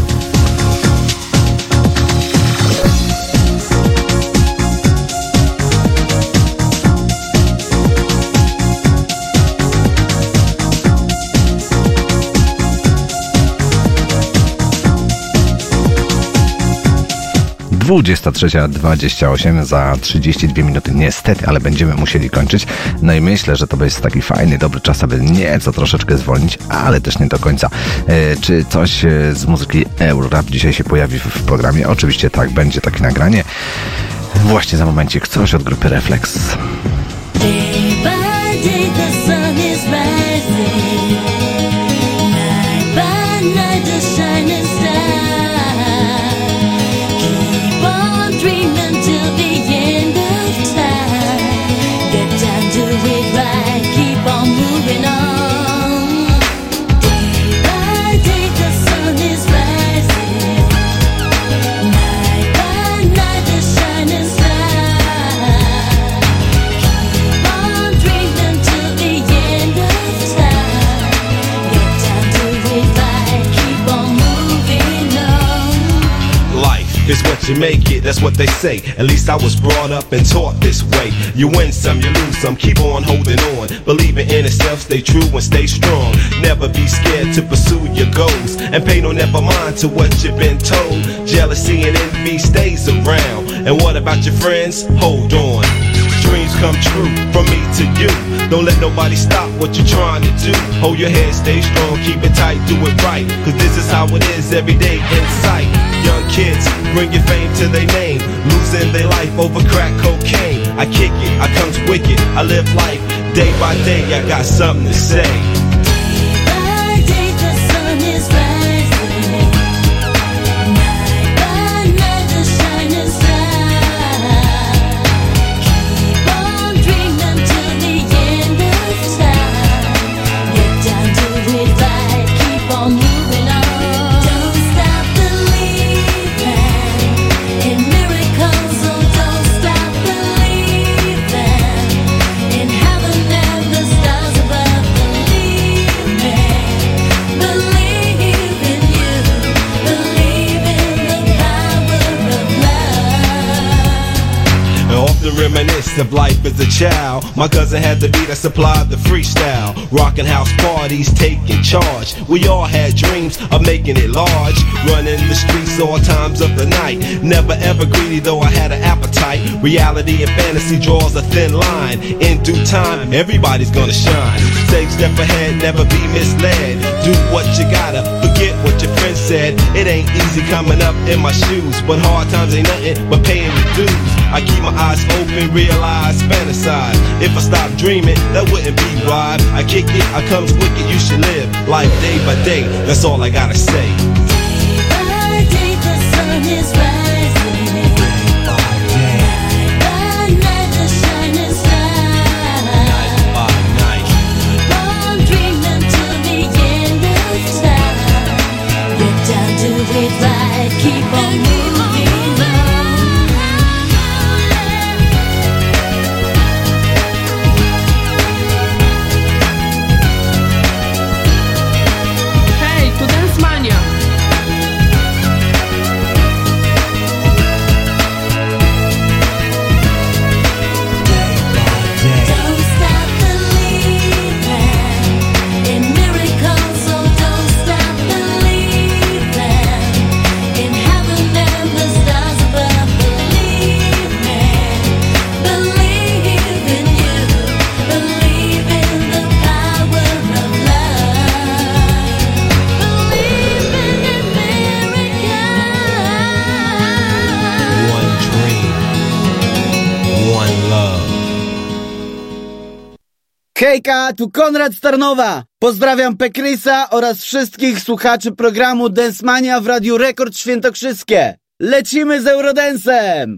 dwudziesta trzecia dwadzieścia osiem, za trzydzieści dwie minuty niestety, ale będziemy musieli kończyć. No i myślę, że to jest taki fajny, dobry czas, aby nieco troszeczkę zwolnić, ale też nie do końca. E, czy coś z muzyki Eurorap dzisiaj się pojawi w, w programie? Oczywiście tak, będzie takie nagranie. Właśnie za momencik coś od grupy Reflex. Day by day the sun is rising, night by night the shining star. Keep on dreaming till the end of time. Get down to it right, keep on moving on. Day by day the sun is rising, night by night the shining star. It's what you make it, that's what they say. At least I was brought up and taught this way. You win some, you lose some, keep on holding on. Believing in yourself, stay true and stay strong. Never be scared to pursue your goals, and pay no never mind to what you've been told. Jealousy and envy stays around. And what about your friends? Hold on. Dreams come true from me to you. Don't let nobody stop what you're trying to do. Hold your head, stay strong, keep it tight, do it right. Cause this is how it is every day in sight. Young kids, bring your fame to their name. Losing their life over crack cocaine. I kick it, I comes wicked, I live life day by day. I got something to say. Reminisce of life as a child. My cousin had the beat that supplied the freestyle. Rockin' house parties, taking charge. We all had dreams of making it large. Running the streets all times of the night. Never ever greedy though I had an appetite. Reality and fantasy draws a thin line. In due time, everybody's gonna shine. Same step ahead, never be misled. Do what you gotta, forget what your friend said. It ain't easy coming up in my shoes, but hard times ain't nothing but paying the dues. I keep my eyes open, realize, fantasize. If I stop dreaming, that wouldn't be right. I kick it, I comes wicked, you should live life day by day. That's all I gotta say. Day by day the sun is rising. Day by day. Night by night the shining star. Night by night. Keep on dreaming till the end of time. Get down to it right, keep on moving on. Hejka, tu Konrad z Tarnowa. Pozdrawiam Pekrysa oraz wszystkich słuchaczy programu Dance Mania w Radiu Rekord Świętokrzyskie. Lecimy z Eurodensem!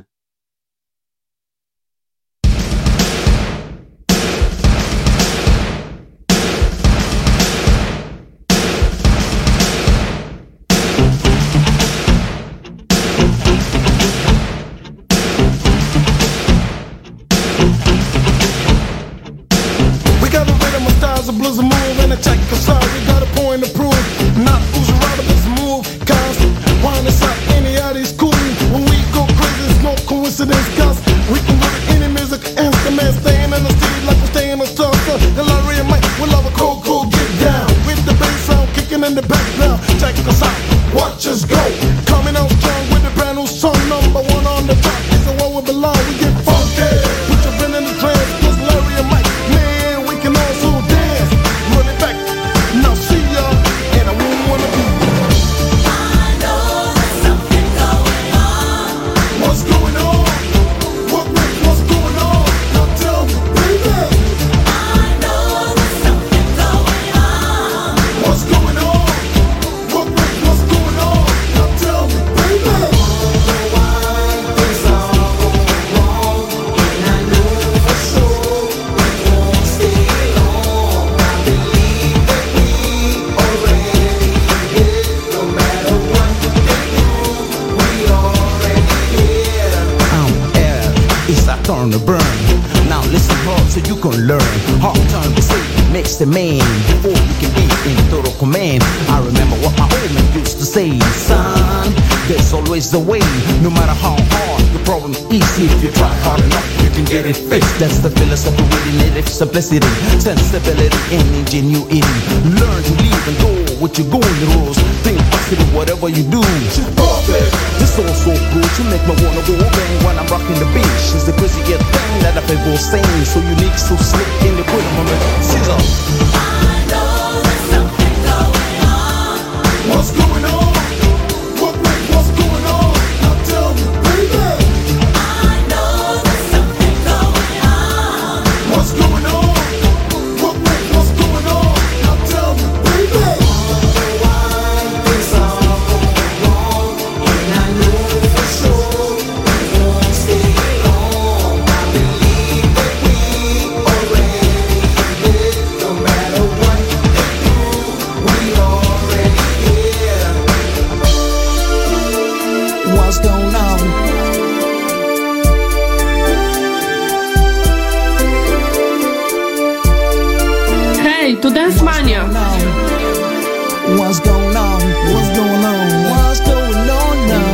Blizzard move and attack us out. We got a point to prove. Not who's right, but move. Constant. Wind us out any of these cool. When we go crazy, it's no coincidence. Cause we can go to any music instrument. Staying in the street like we're staying in the salsa. The Larry and Mike will love a cool, cool get down. With the bass sound kicking in the background. Check us out. Watch us go. Coming out strong with a brand new song. Number one on the top. It's the one we belong. We get funky. Put your friend in the trance. Cause Larry and Mike, man, we can also dance. Run it back. Now see ya. And I won't wanna be. I know there's something going on. What's going on? What, what, what's going on? Now tell me, baby. I know there's something going on. What's going on? What, what, what's going on? Now tell me, baby. Things are going wrong, and I know for sure we won't stay long. I believe that we already here. No matter what they do, we already here. I'm air, it's a turn to burn. Now listen hard so you can learn. Hard time to say makes the man before you can be in total command. I remember what my old man used to say, son, there's always a way. No matter how hard the problem is, if you try hard enough, you can get it fixed. That's the philosophy with native simplicity, sensibility and ingenuity. Learn to live and go with your going rules. Think positive whatever you do. This all so good, you make me wanna go bang when I'm rocking the beach. It's the craziest thing that I've ever seen. So unique, so slick in the good moment. Scissor. I know there's something going on. What's going on? What, what, what's going on? Now tell me, baby. I know there's something going on. What's going on? What, what, what's going on? Now tell me, baby. Things are going wrong, and I know for sure we won't stay long. I believe that we already here. No matter what they do, we already here. What's going on? Hej, tu Dance Mania. What's going on? What's going on? What's going on now?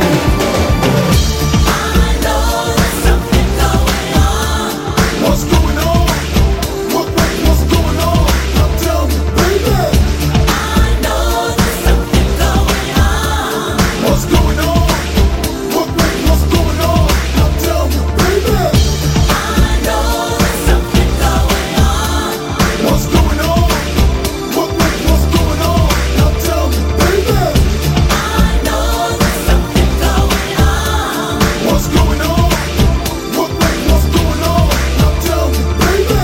I know there's something going on. What's going on? What, what, what's going on? Now tell me, baby. I know there's something going on. What's going on? What, what, what's going on? Now tell me, baby. I know there's something going on. What's going on? What, what, what's going on? Now tell me, baby. I know there's something going on. What's going on? What, what, what's going on? Now tell me, baby.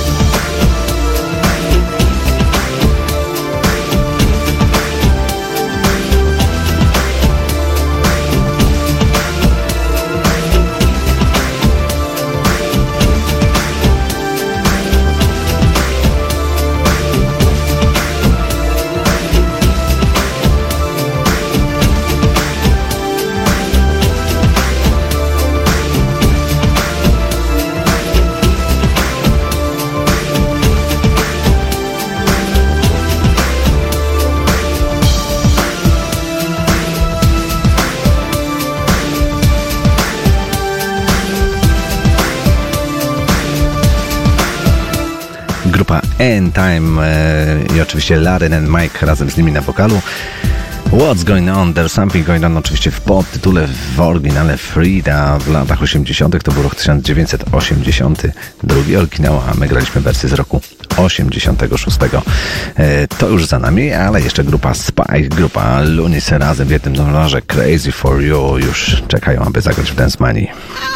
Grupa N-Time e, i oczywiście Larry and Mike razem z nimi na wokalu. What's Going On? There's Something Going On oczywiście w podtytule, w oryginale Frida w latach osiemdziesiątych. To był rok tysiąc dziewięćset osiemdziesiąty drugi oryginał, a my graliśmy wersję z roku osiemdziesiątego szóstego. E, to już za nami, ale jeszcze grupa Spike, grupa Lunis razem w jednym numerze Crazy For You już czekają, aby zagrać w Dance Manii.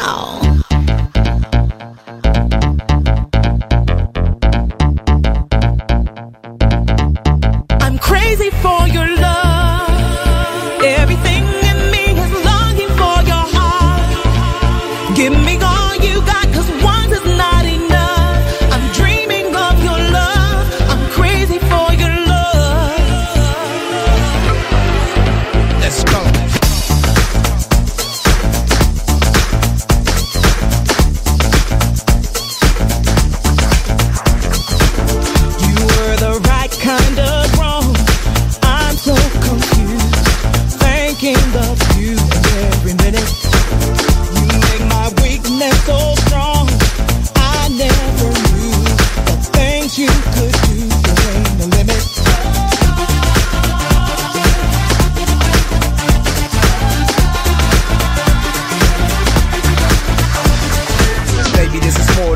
I'm crazy for your love. Everything in me is longing for your heart. Give me all you got, 'cause one is not enough. I'm dreaming of your love. I'm crazy for your love. Let's go.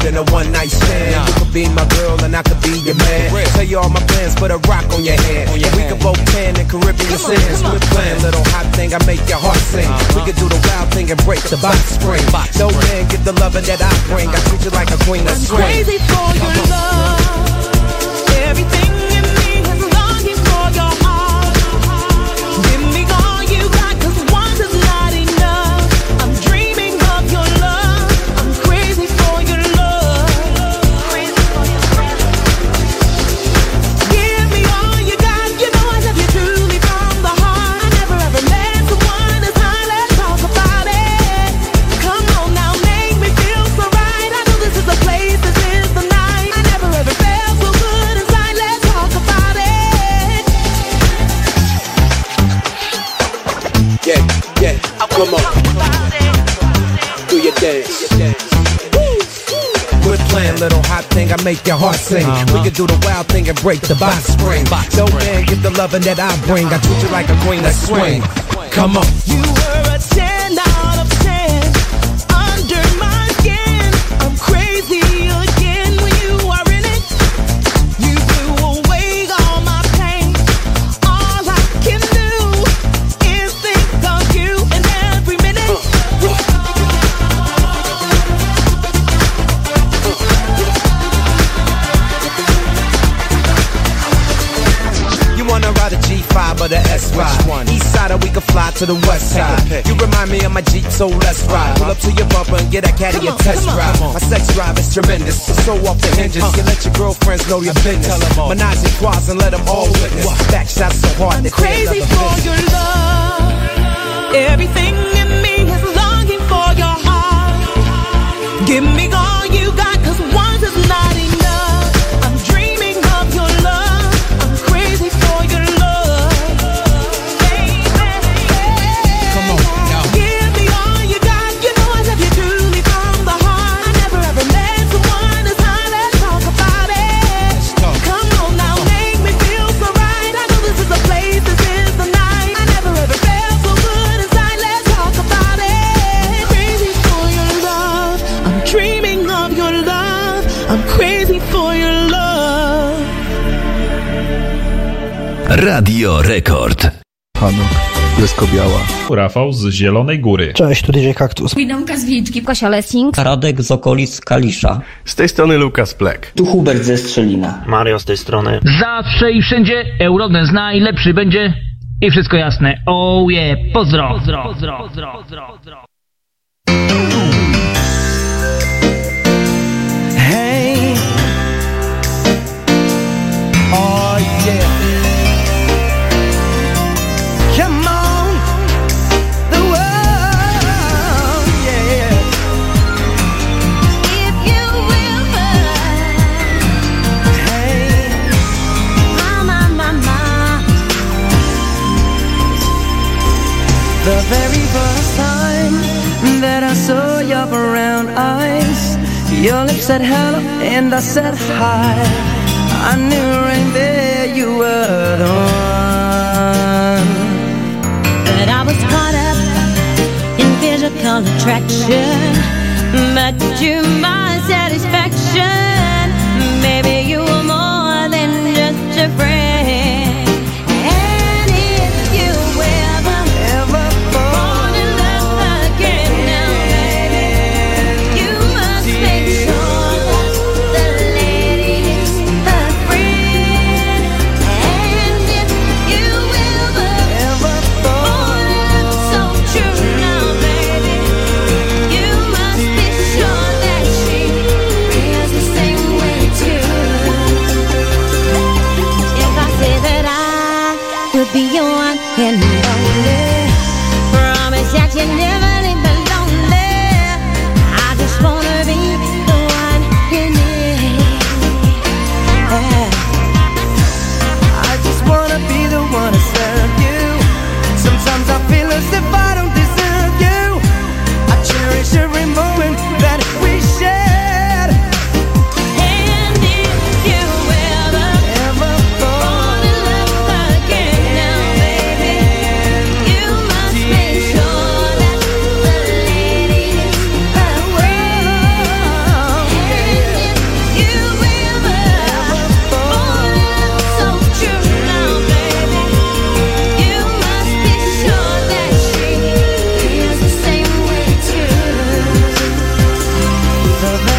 than a one night stand. You could be my girl and I could be your man. Tell you all my plans, put a rock on your hand. We could both tan in Caribbean sands. Quit playing, little hot thing, I make your heart sing. We could do the wild thing and break the box spring. No man get the loving that I bring. I treat you like a queen of swing. Crazy for your love. Everything in me is longing for your heart. Give me all you got, 'cause one is not enough. I'm dreaming of your love. I'm crazy for your love. Give me all you got. You know I love you truly from the heart. I never ever met someone as high. Let's talk about it. Come on now, make me feel so right. I know this is the place, this is the night. I never ever felt so good inside. Let's talk about it. Yeah, yeah, come on. Do your dance. Quit playing, little hot thing, I make your heart sing. We can do the wild thing and break the box spring. No man get the loving that I bring. I treat you like a queen, let's swing. Come on. You were a ten out of ten under my skin. I'm crazy again when you are in it. You blew away all my pain. All I can do is think of you in every minute. You wanna ride a G five or the S ride? East side or we can fly to the west side. You remind me of my Jeep, so let's ride. Pull up to your bumper and get that caddy a test drive. My sex drive is tremendous, it's so off the hinges. You let your girlfriends know your business. Menage a trois and let them all witness. Back shots so hard they can't Crazy never for finish. your love. Everything in me is longing for your heart. Give me all you got, 'cause one is not enough. I'm dreaming of your love. I'm crazy for your love. Come on, now. Give me all you got. You know I love you truly from the heart. I never ever met someone as high. Let's talk about it. Come on now, make me feel so right. I know this is the place, this is the night. I never ever felt so good inside. Let's talk about it. Crazy for your love. I'm dreaming of your love. I'm crazy for your love. Radio Rekord. Hanuk, Bielsko-Biała. Rafał z Zielonej Góry. Cześć, tu D J Kaktus. Widomka z Wilczki, Kasia Lessing. Radek z okolic Kalisza. Z tej strony Lukas Plek. Tu Hubert ze Strzelina. Mario z tej strony. Zawsze i wszędzie Eurodance najlepszy będzie i wszystko jasne. Oh yeah, pozdro. pozdro, pozdro, pozdro, pozdro, pozdro. Hey. Oh yeah. Come on. The world, yeah. If you will, Hey. my, my, my, my. The very first time that I saw your brown eyes, your lips said hello and I said hi. I knew right there you were the one. But I was caught up in physical attraction, but to my satisfaction, maybe you were more than just a friend. And if you ever, ever fall in love again now, baby, you must make sure that the lady is a friend. And if you ever, ever fall in love so true now, baby, you must be sure that she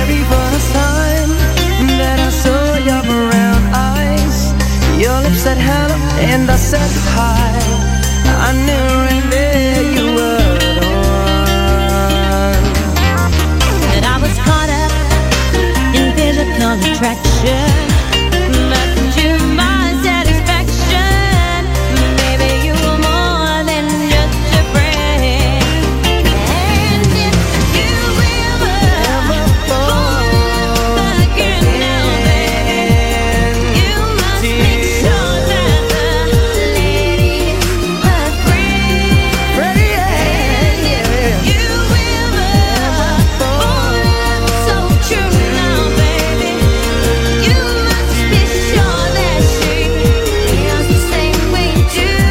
very first time that I saw your brown eyes, your lips said hello and I said hi. I knew right there you were the one. That I was caught up in physical attraction, but to my satisfaction, baby, you were more than just a friend. And if you ever fall again now, baby, you must make sure that the lady is her friend. And if you ever fall so true now, baby, you must be sure that she feels the same way too.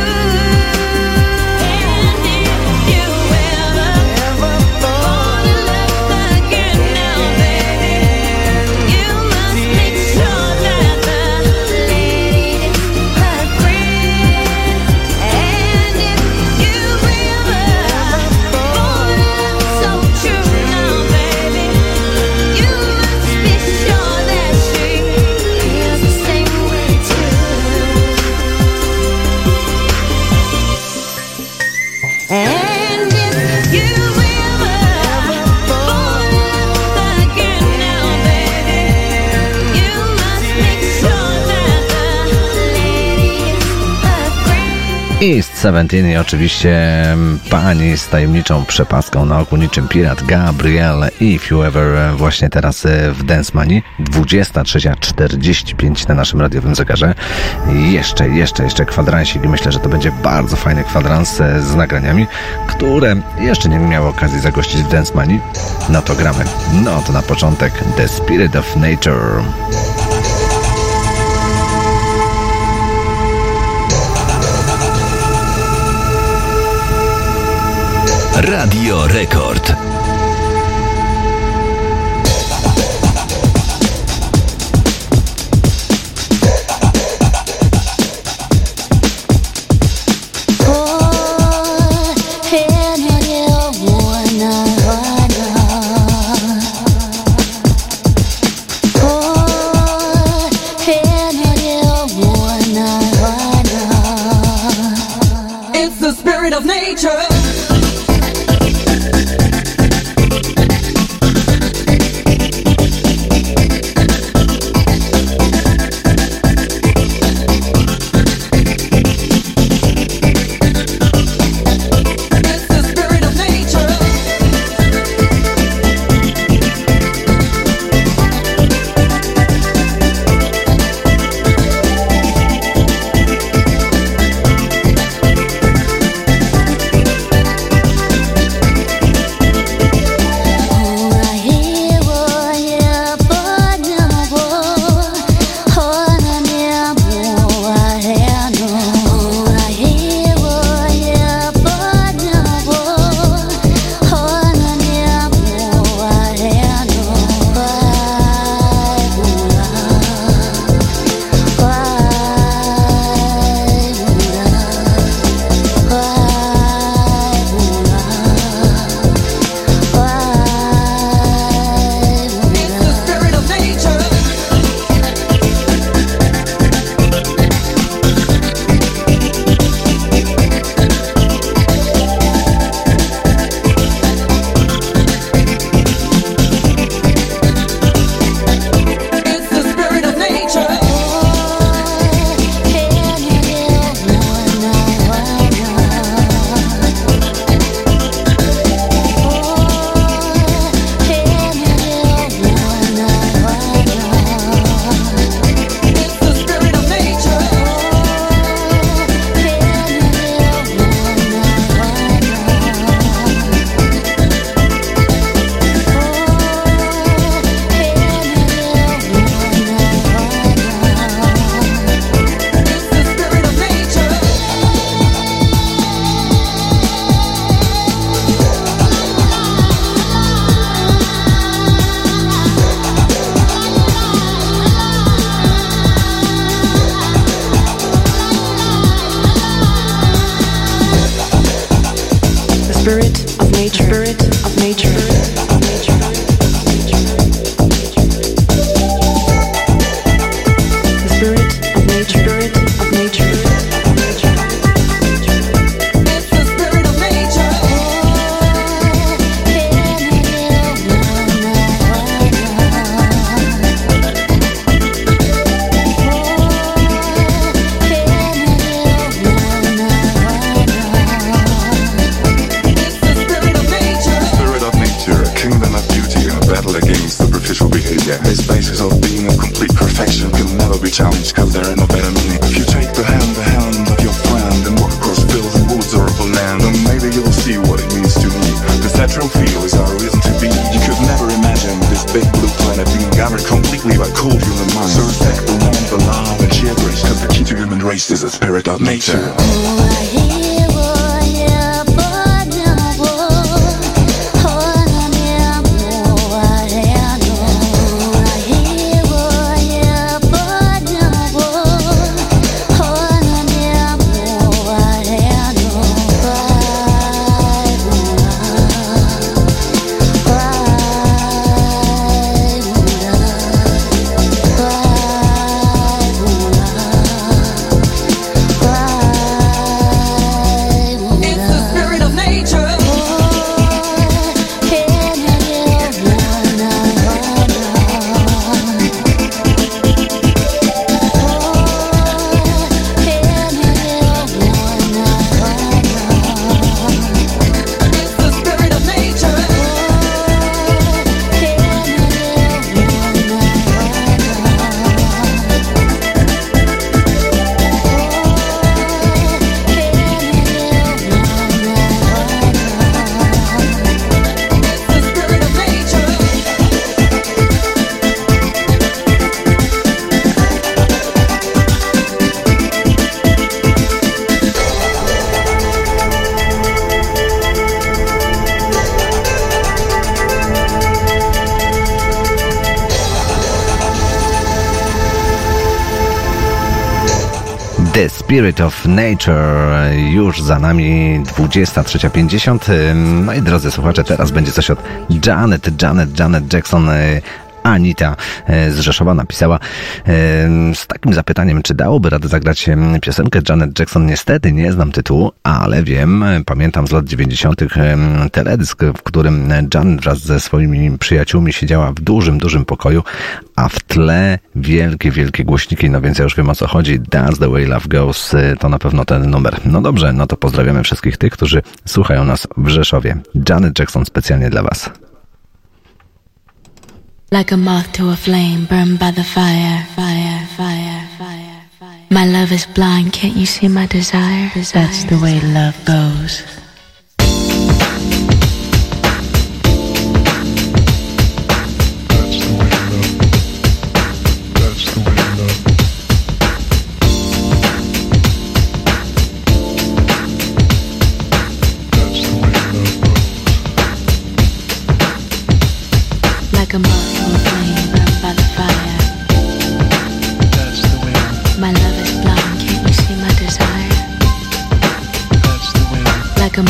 And if you ever fall in love again now, baby, you must make sure that the lady is her friend. And if you ever fall in love so true now, baby, you must be sure that she feels the same way too. And if you ever fall in love again now, baby, you must make sure that the lady is her friend. East Seventeen i oczywiście pani z tajemniczą przepaską na oku niczym pirat Gabrielle If You Ever właśnie teraz w Dance Money. dwudziesta trzecia czterdzieści pięć na naszym radiowym zegarze. Jeszcze, jeszcze, jeszcze kwadransik i myślę, że to będzie bardzo fajny kwadrans z nagraniami, które jeszcze nie miały okazji zagościć w Dance Money. No to gramy. No to na początek The Spirit of Nature. Radio Rekord. It's the spirit of nature. Spirit of nature. Spirit of nature. This basis of being a complete perfection can never be challenged, cause there ain't no better meaning. If you take the hand, the hand of your friend and walk across fields and woods or upper land, then maybe you'll see what it means to me. This natural feel is our reason to be. You could never imagine this big blue planet being governed completely by cold human minds. So respect the warmth, the love, and sheer grace, cause the key to human race is the spirit of nature. The Spirit of Nature, już za nami dwudziesta trzecia pięćdziesiąt. No i drodzy słuchacze, teraz będzie coś od Janet, Janet, Janet Jackson. Anita z Rzeszowa napisała z takim zapytaniem, czy dałoby radę zagrać piosenkę Janet Jackson. Niestety nie znam tytułu, ale wiem, pamiętam z lat dziewięćdziesiątych teledysk, w którym Janet wraz ze swoimi przyjaciółmi siedziała w dużym, dużym pokoju, a w tle wielkie, wielkie głośniki, no więc ja już wiem, o co chodzi. That's the way love goes, to na pewno ten numer. No dobrze, no to pozdrawiamy wszystkich tych, którzy słuchają nas w Rzeszowie. Janet Jackson specjalnie dla was. Like a moth to a flame, burned by the fire, fire, fire, fire, fire. My love is blind, can't you see my desire? That's the way love goes. Like a moth to a flame, burned by the fire. That's the way. My love is blind, can't you see my desire? That's the way. Like a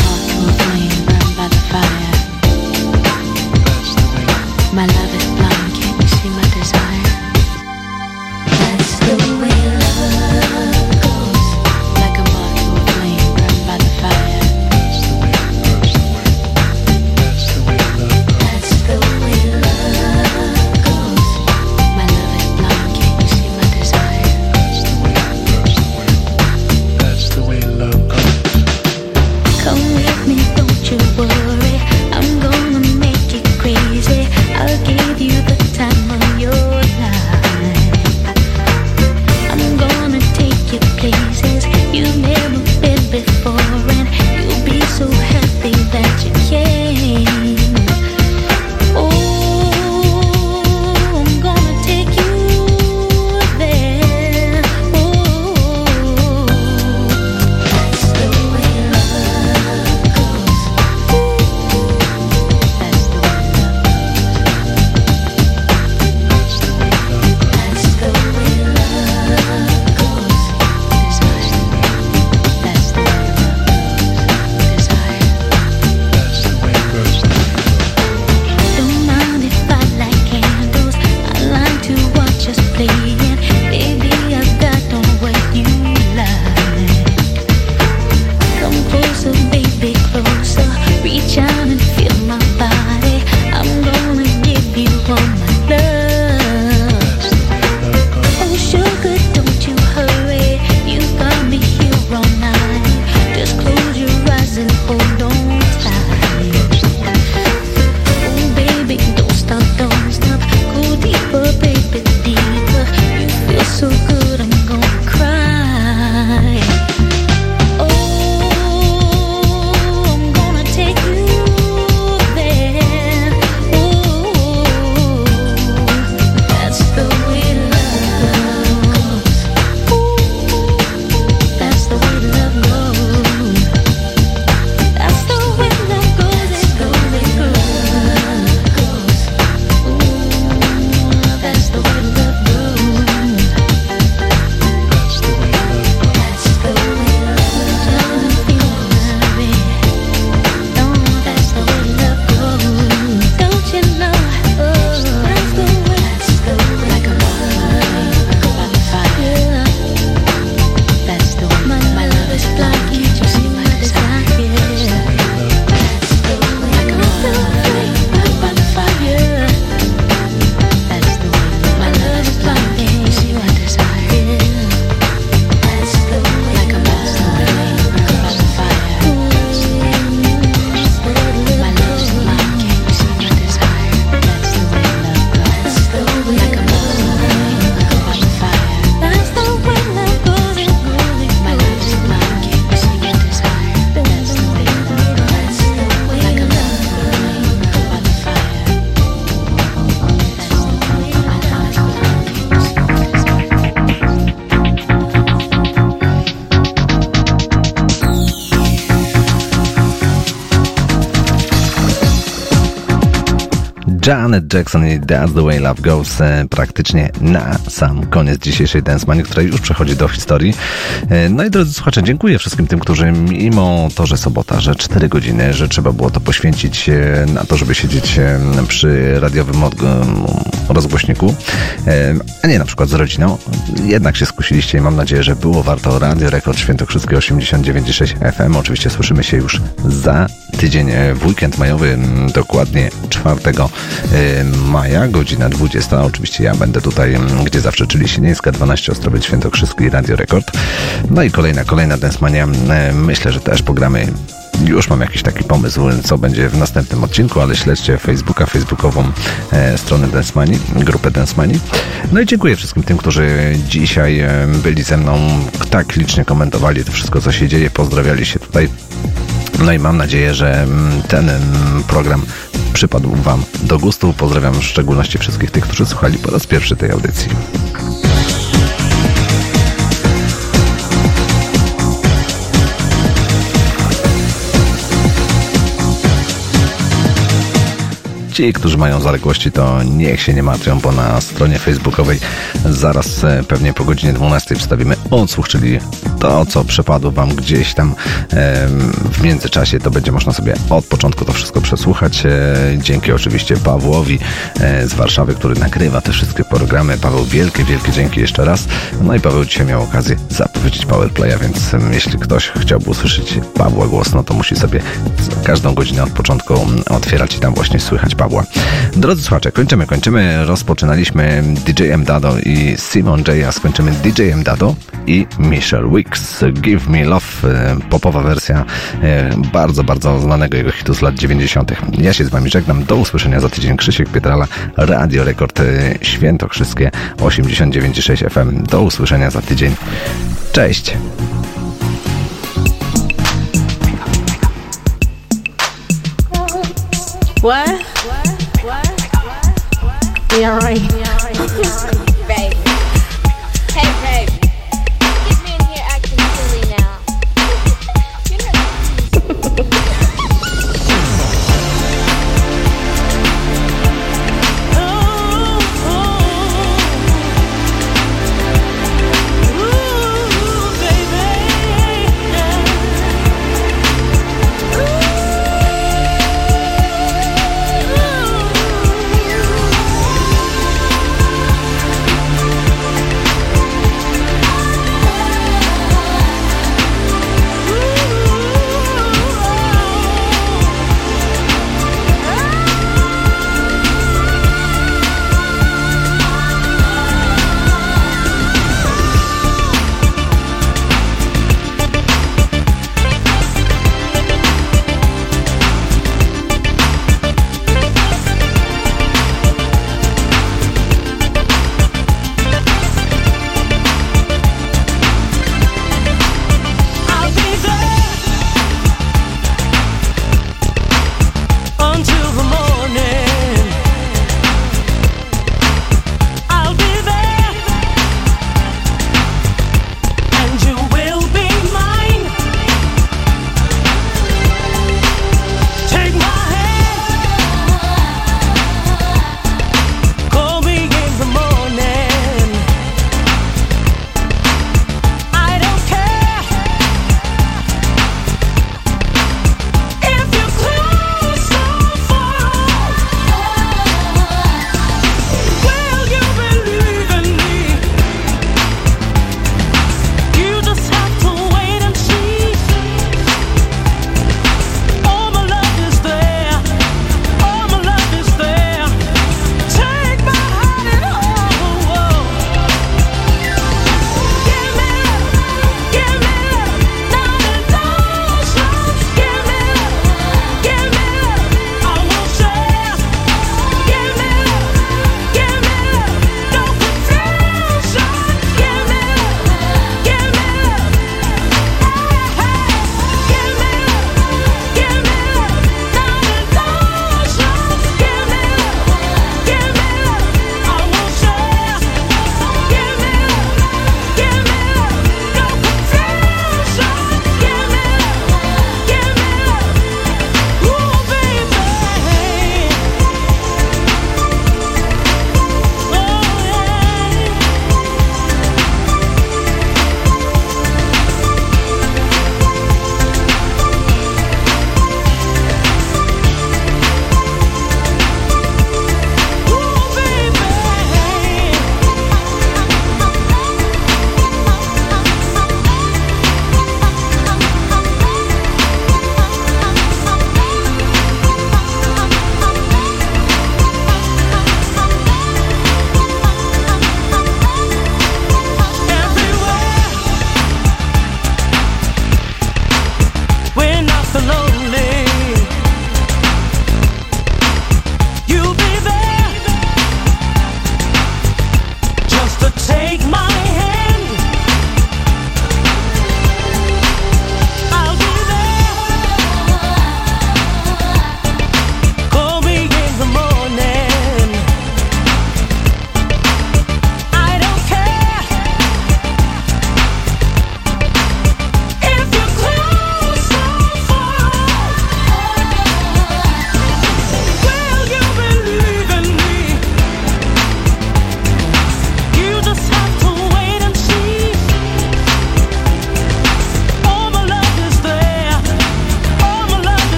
Janet Jackson i That's the Way Love Goes e, praktycznie na sam koniec dzisiejszej Dance Manii, która już przechodzi do historii. E, no i drodzy słuchacze, dziękuję wszystkim tym, którzy mimo to, że sobota, że cztery godziny, że trzeba było to poświęcić e, na to, żeby siedzieć e, przy radiowym od, e, rozgłośniku, e, a nie na przykład z rodziną, jednak się skusiliście i mam nadzieję, że było warto. Radio Rekord Świętokrzyskie osiemdziesiąt dziewięć i sześć F M. Oczywiście słyszymy się już za tydzień w weekend majowy, dokładnie czwartego maja, godzina dwudziesta. Oczywiście ja będę tutaj, gdzie zawsze, czyli Sinieńska, dwanaście, Ostrowiec Świętokrzyski i Radio Rekord. No i kolejna, kolejna Dance Mania. Myślę, że też pogramy. Już mam jakiś taki pomysł, co będzie w następnym odcinku, ale śledźcie Facebooka, facebookową e, stronę Dance Manii, grupę Dance Manii. No i dziękuję wszystkim tym, którzy dzisiaj e, byli ze mną, tak licznie komentowali to wszystko, co się dzieje, pozdrawiali się tutaj. No i mam nadzieję, że ten program przypadł Wam do gustu. Pozdrawiam w szczególności wszystkich tych, którzy słuchali po raz pierwszy tej audycji. Ci, którzy mają zaległości, to niech się nie martwią, bo na stronie facebookowej zaraz e, pewnie po godzinie dwunastej wstawimy odsłuch, czyli to, co przepadło Wam gdzieś tam e, w międzyczasie, to będzie można sobie od początku to wszystko przesłuchać. E, dzięki oczywiście Pawłowi e, z Warszawy, który nagrywa te wszystkie programy. Paweł, wielkie, wielkie dzięki jeszcze raz. No i Paweł dzisiaj miał okazję zapowiedzieć Powerplaya, więc e, jeśli ktoś chciałby usłyszeć Pawła głos, no to musi sobie każdą godzinę od początku otwierać i tam właśnie słychać Pawła. Drodzy słuchacze, kończymy, kończymy. Rozpoczynaliśmy D J M Dado i Simon J, a skończymy D J M Dado i Michelle Wicks. Give Me Love, popowa wersja bardzo, bardzo znanego jego hitu z lat dziewięćdziesiątych. Ja się z Wami żegnam. Do usłyszenia za tydzień. Krzysiek Pietrala, Radio Rekord Świętokrzyskie osiemdziesiąt dziewięć i sześć F M. Do usłyszenia za tydzień. Cześć! What? Yeah, right.